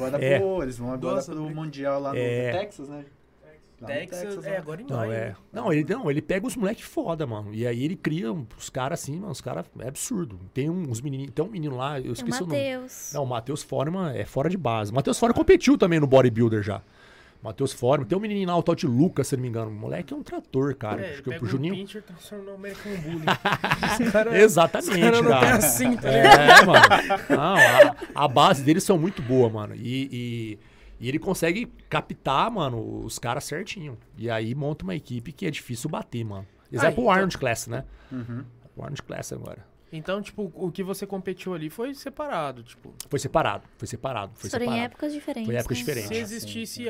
vão agora Nossa, pro Mundial lá no Texas, né? Lá no Texas, né? agora em maio. Ele pega os moleques foda, mano. E aí ele cria os caras assim, mano, os caras é absurdo. Tem uns menininhos, tem um menino lá, eu Tem o esqueci o nome. Matheus. Não, o Matheus Foreman é fora de base. O Matheus Foreman competiu também no bodybuilder já. Matheus Foreman. Tem um menininho lá, o tal de Lucas, se não me engano. O moleque é um trator, cara. Ele Acho que pega pro um Juninho. pincher e transforma no American Bully. Os cara- Exatamente, os cara não cara. tem assim, tá ligado? Mano. Não, a base deles são muito boa, mano. E ele consegue captar, mano, os caras certinho. E aí monta uma equipe que é difícil bater, mano. Exceto o então- Arnold Class, né? O Arnold Class agora. Então, tipo, o que você competiu ali foi separado, tipo... Foi separado. Foram em épocas diferentes. Foi épocas né? diferentes. Se existisse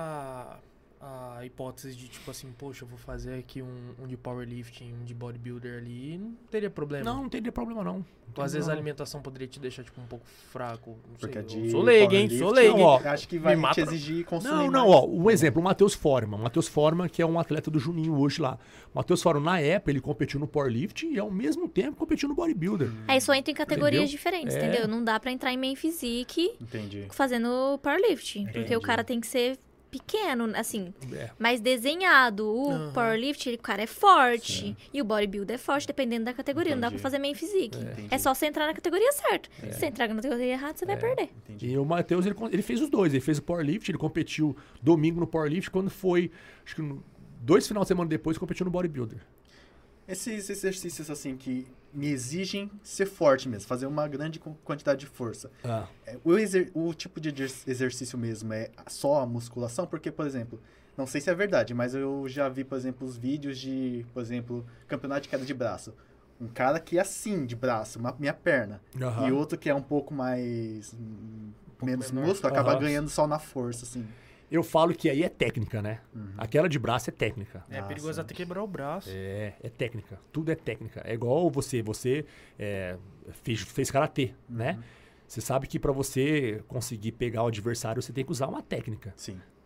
a hipótese de, tipo assim, poxa, eu vou fazer aqui um de powerlifting, um de bodybuilder ali, não teria problema. Não teria problema, não. Então, às vezes a alimentação poderia te deixar, tipo, um pouco fraco, não sei. Porque Eu de sou leigo, hein? powerlifting, Sou leigo, Não, hein? ó, Acho que vai Me te mata- exigir consumir Não, mais. ó, um exemplo, o Matheus Foreman. O Matheus Foreman, que é um atleta do Juninho hoje lá. O Matheus Foreman, na época, ele competiu no powerlifting e ao mesmo tempo competiu no bodybuilder. Aí só entra em categorias Entendeu? diferentes, É. entendeu? Não dá pra entrar em main physique Entendi. fazendo powerlifting. Porque Entendi. o cara tem que ser pequeno, assim, É. mais desenhado. O Aham. powerlifting, o cara é forte. E o bodybuilder é forte, dependendo da categoria. Não dá pra Entendi. fazer main physique. Entendi. É só você entrar na categoria certa. Se você entrar na categoria errada, você vai perder. Entendi. E o Matheus, ele fez os dois. Ele fez o powerlift, ele competiu domingo no powerlift, quando foi, acho que 2 finais de semana depois, competiu no bodybuilder. Esses exercícios, assim, que me exigem ser forte mesmo, fazer uma grande quantidade de força. O tipo de exercício mesmo é só a musculação? Porque, por exemplo, não sei se é verdade, mas eu já vi, por exemplo, os vídeos de, por exemplo, campeonato de queda de braço. Um cara que é assim, de braço, minha perna. Aham. E outro que é um pouco mais... menos menor. músculo, acaba Aham. ganhando só na força, assim. Eu falo que aí é técnica, né? Aquela de braço é técnica. É perigoso Nossa. até quebrar o braço. É técnica. Tudo é técnica. É igual você fez karatê, né? Você sabe que pra você conseguir pegar o adversário, você tem que usar uma técnica. Sim.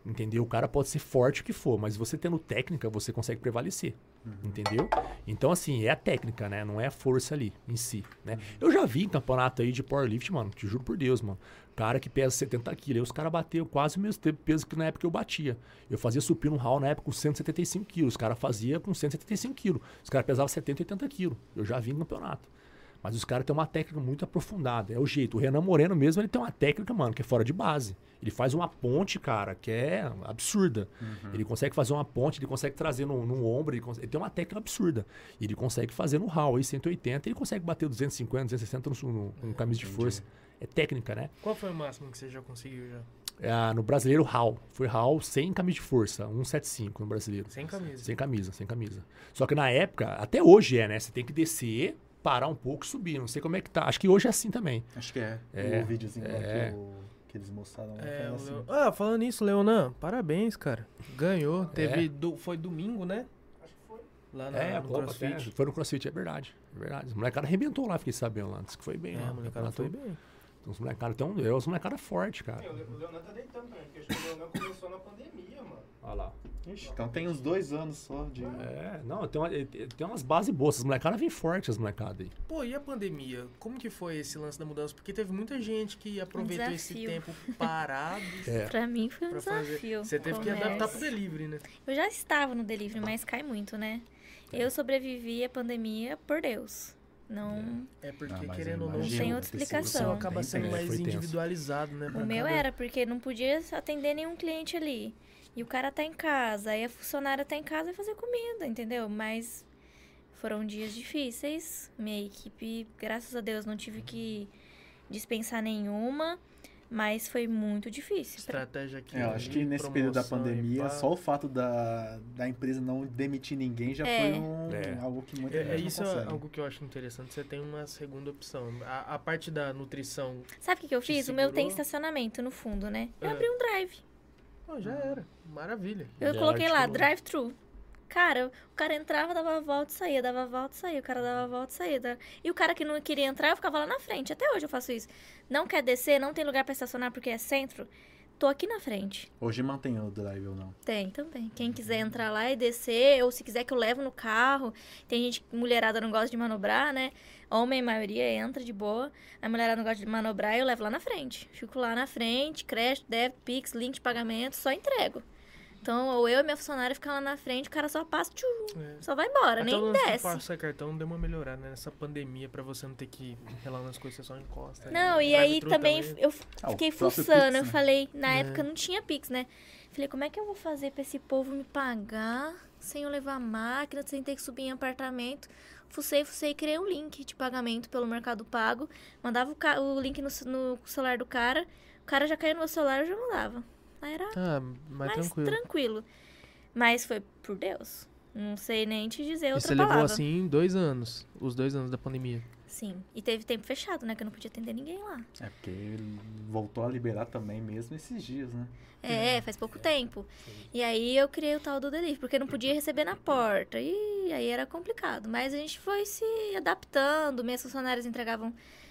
Entendeu? O cara pode ser forte o que for, mas você tendo técnica, você consegue prevalecer. Entendeu? Então, assim, é a técnica, né? Não é a força ali em si, né? Eu já vi em campeonato aí de powerlift, mano, te juro por Deus, mano. Cara que pesa 70 quilos. Aí os caras bateram quase o mesmo peso que na época eu batia. Eu fazia supino hall na época com 175 quilos. Os caras faziam com 175 quilos. Os caras pesavam 70, 80 quilos. Eu já vi em campeonato. Mas os caras têm uma técnica muito aprofundada. É o jeito. O Renan Moreno mesmo, ele tem uma técnica, mano, que é fora de base. Ele faz uma ponte, cara, que é absurda. Ele consegue fazer uma ponte, ele consegue trazer no ombro, ele tem uma técnica absurda. E ele consegue fazer no hall aí, 180, ele consegue bater 250, 260 no camisa de força. É técnica, né? Qual foi o máximo que você já conseguiu já? No brasileiro, hall. Foi hall sem camisa de força, 175 no brasileiro. Sem camisa. Sem camisa. Só que na época, até hoje né? Você tem que descer, parar um pouco e subir. Não sei como é que tá. Acho que hoje é assim também. Acho que é. O videozinho lá que eles mostraram lá. assim. Falando nisso, Leonan, parabéns, cara. Ganhou. Foi domingo, né? Acho que foi. Lá no Copa CrossFit. Foi no CrossFit, é verdade. É verdade. Os molecaras arrebentou lá, fiquei sabendo lá. Disse que foi bem lá. A molecada foi bem. Então, os molecaras fortes, cara. O Leonan tá deitando também, porque acho que o Leonan começou na pandemia, mano. Olha lá. Ixi, então tem uns 2 anos só de... Tem umas bases boas. As molecadas vêm fortes, as molecadas aí. Pô, e a pandemia? Como que foi esse lance da mudança? Porque teve muita gente que aproveitou esse desafio. tempo parado. Pra mim foi um pra fazer. desafio. Você teve que Comércio. adaptar pro delivery, né? Eu já estava no delivery, mas cai muito, né? Eu sobrevivi à pandemia por Deus. Não. É porque, mas querendo ou não, imagino, Tem outra ter sido explicação. acaba sendo bem mais foi tenso. individualizado, né? pra O meu cada- era porque não podia atender nenhum cliente ali. E o cara tá em casa, aí a funcionária tá em casa e fazer comida, entendeu? Mas foram dias difíceis. Minha equipe, graças a Deus, não tive que dispensar nenhuma, mas foi muito difícil. Estratégia aqui. eu acho que nesse período da promoção e pandemia, pá. só o fato da empresa não demitir ninguém já foi algo que muita gente Isso não é consegue. algo que eu acho interessante. Você tem uma segunda opção. A parte da nutrição, Sabe o que eu Te fiz? O meu tem segurou? estacionamento no fundo, né? Eu É. abri um drive. já era. Maravilha. Eu Já coloquei lá, articulou. drive-thru. Cara, o cara entrava, dava a volta e saía, dava a volta e saía, o cara dava a volta e saía. E o cara que não queria entrar, eu ficava lá na frente. Até hoje eu faço isso. Não quer descer, não tem lugar pra estacionar porque é centro, tô aqui na frente. Hoje mantém o drive ou não? Tem também. Quem quiser entrar lá e descer, ou se quiser que eu levo no carro. Tem gente, mulherada não gosta de manobrar, né? Homem, a maioria, entra de boa. A mulherada não gosta de manobrar, eu levo lá na frente. Fico lá na frente, crédito, débito, Pix, link de pagamento, só entrego. Então, ou eu e minha funcionária ficam lá na frente, o cara só passa, só vai embora, Até nem o lance de desce. passar cartão deu uma melhorada, né? Nessa pandemia, pra você não ter que relar nas coisas, você só encosta. Não, e aí também eu fiquei o próprio fuçando. Pix, Eu né? falei, na época não tinha Pix, né? Falei, como é que eu vou fazer pra esse povo me pagar sem eu levar máquina, sem ter que subir em apartamento? Fucei, criei um link de pagamento pelo Mercado Pago. Mandava o link no celular do cara. O cara já caía no meu celular, eu já mandava. Aí era mais mais tranquilo. Mas foi por Deus. Não sei nem te dizer E outra você palavra. levou assim 2 anos, os 2 anos da pandemia. Sim. E teve tempo fechado, né? Que eu não podia atender ninguém lá. É porque ele voltou a liberar também mesmo esses dias, né? Faz pouco tempo. E aí eu criei o tal do delivery, porque não podia receber na porta. E aí era complicado. Mas a gente foi se adaptando. Minhas funcionárias entregavam.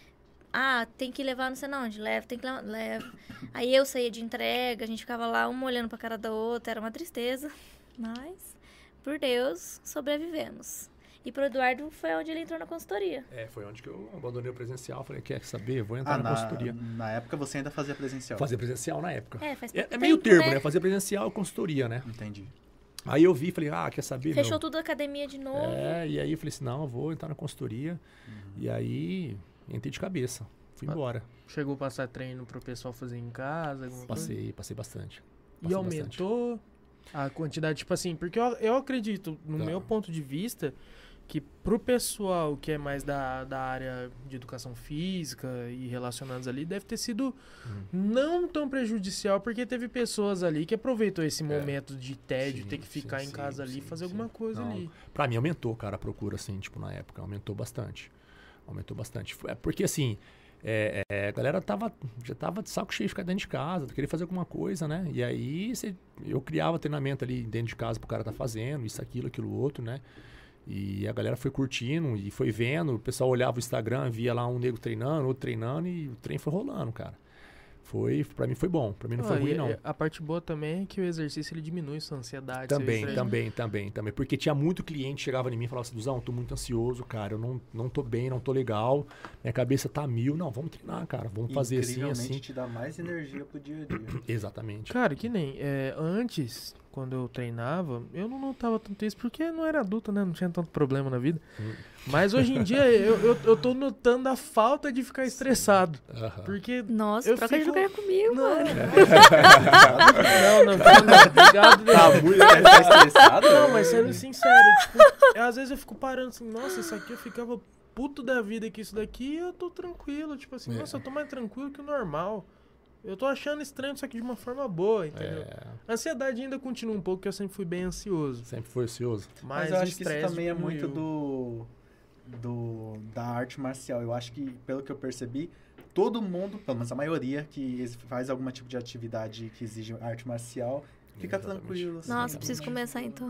Tem que levar não sei onde. Leva, tem que levar. Leva. Aí eu saía de entrega, a gente ficava lá, uma olhando pra cara da outra. Era uma tristeza. Mas, por Deus, sobrevivemos. E pro Eduardo foi onde ele entrou na consultoria. Foi onde que eu abandonei o presencial. Falei, quer saber? Vou entrar na consultoria. Na época você ainda fazia presencial. Fazer presencial na época. Faz pouco É meio tempo, termo, né? né? Fazer presencial e consultoria, né? Entendi. Aí eu vi, falei, quer saber? Fechou meu? tudo a academia de novo. E aí eu falei assim, não, eu vou entrar na consultoria. E aí, entrei de cabeça. Fui embora. Chegou a passar treino pro pessoal fazer em casa? Alguma coisa? Passei bastante. E aumentou a quantidade, tipo assim, porque eu acredito, no meu ponto de vista, que pro pessoal que é mais da área de educação física e relacionados ali, deve ter sido não tão prejudicial, porque teve pessoas ali que aproveitou esse momento de tédio, ter que ficar em casa ali e fazer alguma coisa ali. Pra mim aumentou, cara, a procura, assim, tipo, na época. Aumentou bastante. Porque, assim, a galera já tava de saco cheio de ficar dentro de casa, queria fazer alguma coisa, né? E aí eu criava treinamento ali dentro de casa pro cara tá fazendo, isso, aquilo outro, né? E a galera foi curtindo e foi vendo, o pessoal olhava o Instagram, via lá um nego treinando, outro treinando e o trem foi rolando, cara. Pra mim foi bom. Pra mim não foi ruim, não. A parte boa também é que o exercício ele diminui sua ansiedade. Também. Porque tinha muito cliente que chegava em mim e falava assim, Duzão, tô muito ansioso, cara, eu não tô bem, não tô legal, minha cabeça tá mil. Não, vamos treinar, cara, vamos fazer assim, assim. Te dá mais energia pro dia a dia. Exatamente. Cara, que nem antes, quando eu treinava, eu não notava tanto isso, porque não era adulto, né? Não tinha tanto problema na vida. Mas hoje em dia, eu tô notando a falta de ficar estressado. Porque Nossa, eu troca de lugar comigo, Não, mano. não, obrigado. Tá muito tá estressado? Não, mas sendo sincero, tipo, às vezes eu fico parando assim, nossa, isso aqui eu ficava puto da vida que isso daqui eu tô tranquilo. Tipo assim, nossa, eu tô mais tranquilo que o normal. Eu tô achando estranho isso aqui de uma forma boa, entendeu? A ansiedade ainda continua um pouco, porque eu sempre fui bem ansioso. Sempre foi ansioso. Mas eu acho que isso também é muito da arte marcial. Eu acho que, pelo que eu percebi, todo mundo, pelo menos a maioria, que faz algum tipo de atividade que exige arte marcial, fica tranquilo. Assim, Nossa, preciso começar então.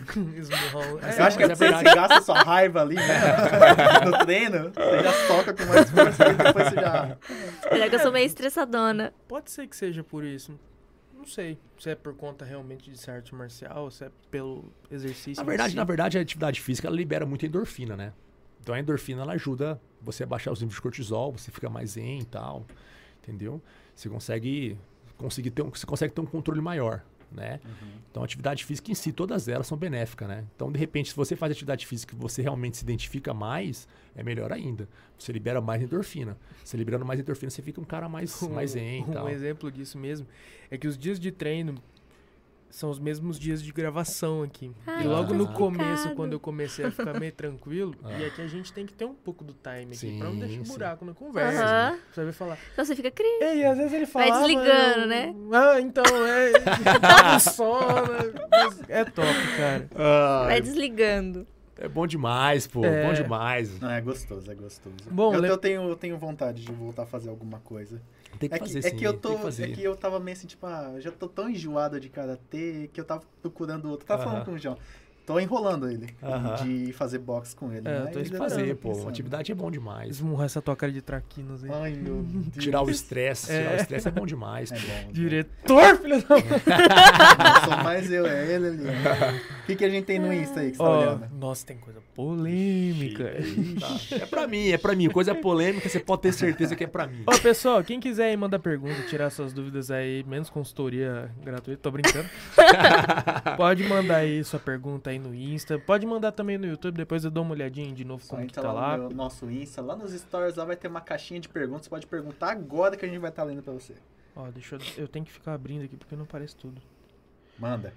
Eu acho que é você gasta sua raiva ali, né? No treino, você já toca com mais força e depois você já... Olha que eu sou meio estressadona. Pode ser que seja por isso. Não sei se é por conta realmente de ser arte marcial, ou se é pelo exercício. Na verdade, a atividade física ela libera muita endorfina, né? Então a endorfina ela ajuda você a baixar os níveis de cortisol, você fica mais zen e tal, entendeu? Você consegue ter um controle maior, né? Então a atividade física em si, todas elas são benéficas, né? Então de repente, se você faz atividade física que você realmente se identifica mais, é melhor ainda. Você libera mais endorfina. Você liberando mais endorfina, você fica um cara mais zen e tal. Um exemplo disso mesmo é que os dias de treino são os mesmos dias de gravação aqui. Ai, e logo que no complicado. começo, quando eu comecei a ficar meio tranquilo, e aqui a gente tem que ter um pouco do time aqui, pra não deixar buraco na conversa. Aham. Você vai falar. Então você fica cri. E às vezes ele fala. Vai desligando, né? Então, dá um sono. Mas é top, cara. Vai desligando. É bom demais, pô. É. Bom demais. Não, é gostoso, é gostoso. Bom, eu tenho vontade de voltar a fazer alguma coisa. Tem que fazer, É sim. que eu tem que fazer. é que eu tava meio assim, tipo, eu já tô tão enjoado de karatê que eu tava procurando outro. Tava falando com o João. Tô enrolando ele de fazer boxe com ele. É, eu mas tô Tem que esperando, fazer, pô. pensando. Atividade é bom demais. Esmurrar essa tua cara de traquinas aí. Ai, meu Deus. Tirar o estresse. Tirar o estresse é bom demais. É pô. bom. Diretor, filho da... Não sou mais eu, é ele ali. O que a gente tem no Insta aí que você tá olhando? Nossa, tem coisa polêmica. É pra mim. Coisa polêmica, você pode ter certeza que é pra mim. Ó, pessoal, quem quiser aí mandar pergunta, tirar suas dúvidas aí, menos consultoria gratuita, tô brincando. Pode mandar aí sua pergunta aí no Insta. Pode mandar também no YouTube, depois eu dou uma olhadinha de novo Só como que entra tá lá. no nosso Insta, lá nos stories, lá vai ter uma caixinha de perguntas. Você pode perguntar agora que a gente vai estar lendo pra você. Ó, eu tenho que ficar abrindo aqui porque não parece tudo. Manda.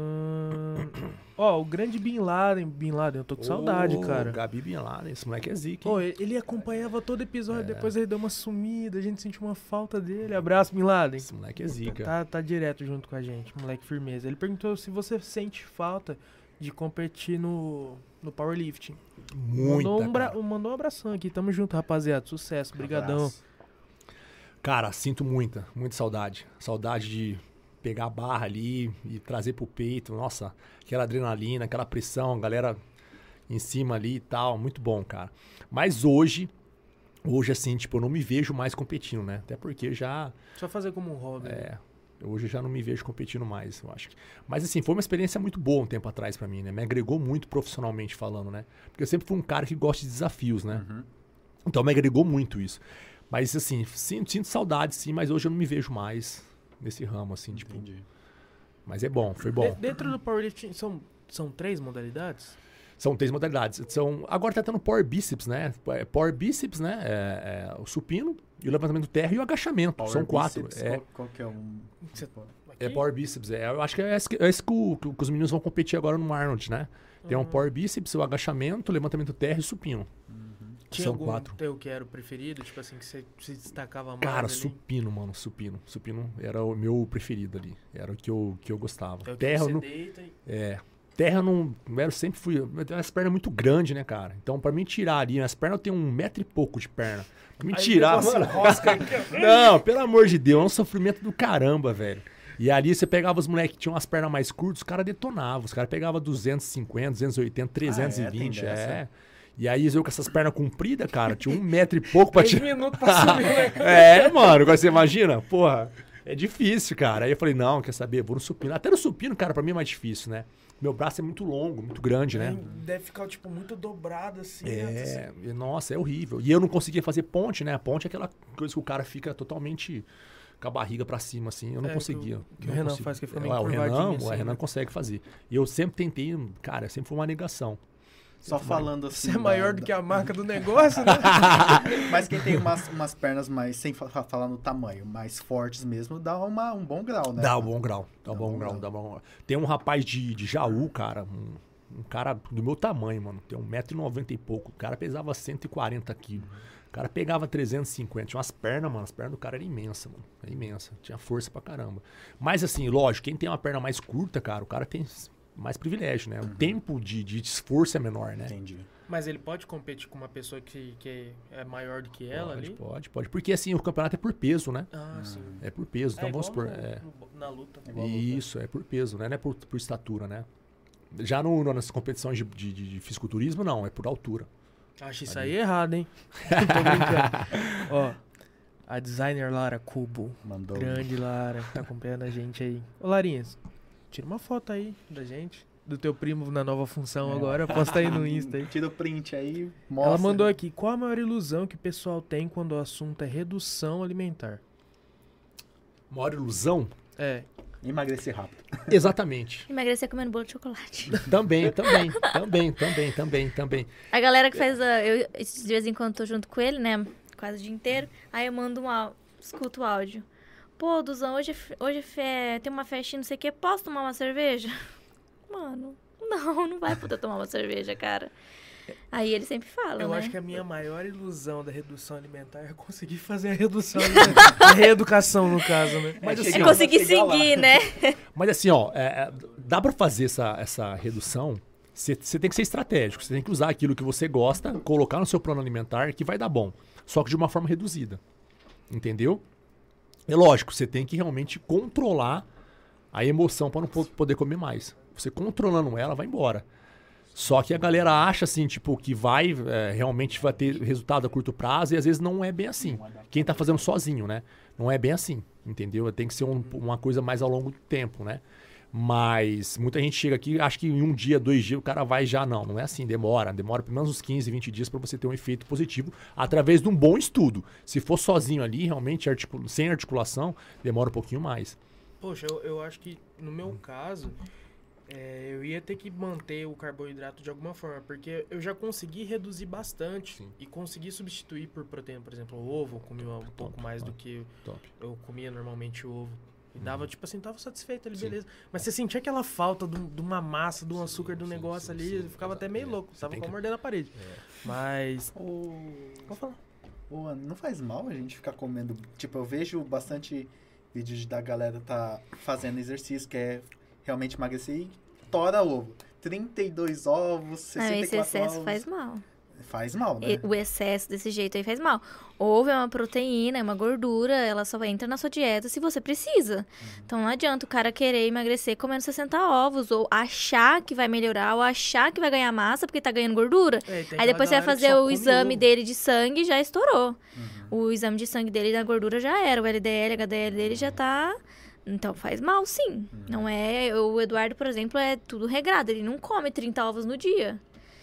Ó, o grande Bin Laden, eu tô com saudade, Ô, cara. Gabi Bin Laden, esse moleque é zica, hein? Ó, ele acompanhava todo episódio, depois ele deu uma sumida, a gente sentiu uma falta dele. Abraço, Bin Laden. Esse moleque é zica. Tá direto junto com a gente, moleque firmeza. Ele perguntou se você sente falta de competir no powerlifting. Muita, Mandou um abração aqui, tamo junto, rapaziada. Sucesso, brigadão. Abraço. Cara, sinto muita saudade. Saudade de pegar a barra ali e trazer pro peito. Nossa, aquela adrenalina, aquela pressão, a galera em cima ali e tal. Muito bom, cara. Mas hoje assim, tipo, eu não me vejo mais competindo, né? Até porque já... Só fazer como um hobby. Hoje eu já não me vejo competindo mais, eu acho. Mas assim, foi uma experiência muito boa um tempo atrás pra mim, né? Me agregou muito profissionalmente falando, né? Porque eu sempre fui um cara que gosta de desafios, né? Então me agregou muito isso. Mas assim, sinto saudade sim, mas hoje eu não me vejo mais nesse ramo, assim, tipo... Entendi. Mas é bom, foi bom. Dentro do powerlifting são 3 modalidades? São 3 modalidades. Agora tá tendo Power Bíceps, né? Power Bíceps, né? É o supino, e o levantamento do terra e o agachamento. Power São 4. Bíceps, qual que é um... É Power Bíceps. Eu acho que é esse que os meninos vão competir agora no Arnold, né? Tem um Power Bíceps, o agachamento, o levantamento do terra e o supino. Tinha São algum 4. teu que era o preferido? Tipo assim, que você se destacava mais Cara, ali? supino, mano. Supino era o meu preferido ali. Era o que eu gostava. É o que Terra, você não, deita e... terra não... Eu sempre fui... Eu tenho as pernas muito grandes, né, cara? Então, pra mim tirar ali... As pernas, eu tenho 1 metro e pouco de perna. Pra me tirar... Assim, não, pelo amor de Deus. É um sofrimento do caramba, velho. E ali você pegava os moleques que tinham as pernas mais curtas, os caras detonavam. Os caras pegavam 250, 280, 320. tem dessa? E aí eu com essas pernas compridas, cara, tinha 1 metro e pouco pra 10 tirar. minutos pra subir, né? Mano, agora você imagina? Porra, é difícil, cara. Aí eu falei, não, quer saber? Vou no supino. Até no supino, cara, pra mim é mais difícil, né? Meu braço é muito longo, muito grande, né? Deve ficar, tipo, muito dobrado, assim. Né? Nossa, é horrível. E eu não conseguia fazer ponte, né? A ponte é aquela coisa que o cara fica totalmente com a barriga pra cima, assim. Eu não conseguia. Que o Renan faz, que fica meio o curvadinho, assim, Renan né? consegue fazer. E eu sempre tentei, cara, sempre foi uma negação. Só falando assim... Você é maior do que a marca do negócio, né? Mas quem tem umas pernas mais, sem falar no tamanho, mais fortes mesmo, dá um bom grau, né? Dá um bom grau. Dá um bom grau. Tem um rapaz de Jaú, cara, um cara do meu tamanho, mano. Tem 1,90 m e pouco. O cara pesava 140 quilos. O cara pegava 350. Tinha umas pernas, mano. As pernas do cara eram imensas, mano. Era imensa. Tinha força pra caramba. Mas assim, lógico, quem tem uma perna mais curta, cara, o cara tem mais privilégio, né? O tempo de esforço é menor, né? Entendi. Mas ele pode competir com uma pessoa que é maior do que ela ali? Pode. Porque assim, o campeonato é por peso, né? Ah, sim. É por peso. Então vamos supor. Na luta. Isso, é por peso, né? Não é por estatura, né? Já nas competições de fisiculturismo, não, é por altura. Acho isso aí errado, hein? Tô brincando. Ó, a designer Lara Cubo. Mandou. Grande Lara, que tá acompanhando a gente aí. Ô, Larinhas, tira uma foto aí da gente. Do teu primo na nova função agora. Posta aí no Insta aí. Tira o print aí, mostra. Ela mandou aqui, qual a maior ilusão que o pessoal tem quando o assunto é redução alimentar? Maior ilusão? É. Emagrecer rápido. Exatamente. Emagrecer comendo bolo de chocolate. Também. A galera que faz... Eu, de vez em quando, tô junto com ele, né? Quase o dia inteiro. Aí eu mando escuto o áudio. Pô, Duzão, hoje tem uma festinha, não sei o que. Posso tomar uma cerveja? Mano, não vai poder tomar uma cerveja, cara. Aí ele sempre fala, Eu né? acho que a minha maior ilusão da redução alimentar é conseguir fazer a redução alimentar. A reeducação, no caso, né? Mas É assim, ó, conseguir seguir, né? mas assim, ó, dá pra fazer essa redução. Você tem que ser estratégico. Você tem que usar aquilo que você gosta, colocar no seu plano alimentar, que vai dar bom. Só que de uma forma reduzida. Entendeu? É lógico, você tem que realmente controlar a emoção para não poder comer mais. Você controlando ela, vai embora. Só que a galera acha assim, tipo, que realmente vai ter resultado a curto prazo e às vezes não é bem assim. Quem tá fazendo sozinho, né? Não é bem assim, entendeu? Tem que ser uma coisa mais ao longo do tempo, né? Mas muita gente chega aqui, acha que em 1 dia, 2 dias o cara vai já. Não é assim, demora pelo menos uns 15, 20 dias para você ter um efeito positivo através de um bom estudo. Se for sozinho ali, realmente, sem articulação, demora um pouquinho mais. Poxa, eu acho que no meu caso, eu ia ter que manter o carboidrato de alguma forma, porque eu já consegui reduzir bastante. Sim. E consegui substituir por proteína. Por exemplo, o ovo, eu comia um pouco mais do que eu comia normalmente o ovo. E dava, tipo assim, tava satisfeito ali, beleza. Mas você sentia aquela falta de uma massa, de um açúcar, do negócio ali, eu ficava até meio louco. Tava com a mordendo a parede. Mas... Pode falar. Não faz mal a gente ficar comendo... Tipo, eu vejo bastante vídeos da galera tá fazendo exercício, que é realmente emagrecer e tora ovo. 32 ovos, 64 esse excesso ovos. faz mal. Faz mal, né? O excesso desse jeito aí faz mal. Ovo é uma proteína, é uma gordura, ela só entra na sua dieta se você precisa. Então não adianta o cara querer emagrecer comendo 60 ovos, ou achar que vai melhorar, ou achar que vai ganhar massa porque tá ganhando gordura. Aí depois você vai fazer o exame dele de sangue e já estourou. O exame de sangue dele da gordura já era, o LDL, HDL dele já tá... Então faz mal, sim. Não é... O Eduardo, por exemplo, é tudo regrado, ele não come 30 ovos no dia.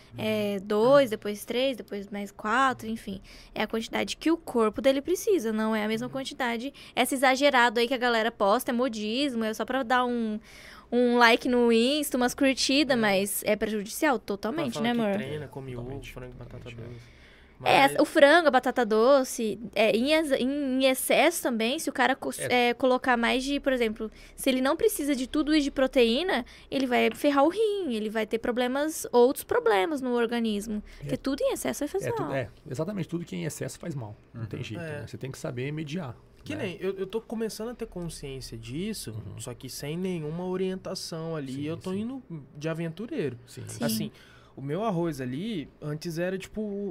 2, depois 3, depois mais 4, enfim. É a quantidade que o corpo dele precisa, não é a mesma quantidade. Essa exagerado aí que a galera posta, é modismo, é só pra dar um like no Insta, umas curtidas, mas é prejudicial totalmente, né, amor? Treina, come ovo, frango, batata doce. O frango, a batata doce, em excesso também, se o cara colocar mais de, por exemplo, se ele não precisa de tudo isso de proteína, ele vai ferrar o rim, ele vai ter outros problemas no organismo. Porque tudo em excesso vai fazer mal. Exatamente, tudo que é em excesso faz mal. Não tem jeito, né? Você tem que saber mediar. Que nem, eu tô começando a ter consciência disso, só que sem nenhuma orientação ali, eu tô indo de aventureiro. Sim. Assim, o meu arroz ali, antes era tipo...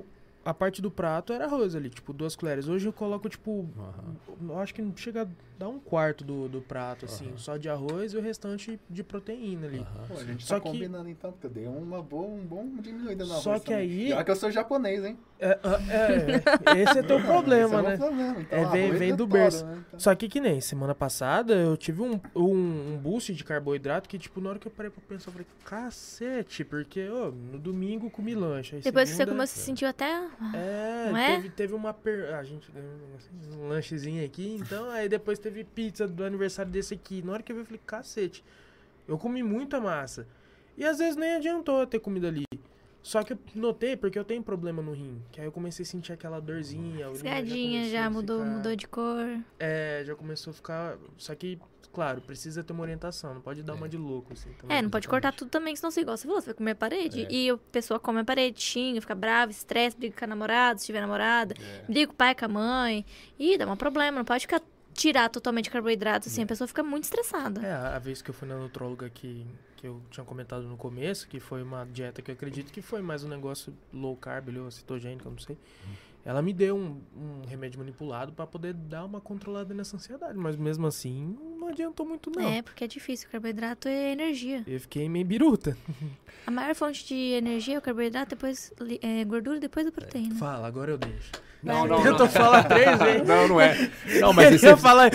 a parte do prato era arroz ali, tipo, 2 colheres. Hoje eu coloco, tipo, eu acho que não chega a dar 1/4 do prato, assim, só de arroz e o restante de proteína ali. Pô, a gente Só tá que- combinando então, porque eu dei um bom diminuída na Só arroz que também. aí- E olha que eu sou japonês, hein? Esse é teu problema, Esse é né? o problema. Então, Vem arroz do adoro, berço. né? Então- Só que nem, semana passada eu tive um boost de carboidrato que, tipo, na hora que eu parei pra pensar, eu falei, cacete, porque, no domingo comi lanche. Aí Depois que você segunda- comeu, você sentiu até... É, Não é? teve uma... A gente ganhou um lanchezinho aqui, então, aí depois teve pizza do aniversário desse aqui. Na hora que eu vi, eu falei, cacete, eu comi muita massa. E às vezes nem adiantou eu ter comido ali. Só que eu notei, porque eu tenho problema no rim, que aí eu comecei a sentir aquela dorzinha. a urina Esgadinha começou já a mudou, ficar- mudou de cor. É, já começou a ficar... Só que, claro, precisa ter uma orientação, não pode dar uma de louco, assim. também. Não pode cortar tudo também, senão você igual você falou, você vai comer a parede. E a pessoa come a parede, xinga, fica brava, estresse, briga com a namorada, se tiver namorada, briga com o pai, com a mãe. E dá um problema, não pode ficar tirar totalmente carboidrato, assim, a pessoa fica muito estressada. É, a vez que eu fui na nutróloga que eu tinha comentado no começo, que foi uma dieta que eu acredito que foi mais um negócio low carb, ou cetogênico, eu não sei. Ela me deu um remédio manipulado pra poder dar uma controlada nessa ansiedade, mas mesmo assim não adiantou muito não. É, porque é difícil, o carboidrato é energia. Eu fiquei meio biruta. A maior fonte de energia é o carboidrato, depois gordura, depois a proteína. Fala, agora eu deixo. Não, Eu tô falando 3 vezes. Não é. Não, mas Eu falar...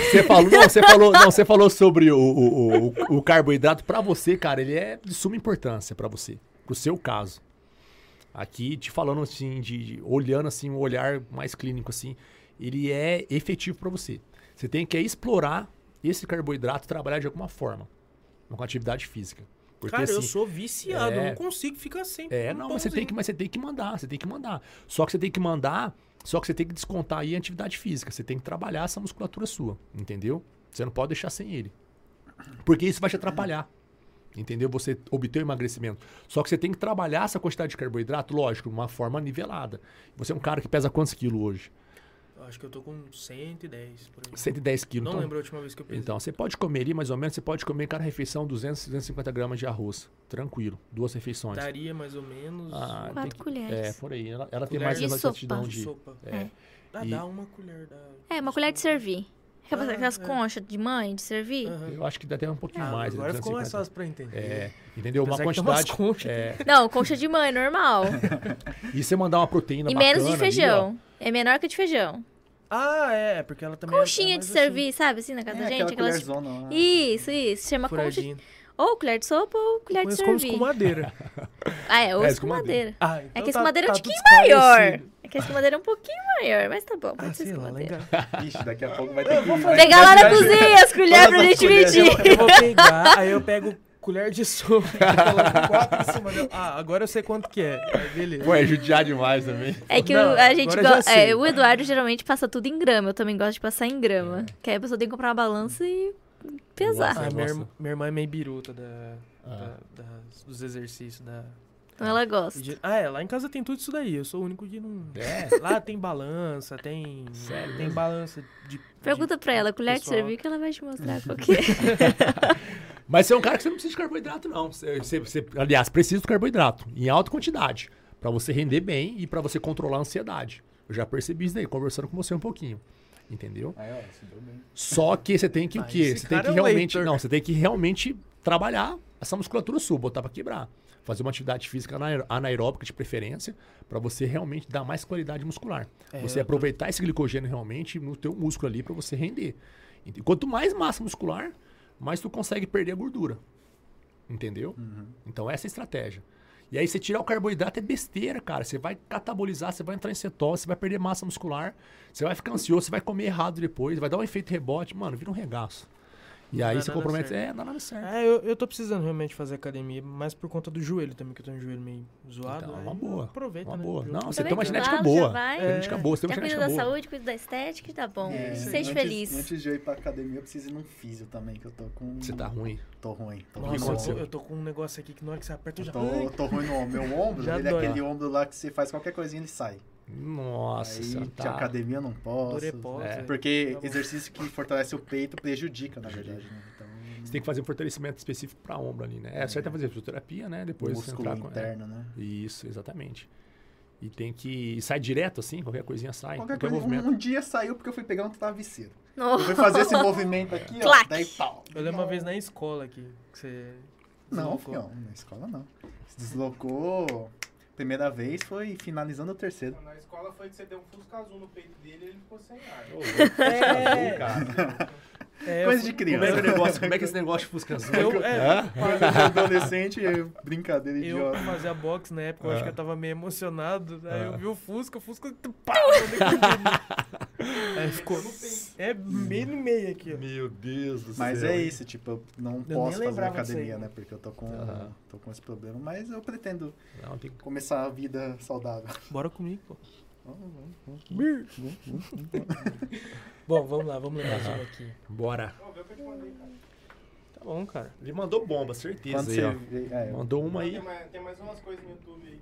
você falou sobre o carboidrato. Pra você, cara, ele é de suma importância pra você, pro seu caso. Aqui, te falando assim, olhando assim, um olhar mais clínico assim, ele é efetivo pra você. Você tem que explorar esse carboidrato e trabalhar de alguma forma, com atividade física. Porque, Cara, eu assim, sou viciado, eu não consigo ficar sem. mas você tem que mandar, Só que você tem que mandar, só que você tem que descontar aí a atividade física. Você tem que trabalhar essa musculatura sua, entendeu? Você não pode deixar sem ele. Porque isso vai te atrapalhar. Entendeu? Você obter o emagrecimento. Só que você tem que trabalhar essa quantidade de carboidrato, lógico, de uma forma nivelada. Você é um cara que pesa quantos quilos hoje? Eu acho que eu tô com 110 por aí. 110 quilos. Não Então, lembro a última vez que eu pesei. então, você pode comer ali, mais ou menos, você pode comer cada refeição 200, 250 gramas de arroz. Tranquilo. 2 refeições. Daria mais ou menos 4 colheres. É, por aí. Ela tem Colher mais de exatidão sopa. de... sopa. É. Dá uma colher. Uma colher de servir. Aquelas é. conchas de mãe de servir. Aham. Eu acho que dá até um pouquinho mais. Agora ficou mais 250. fácil pra entender. É, entendeu? Uma Apesar que tem umas quantidade. conchas Não, concha de mãe, normal. E você mandar uma proteína E bacana menos de ali, feijão. É menor que a de feijão. Ah, porque ela também Conchinha mais de servir, sabe? Assim, na casa da gente. aquela Aquelas... colherzona lá. Isso. Chama concha. Furadinho. Ou colher de sopa ou colher de Conheço como servir. escumadeira. Ou É, escumadeira. Ah, É então que a escumadeira é um tudo tiquinho maior. esclarecido. É que a escumadeira é um pouquinho maior, mas tá bom, pode Ah, ser sei lá, lá em escumadeira. casa. Ixi, daqui a pouco vai ter que... Pegar lá na cozinha as colheres pra gente medir. Eu vou pegar, aí eu pego colher de sopa e coloco 4 em cima dela. Ah, agora eu sei quanto que é. Aí, beleza. Pô, é judiar demais também. É que Não, a gente agora já gosta. sei. O Eduardo geralmente passa tudo em grama. Eu também gosto de passar em grama. Que aí a pessoa tem que comprar uma balança e pesar. Nossa. Ah, minha, Nossa. minha irmã é meio biruta dos exercícios da... Então ela gosta. Lá em casa tem tudo isso daí. Eu sou o único que não... É. Lá tem balança, tem... Sério tem mesmo? balança de... Pergunta pra ela, colher de pessoal. servir, que ela vai te mostrar qual que é. Mas você é um cara que você não precisa de carboidrato, não. Aliás, precisa do carboidrato, em alta quantidade, pra você render bem e pra você controlar a ansiedade. Eu já percebi isso daí, conversando com você um pouquinho. Entendeu? Aí, ó, se deu bem. Só que você tem que o quê? esse Você tem cara que é um realmente. leitor. Não, você tem que realmente trabalhar essa musculatura sua, botar pra quebrar. Fazer uma atividade física anaeróbica de preferência, pra você realmente dar mais qualidade muscular. Você aproveitar esse glicogênio realmente no teu músculo ali pra você render. E quanto mais massa muscular, mais tu consegue perder a gordura. Entendeu? Então essa é a estratégia. E aí você tirar o carboidrato é besteira, cara. Você vai catabolizar, você vai entrar em cetose, você vai perder massa muscular, você vai ficar ansioso, você vai comer errado depois, vai dar um efeito rebote, mano, vira um regaço. E aí dá você nada compromete. certo. Não dá nada certo. Eu tô precisando realmente fazer academia, mas por conta do joelho também, que eu tenho um joelho meio zoado. Então, é aí uma boa. Aproveita, Uma né? boa. Junto. Não, você Tá tem uma vendo? genética Já boa. vai. Genética boa, você tem uma Já cuida genética da boa. saúde, cuida da estética, tá bom. É, Seja antes, feliz. Antes de eu ir pra academia, eu preciso ir num físio também, que eu tô com... Você tá ruim. Tô ruim. Tô Nossa, ruim. eu tô com um negócio aqui que na hora que você aperta, eu já... Tô ruim no meu ombro. Já Ele é dói. aquele ombro lá que você faz qualquer coisinha, ele sai. Nossa, Aí você de tá... academia eu não posso. Durepose, É. Porque Tá bom. exercício que fortalece o peito prejudica, na verdade. Né? Então, Você tem que fazer um fortalecimento específico pra ombro ali, né? É certo é fazer fisioterapia, né? Depois você músculo entrar com... interno, né? Isso, exatamente. E tem que... sai direto, assim? Qualquer coisinha sai? Qualquer Qualquer coisa, movimento. um dia saiu porque eu fui pegar um travesseiro. Oh. Eu fui fazer esse movimento aqui, ó. Clac. Daí pau. Eu lembro uma vez na escola aqui, que você... Não, deslocou. fião, na escola não. Se deslocou. Primeira vez foi finalizando o terceiro. Na escola foi que você deu um fusca azul no peito dele e ele ficou sem ar. É. Cara. É, Coisa eu de fui- criança. Como é que esse negócio de Fusca Azul? Eu, Hã? Quando eu era adolescente, brincadeira eu idiota. fazia boxe na época, eu acho Ah. que eu tava meio emocionado. Aí eu Ah. vi o Fusca, pá, eu dei com medo. Aí ficou. É meio no meio aqui, ó. Meu Deus do Mas céu. é isso, tipo, eu não nem posso fazer lembrava disso academia, aí. né? Porque eu tô Aham. com esse problema. Mas eu pretendo Não, tem que... começar a vida saudável. Bora comigo, pô. Bom, vamos lá, vamos levar isso aqui. Bora. Ó, vê o que eu te mandei, cara. Tá bom, cara. Ele mandou bomba, certeza Quando aí, você ó. vê, Mandou uma aí. Tem mais umas coisas no YouTube aí.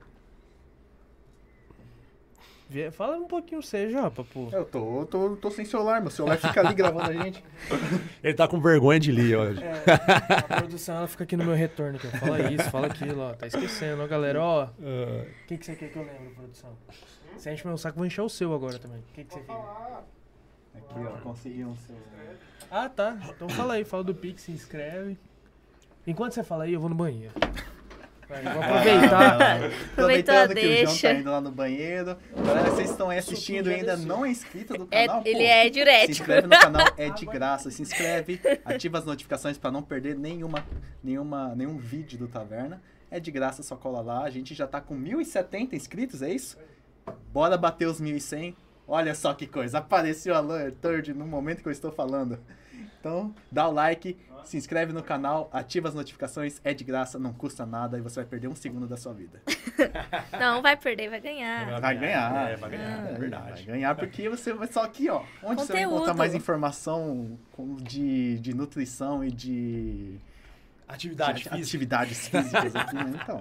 Fala um pouquinho você, Japa, pô. eu tô sem celular, meu celular fica ali gravando a gente. Ele tá com vergonha de ler hoje. A produção, ela fica aqui no meu retorno. Aqui, ó. Fala isso, fala aquilo, ó. Tá esquecendo, ó, galera. Ó, o que você quer que eu lembre, produção? Você enche meu saco, vou encher o seu agora também. O que você quer? Falar. Aqui, ó, consegui um celular. Ah, tá. Então fala aí, fala do Pix, se inscreve. Enquanto você fala aí, eu vou no banheiro. Vai, eu vou aproveitar. Aproveitando a que o João deixa. tá indo lá no banheiro. Galera, vocês estão aí assistindo e ainda não é inscrito do É, canal, ele pô, é se diurético. inscreve no canal, é de graça. Se inscreve, ativa as notificações pra não perder nenhum vídeo do Taverna. É de graça, só cola lá. A gente já tá com 1.070 inscritos, é isso? Bora bater os 1.100. Olha só que coisa, apareceu a Alan Third no momento que eu estou falando. Então, dá o like, se inscreve no canal, ativa as notificações, é de graça, não custa nada e você vai perder um segundo da sua vida. Não, vai perder, vai ganhar. Vai ganhar. É, vai ganhar, é Vai verdade. ganhar porque você vai só aqui, ó. Onde você vai Conteúdo. encontrar mais informação de nutrição e de atividades físicas aqui, né? Então.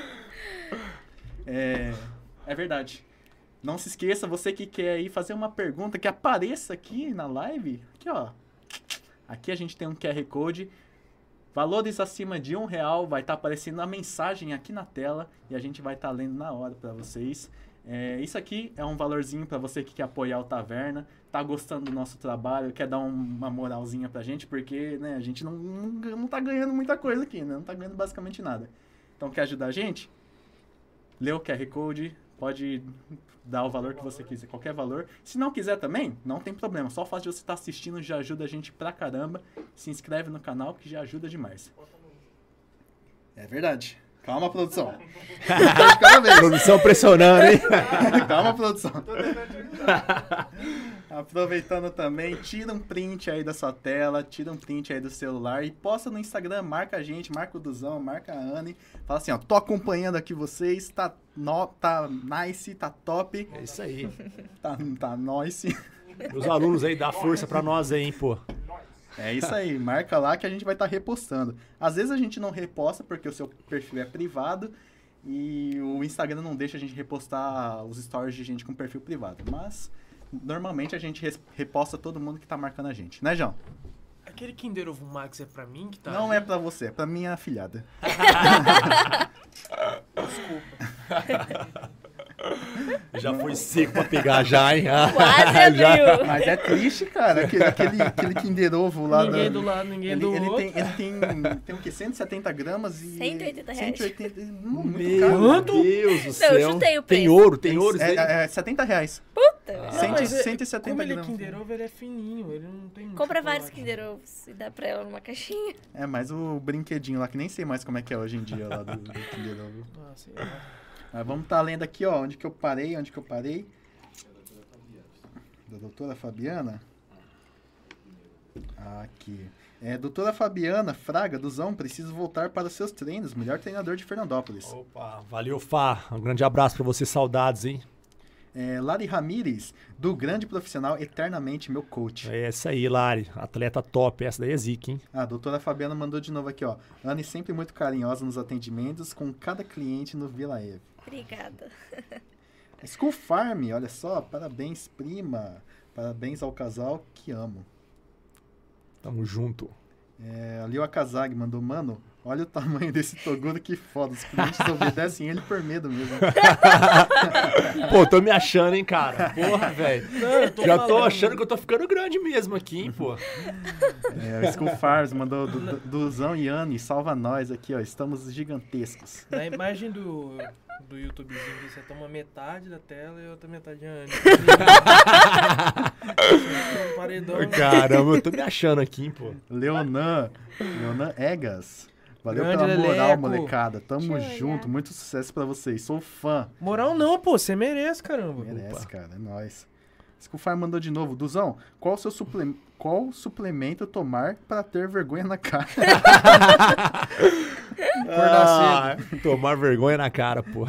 É verdade. Não se esqueça, você que quer aí fazer uma pergunta que apareça aqui na live. Aqui, ó. Aqui a gente tem um QR Code. Valores acima de R$1 vai estar aparecendo a mensagem aqui na tela e a gente vai estar lendo na hora para vocês. Isso aqui é um valorzinho para você que quer apoiar o Taverna, tá gostando do nosso trabalho, quer dar uma moralzinha pra gente, porque né, a gente não tá ganhando muita coisa aqui, né? Não tá ganhando basicamente nada. Então quer ajudar a gente? Lê o QR Code, pode dar o valor que você quiser, qualquer valor. Se não quiser também, não tem problema. Só o fato de você estar assistindo já ajuda a gente pra caramba. Se inscreve no canal que já ajuda demais. É verdade. Calma, produção. Cada vez. Produção pressionando, hein? Calma, produção. Tô tentando ajudar. Aproveitando também, tira um print aí da sua tela, tira um print aí do celular e posta no Instagram, marca a gente, marca o Duzão, marca a Anne. Fala assim, ó, tô acompanhando aqui vocês, tá nice, tá top, É isso aí. tá nice. Os alunos aí, dá força pra nós aí, hein, pô. É isso aí, marca lá que a gente vai estar repostando. Às vezes a gente não reposta porque o seu perfil é privado e o Instagram não deixa a gente repostar os stories de gente com perfil privado. Mas, normalmente a gente reposta todo mundo que tá marcando a gente. Né, João? Aquele Kinder Ovo Max é pra mim que tá... Não é pra você, é pra minha afilhada. Já foi seco pra pegar já, hein? Quase Já. abriu. Mas é triste, cara, aquele Kinder Ovo lá. Ninguém do lado, ninguém do ele outro. tem o quê? 170 gramas e... 180 reais. 180, muito Meu caro. Deus do Não, céu. eu chutei o Tem preço. ouro, tem ouro. isso aí? É R$70. Puta, Não, Cento- mas 170 como ele é gramas. Kinder Ovo, ele é fininho, ele não tem muito compra vários chocolate. Kinder Ovos e dá pra ela numa caixinha. É, mas o brinquedinho lá, que nem sei mais como é que é hoje em dia lá do Kinder Ovo. Ah, sei lá. Mas vamos estar lendo aqui, ó, onde que eu parei. Da doutora Fabiana. Aqui. Doutora Fabiana Fraga, Duzão, preciso voltar para seus treinos. Melhor treinador de Fernandópolis. Opa, valeu, Fá. Um grande abraço pra você, saudades, hein? Lari Ramires, do grande profissional, eternamente meu coach. É essa aí, Lari. Atleta top. Essa daí é zica, hein? A doutora Fabiana mandou de novo aqui, ó. Anne sempre muito carinhosa nos atendimentos com cada cliente no Vila Eve. Obrigada. School Farm, olha só, parabéns, prima. Parabéns ao casal que amo. Tamo junto. Ali o Akazagi mandou, mano, olha o tamanho desse Toguro, que foda. Os clientes obedecem ele por medo mesmo. Pô, tô me achando, hein, cara. Porra, velho. Já tô falando. achando que eu tô ficando grande mesmo aqui, hein, pô. O Skull Farms mandou, Duzão e Anne, salva nós aqui, ó. Estamos gigantescos. Na imagem do YouTubezinho que você toma metade da tela e outra metade antes. Um paredão. Caramba, eu tô me achando aqui, hein, pô. Leonan Egas. Valeu Grande pela moral, Leleco. molecada. Tamo Deixa eu junto. olhar. Muito sucesso pra vocês. Sou fã. Moral não, pô. Você merece, caramba. Merece, cara. É nóis. Skull mandou de novo. Duzão, qual suplemento tomar pra ter vergonha na cara? Acordar Tomar vergonha na cara, pô.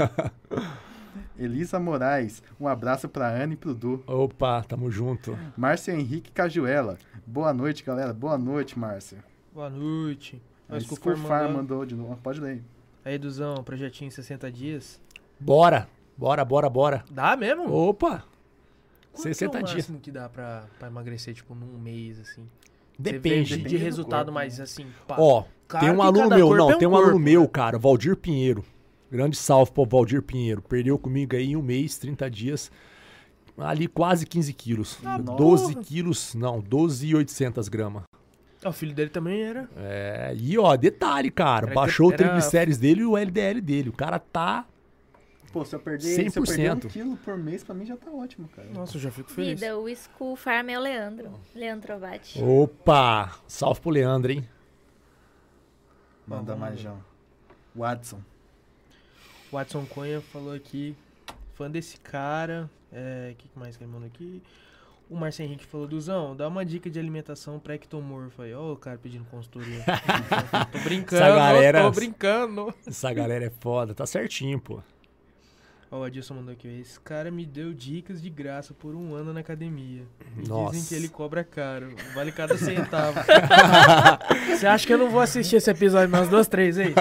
Elisa Moraes. Um abraço pra Anne e pro Du. Opa, tamo junto. Márcia Henrique Cajuela. Boa noite, galera. Boa noite, Márcia. Boa noite. A Mas que o Skull Far mandou. mandou de novo. Pode ler. Aí, Duzão, projetinho em 60 dias. Bora. Bora. Dá mesmo? Opa. Quanto 60 que é o dias. máximo que dá pra emagrecer, tipo, num mês, assim? Depende. De do resultado corpo, mais, né? assim, pá. Ó, Claro tem um que aluno cada meu, corpo não, é um tem um aluno corpo, meu, né? cara, Valdir Pinheiro. Grande salve pro Valdir Pinheiro. Perdeu comigo aí em um mês, 30 dias, ali quase 15 quilos. Ah, 12 porra. quilos, não, 12.800 gramas. O filho dele também era. É, e ó, detalhe, cara, Era- baixou o era- triglicérides dele e o LDL dele. O cara tá... Pô, se eu perder 100%. 1 quilo por mês, pra mim já tá ótimo, cara. Nossa, eu já fico feliz. Vida, o Skull Farm é o Leandro. Leandro Abate. Opa! Salve pro Leandro, hein? Manda Vamos mais, ver. João. Watson. O Watson Cunha falou aqui, fã desse cara. O que mais que ele mandou aqui? O Márcio Henrique falou, Duzão, dá uma dica de alimentação pra ectomorfo aí. Ó, o cara pedindo consultoria. Tô brincando, Essa galera- tô brincando. Essa galera é foda, tá certinho, pô. Ó, o Adilson mandou aqui, esse cara me deu dicas de graça por 1 ano na academia. E Nossa. dizem que ele cobra caro, vale cada centavo. Você acha que eu não vou assistir esse episódio umas 2, 3 vezes?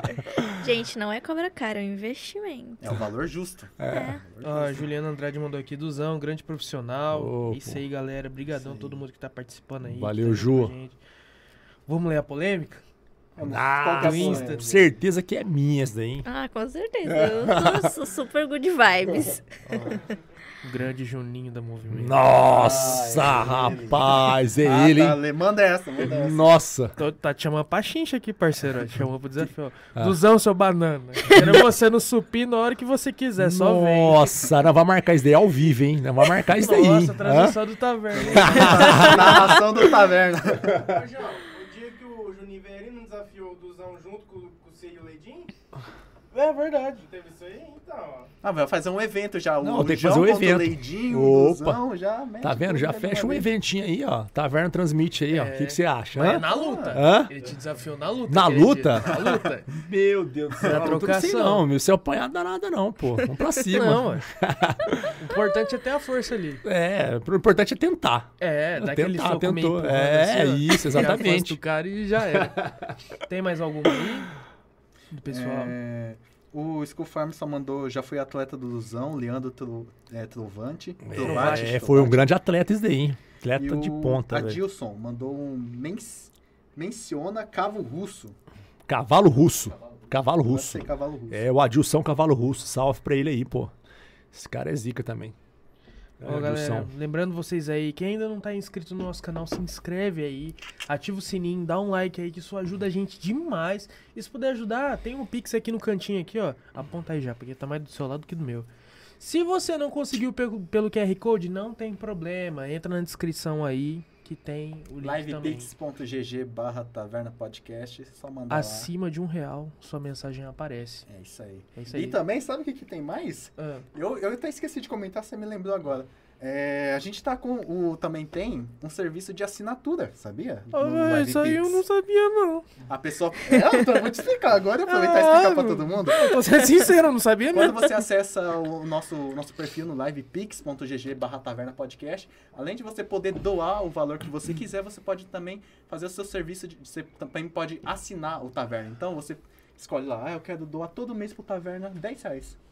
Gente, não é cobra cara, é um investimento. É o valor justo. É. Ó, a Juliana Andrade mandou aqui, Duzão, grande profissional. Ô, É isso aí, galera. Brigadão Isso aí. todo mundo que tá participando aí. Valeu, que tá junto Ju. com a gente. Vamos ler a polêmica? Qual que é a do sua, Insta. né? Certeza que é minha essa daí, hein? Ah, com certeza. Eu sou super good vibes. O grande Juninho da Movimento. Nossa, Ah, é ele. rapaz, é Ah, ele, tá, hein? manda essa, manda essa. Nossa. Tá te chamando pra chincha aqui, parceiro. ó. Te chamou pro desafio. ó. Ah. Duzão, seu banana. Quero você no supino na hora que você quiser, só vem. Nossa, nós vamos marcar isso daí ao vivo, hein? Nós vamos marcar isso daí, hein? Nossa, transmissão do Taverna. hein? Narração do Taverna. Ô, João, o dia que o Juninho Verino desafiou o Duzão junto com o Cê e o Leidinho, É verdade. não teve isso aí? Então, ó. Ah, vai fazer um evento já. Não, o tem que João fazer um contra evento. O Leidinho, Opa. o Duzão, já mete Tá vendo? tudo Já de fecha uma um vez. eventinho aí, ó. Taverna transmite aí, ó. O que você acha? Mas é Hã? na luta. Hã? Ele te desafiou na luta. Na aquele luta? dia. Na luta. Meu Deus do Na céu. Não sei trocação. não, meu. Se eu apanhar, não dá nada não, pô. Vamos pra cima. Não, ué. O importante é ter a força ali. É, o importante é tentar. É, dá aquele Tentar, soco meio tentou. empurrando É, assim, ó. isso, exatamente. Afasta o cara e já era. Tem mais alguma aí? Do pessoal? O Skull Farm só mandou, já fui atleta do Luzão, Leandro Trovante. É, foi um grande atleta esse daí, hein? Atleta E de o ponta, velho. Adilson mandou um menciona cavo russo. Cavalo russo. Cavalo Pode russo. ser cavalo russo. É, o Adilson Cavalo Russo. Salve pra ele aí, pô. Esse cara é zica também. Ó, É, galera, Adilson. lembrando vocês aí, quem ainda não tá inscrito no nosso canal, se inscreve aí, ativa o sininho, dá um like aí, que isso ajuda a gente demais. E se puder ajudar, tem um Pix aqui no cantinho aqui, ó. Aponta aí já, porque tá mais do seu lado que do meu. Se você não conseguiu pelo QR Code, não tem problema. Entra na descrição aí, que tem o link também. livepix.gg/taverna podcast. Só mandar Acima de R$1, sua mensagem aparece. lá. É isso aí. É isso E aí. também, sabe o que tem mais? Ah, Eu até esqueci de comentar, você me lembrou agora. A gente tá com também tem um serviço de assinatura, sabia? No Live isso aí eu Pix. não sabia, não. A pessoa... então eu vou te explicar agora, aproveitar e explicar pra todo mundo. Eu tô sendo sincero, eu não sabia Quando mesmo. você acessa o nosso perfil no livepix.gg/taverna podcast, além de você poder doar o valor que você quiser, você pode também fazer o seu serviço, você também pode assinar o Taverna. Então você escolhe lá, eu quero doar todo mês pro Taverna R$10.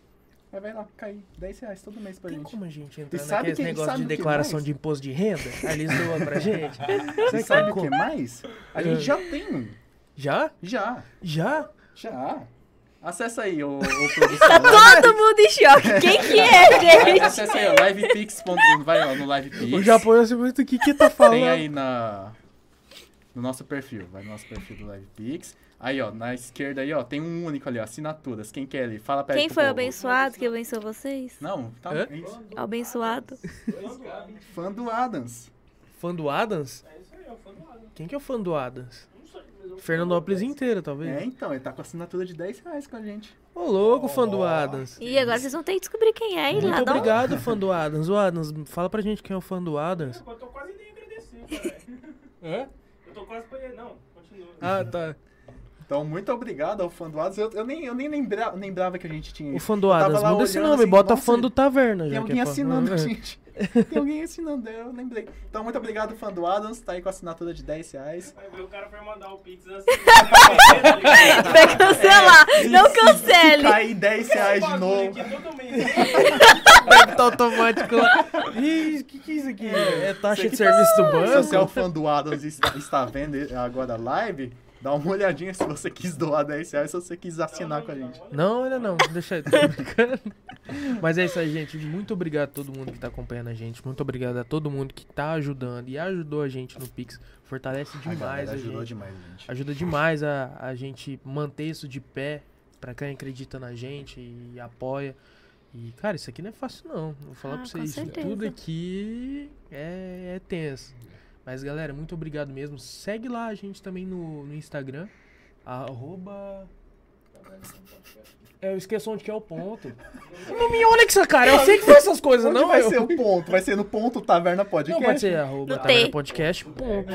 Aí vai lá, cair R$10 todo mês pra Tem gente. como a gente E entrar sabe naqueles que- negócios sabe de o que declaração mais? de imposto de renda? Aí eles doam pra gente? Você sabe o que mais? A gente já tem um. Já? Já. Já? Já. Acessa aí, o produção. Todo mundo em choque. Quem que é, gente? Acessa aí, ó, livepix. Vai lá no livepix. O japonês muito o que tá falando. Tem aí no nosso perfil. Vai no nosso perfil do livepix. Aí, ó, na esquerda aí, ó, tem um único ali, ó, assinaturas. Quem quer ali? Fala perto Quem do foi o povo. abençoado que abençoou vocês? Não, tá Hã? é isso. Abençoado. Fã do Adams. Fã do Adams? É isso aí, é o fã do lado. Quem que é o fã do Adams? Não sei, mas eu... Fernandópolis inteira, talvez. É, então, ele tá com assinatura de R$10 com a gente. Ô, louco, fã do Adams. E agora vocês vão ter que descobrir quem é e lá Muito dá um... obrigado, fã do Adams. O Adams, fala pra gente quem é o fã do Adams. Eu tô quase nem agradecido, cara. Hã? Eu tô quase pra... Não, continua. Ah, tá. Então, muito obrigado ao fã do Adams. Eu nem lembrava que a gente tinha O isso. fã do Eu tava Adams, lá muda esse olhando nome, assim, bota nossa, fã do Taverna. Tem já alguém que é fã- assinando, É. gente. Tem alguém assinando, eu lembrei. Então, muito obrigado, fã do Adams. Tá aí com a assinatura de R$10. Aí o cara foi mandar o Pix assim. Tá ligado? Vai cancelar. Não cancele. Cair R$10 de novo. Aqui, totalmente. Débito automático lá. Ih, que é isso aqui? É taxa Você de que serviço do Se você é o banco? fã do Adams e está vendo agora a live, dá uma olhadinha se você quis doar R$10, se você quis assinar com a gente. Não, ainda não. Deixa aí, tô brincando. Mas é isso aí, gente. Muito obrigado a todo mundo que tá acompanhando a gente. Muito obrigado a todo mundo que tá ajudando e ajudou a gente no Pix. Fortalece A demais galera a ajudou gente. demais, gente. Ajuda demais a gente manter isso de pé. Pra quem acredita na gente e apoia. E, cara, isso aqui não é fácil, não. Vou falar Ah, pra com vocês. certeza. Tudo aqui é tenso. Mas, galera, muito obrigado mesmo. Segue lá a gente também no Instagram. @... Eu esqueço onde que é o ponto. Não me olha com essa cara. Eu sei que faz essas coisas, Onde não. vai eu- ser o ponto? Vai ser no ponto Taverna Podcast? Não, pode ser No @Taverna T. Podcast. Ponto.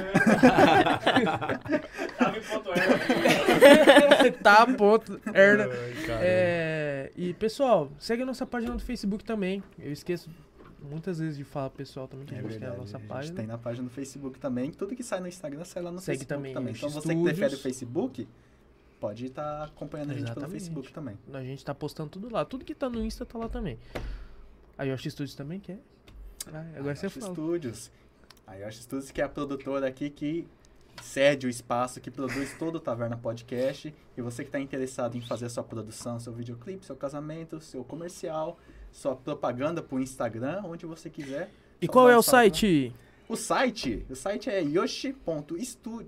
Tava em ponto R. Tá, ponto. Erna. Ai, caramba. E, pessoal, segue a nossa página no Facebook também. Eu esqueço muitas vezes de falar pro pessoal também que a É gente tem verdade, a nossa a gente página. tem na página do Facebook também. Tudo que sai no Instagram sai lá no Segue Facebook também também. os Então você que estúdios. prefere o Facebook, pode estar acompanhando a gente pelo Exatamente. Facebook também. A gente tá postando tudo lá. Tudo que tá no Insta tá lá também. A Yoshi Studios também quer. Agora você Yoshi fala. Studios. A Yoshi Studios, que é a produtora aqui que cede o espaço, que produz todo o Taverna Podcast. E você que está interessado em fazer a sua produção, seu videoclipe, seu casamento, seu comercial, sua propaganda pro Instagram, onde você quiser. E só qual dá é um o salve lá. site? O site é yoshi.studio.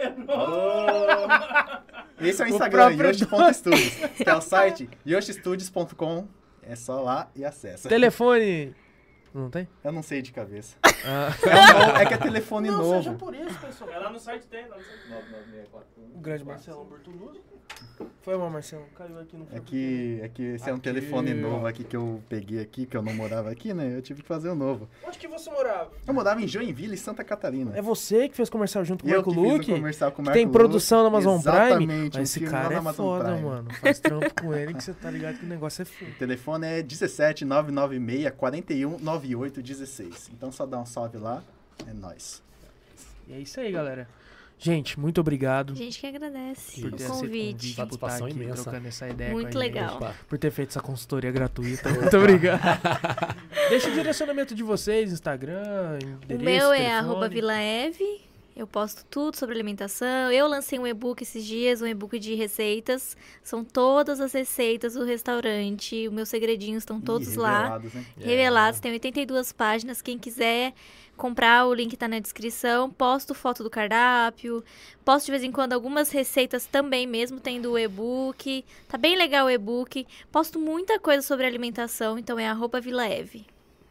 Esse é o O Instagram, próprio yoshi.studios. Que é o site yoshistudios.com. É só lá e acessa. Telefone. Não tem? Eu não sei de cabeça. Ah. É que é telefone novo. por isso, pessoal. É lá no site tem, lá no site. O grande Marcelão Bertolucci. Foi mal, Marcelão. Caiu aqui no É que esse é um Aqui, telefone ó. novo aqui que eu peguei aqui, que eu não morava aqui, né? Eu tive que fazer um novo. Onde que você morava? Eu morava em Joinville, Santa Catarina. É você que fez comercial junto com o eu Marco que fiz Luque? um comercial com o Que Marco tem produção na Luque. Amazon Prime. Exatamente, Mas esse um filme lá cara na é Amazon foda, Prime. mano. Faz trampo com ele que você tá ligado que o negócio é O foda. telefone é 17 996 41 98 16. Então só dá um salve lá. É nóis. E é isso aí, galera. Gente, muito obrigado. A gente que agradece Por o ter aceito o convite. convite, por estar Satisfação aqui imensa. trocando essa ideia Muito com a gente, legal. Opa. por ter feito essa consultoria gratuita. Muito obrigado. Deixa o direcionamento de vocês, Instagram, O endereço, meu é telefone. @vilaeve. Eu posto tudo sobre alimentação. Eu lancei um e-book esses dias, um e-book de receitas. São todas as receitas do restaurante. Os meus segredinhos estão todos lá. Revelados, né? Revelados, tem 82 páginas. Quem quiser comprar, o link tá na descrição. Posto foto do cardápio. Posto de vez em quando algumas receitas também mesmo, tem do e-book. Tá bem legal o e-book. Posto muita coisa sobre alimentação, então é @vilaeve.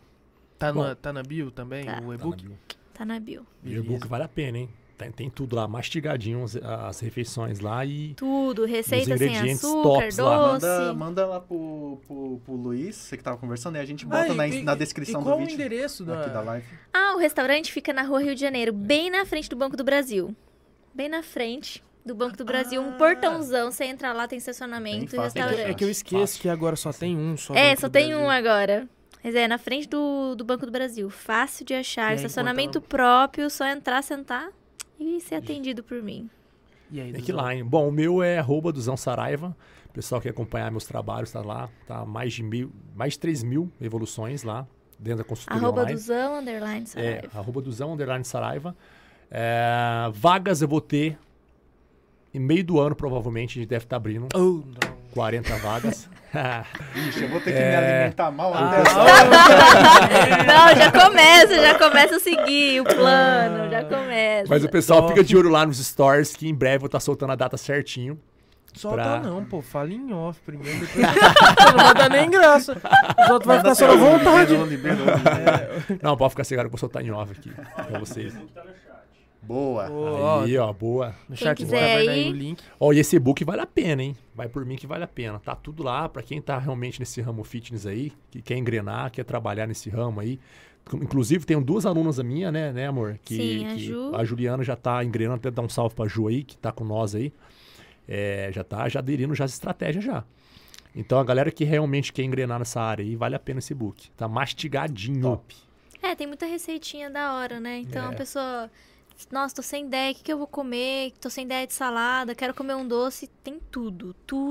Tá na bio também, Tá. o e-book? Tá na bio. O e-book vale a pena, hein? Tem tudo lá, mastigadinho as refeições lá e Tudo, receita sem ingredientes açúcar, tops lá. doce. Manda lá pro Luiz, você que tava conversando, e a gente bota na descrição e qual do o vídeo. endereço Aqui da live. Ah, o restaurante fica na rua Rio de Janeiro, bem na frente do Banco do Brasil. Bem na frente do Banco do Brasil, um portãozão. Você entra lá, tem estacionamento e Bem fácil de restaurante. É que eu esqueço Fácil. que agora só tem um. Só É, Banco só do tem Brasil. um agora. Mas é na frente do Banco do Brasil. Fácil de E achar. aí, Estacionamento enquanto próprio, só entrar, sentar e ser atendido por mim. E aí, tem que ir Duzão? lá, hein? Bom, o meu é @Duzão Saraiva. pessoal que acompanhar meus trabalhos tá lá. Tá mais de 3.000 evoluções lá dentro da consultoria online. @duzão_saraiva. @duzão_saraiva. Vagas eu vou ter em meio do ano, provavelmente. A gente deve estar abrindo 40 vagas. Ixi, eu vou ter que me alimentar mal até Não, já começa a seguir o plano, já começa. Mas o pessoal fica de olho lá nos stories, que em breve eu vou estar soltando a data certinho. Solta não, pô. Fala em off primeiro. Depois... Você não vai dar nem graça. Os outros vão ficar só na vontade. Liberou. Não, pode ficar seguro que eu vou soltar em off aqui pra vocês. Boa. Aí, ó, boa. No Quem chat quiser vai dar aí- aí o link. Ó, e esse e-book vale a pena, hein? Vai por mim que vale a pena. Tá tudo lá pra quem tá realmente nesse ramo fitness aí, que quer engrenar, quer trabalhar nesse ramo aí. Inclusive, tenho 2 alunas minha, né, amor? Sim, a Ju. A Juliana já tá engrenando, até dar um salve pra Ju aí, que tá com nós aí. Já tá aderindo já as estratégias já. Então, a galera que realmente quer engrenar nessa área aí, vale a pena esse e-book. Tá mastigadinho. Top. Tem muita receitinha da hora, né? Então a pessoa... Nossa, tô sem ideia, o que eu vou comer? Tô sem ideia de salada, quero comer um doce. Tem tudo.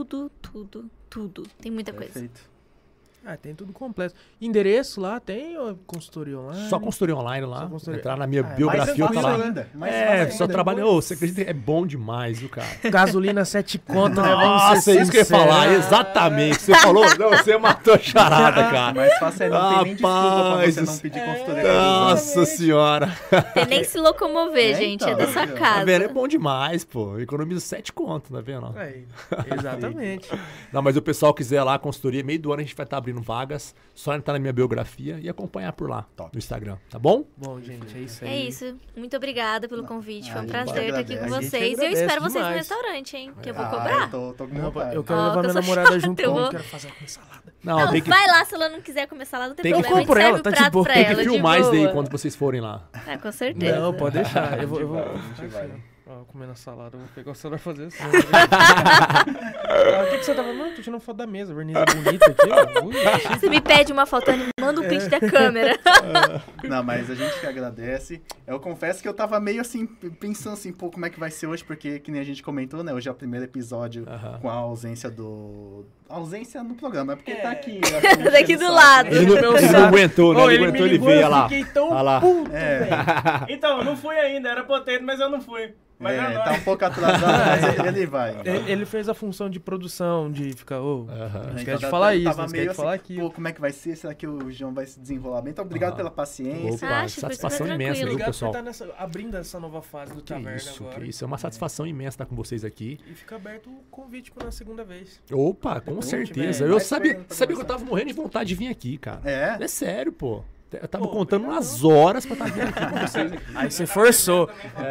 Tem muita coisa. Perfeito. Tem tudo completo. Endereço lá tem ou consultoria online? Só consultoria online lá. Só consultoria. Entrar na minha Mais biografia, tá fácil lá. ainda. Mais fácil Só ainda. trabalha. Ô, você acredita? É bom demais, viu, cara? Gasolina 7 conto, né? Vamos Nossa, ser é isso que eu ia sinceros. falar. Exatamente. Você falou? Não, você matou a charada, cara. Mais fácil é não ter nem desculpa pra Rapaz você do não pedir consultoria. Nossa senhora. Tem nem que se locomover, gente. então, É da sua tá Tá vendo? É casa. bom demais, pô. Economiza 7 conto, tá vendo? Exatamente. Não, mas o pessoal quiser lá, consultoria, meio do ano a gente vai estar abrindo vagas. Só entrar na minha biografia e acompanhar por lá, Top. no Instagram, tá bom? Bom, gente, é isso aí. É isso. Muito obrigada pelo convite. Foi um gente prazer estar aqui com agradece. vocês. E eu agradece espero vocês no demais. restaurante, hein? Que eu vou Ah, cobrar. eu tô com Não, vontade. eu quero Ó, levar que eu minha sou namorada chata, junto eu comigo, vou. quero fazer com salada. Não, tem que, vai lá se ela não quiser comer salada, não tem Tem que problema. comprar a gente ela, serve tá o de prato boa. pra tem que ela, de filmar isso daí boa. quando vocês forem lá. Com certeza. Não, pode deixar. Eu vou. A gente vai. Ó, comendo a salada, eu vou pegar o celular e fazer assim. O que você tava? Não, tô tirando foto da mesa, verniz bonita aqui, ó. Ui, Você me pede uma foto, me manda um print da câmera. Não, mas a gente que agradece. Eu confesso que eu tava meio assim, pensando assim, pô, como é que vai ser hoje, porque, que nem a gente comentou, né? Hoje é o primeiro episódio com a ausência do... Ausência no programa, é porque tá aqui. Daqui do lado. Ele não aguentou, né? Ô, Ele ele me aguentou, ele ligou, veio, eu olha lá. fiquei tão Olha lá. puto, É. velho. Então, eu não fui ainda, era pra ter ido, mas eu não fui. Mas é, tá nóis. um pouco atrasado, mas ele vai. Ele fez a função de produção, de ficar, ô, Aham. não Então, esquece de eu falar isso, tava não esquece meio de falar assim, aquilo. pô, como é que vai ser? Será que o João vai se desenrolar bem? Então, obrigado pela paciência. Opa, Acho, satisfação super imensa, tranquilo. viu, Obrigado pessoal? por estar abrindo essa nova fase do Taverna agora. Que isso. É uma satisfação imensa estar com vocês aqui. E fica aberto o convite para a segunda vez. Opa, com certeza. velho. Eu Vai sabia esperando pra que eu conversar. tava morrendo de vontade de vir aqui, cara. É? É sério, pô. Eu tava Pô, contando obrigado. umas horas pra estar vindo aqui com vocês. Aí você forçou.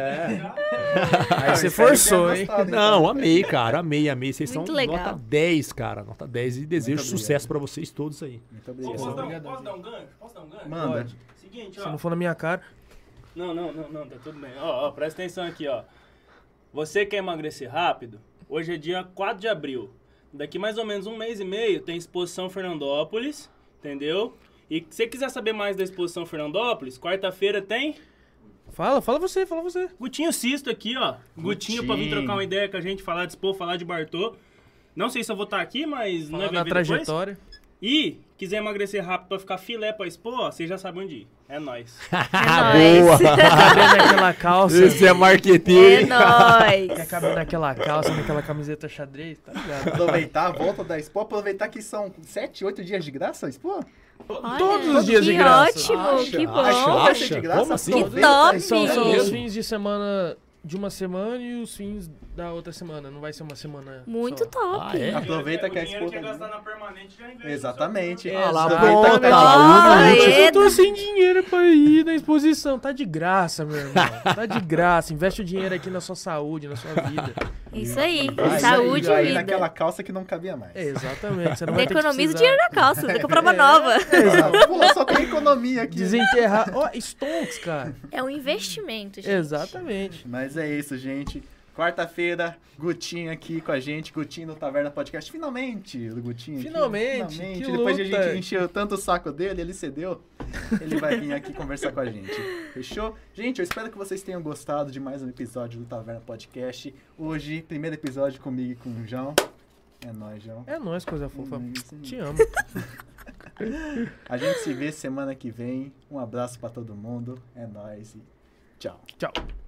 Aí você forçou, hein? Não, amei, cara. Amei. Vocês Muito são legal. nota 10, cara. Nota 10 e desejo Muito sucesso pra vocês todos aí. Muito Ô, obrigado. posso dar um gancho? Posso dar um gancho? Manda. Pode. Seguinte, Se ó. não for na minha cara. Não, tá tudo bem. Ó, presta atenção aqui, ó. Você quer emagrecer rápido? Hoje é dia 4 de abril. Daqui mais ou menos um mês e meio tem exposição Fernandópolis, entendeu? E se você quiser saber mais da exposição Fernandópolis, quarta-feira tem Fala você. Gutinho Sisto aqui, ó. Gutinho pra vir trocar uma ideia com a gente, falar de Expo, falar de Bartô. Não sei se eu vou estar aqui, mas Fala não da vai ver depois. trajetória. E quiser emagrecer rápido pra ficar filé pra Expo, ó, vocês já sabem onde ir. É nóis. É nóis. Caber naquela calça. Esse é marqueteiro, É hein? Quer nóis. caber naquela calça, naquela camiseta xadrez, tá ligado? Aproveitar a volta da Expo, aproveitar que são 7, 8 dias de graça, Expo? Olha, Todos os dias de que graça. ótimo, Acha? que bom. Acha? Acha? Vai ser de graça? Como assim? Que Aproveita. top. São É os mesmo? fins de semana de uma semana e os fins da outra semana. Não vai ser uma semana Muito só. top. Ah, é? Aproveita que a o dinheiro Expo que ia tá gastar na permanente já investe. Exatamente. É, Ah lá, exato. aproveita que tá Olha, lá, Gente, eu eita. tô sem dinheiro pra ir na exposição. Tá de graça, meu irmão. Tá de graça. Investe o dinheiro aqui na sua saúde, na sua vida. Isso aí. Aí, Saúde aí e naquela vida. calça que não cabia mais. É, exatamente. Você não vai ter que Economiza o precisar dinheiro na calça. Tem que comprar uma nova. Exato. Pô, só tem economia aqui. desenterrar. Ó, Stonks, cara. É um investimento, gente. Exatamente. Mas é isso, gente. Quarta-feira, Gutinho aqui com a gente, Gutinho no Taverna Podcast. Finalmente, o Gutinho aqui. Finalmente, que Depois de a luta. gente encheu tanto o saco dele, ele cedeu. Ele vai vir aqui conversar com a gente. Fechou? Gente, eu espero que vocês tenham gostado de mais um episódio do Taverna Podcast. Hoje, primeiro episódio comigo e com o João. É nóis, João. É nóis, coisa fofa. Sim. Te amo. A gente se vê semana que vem. Um abraço pra todo mundo. É nóis e tchau. Tchau.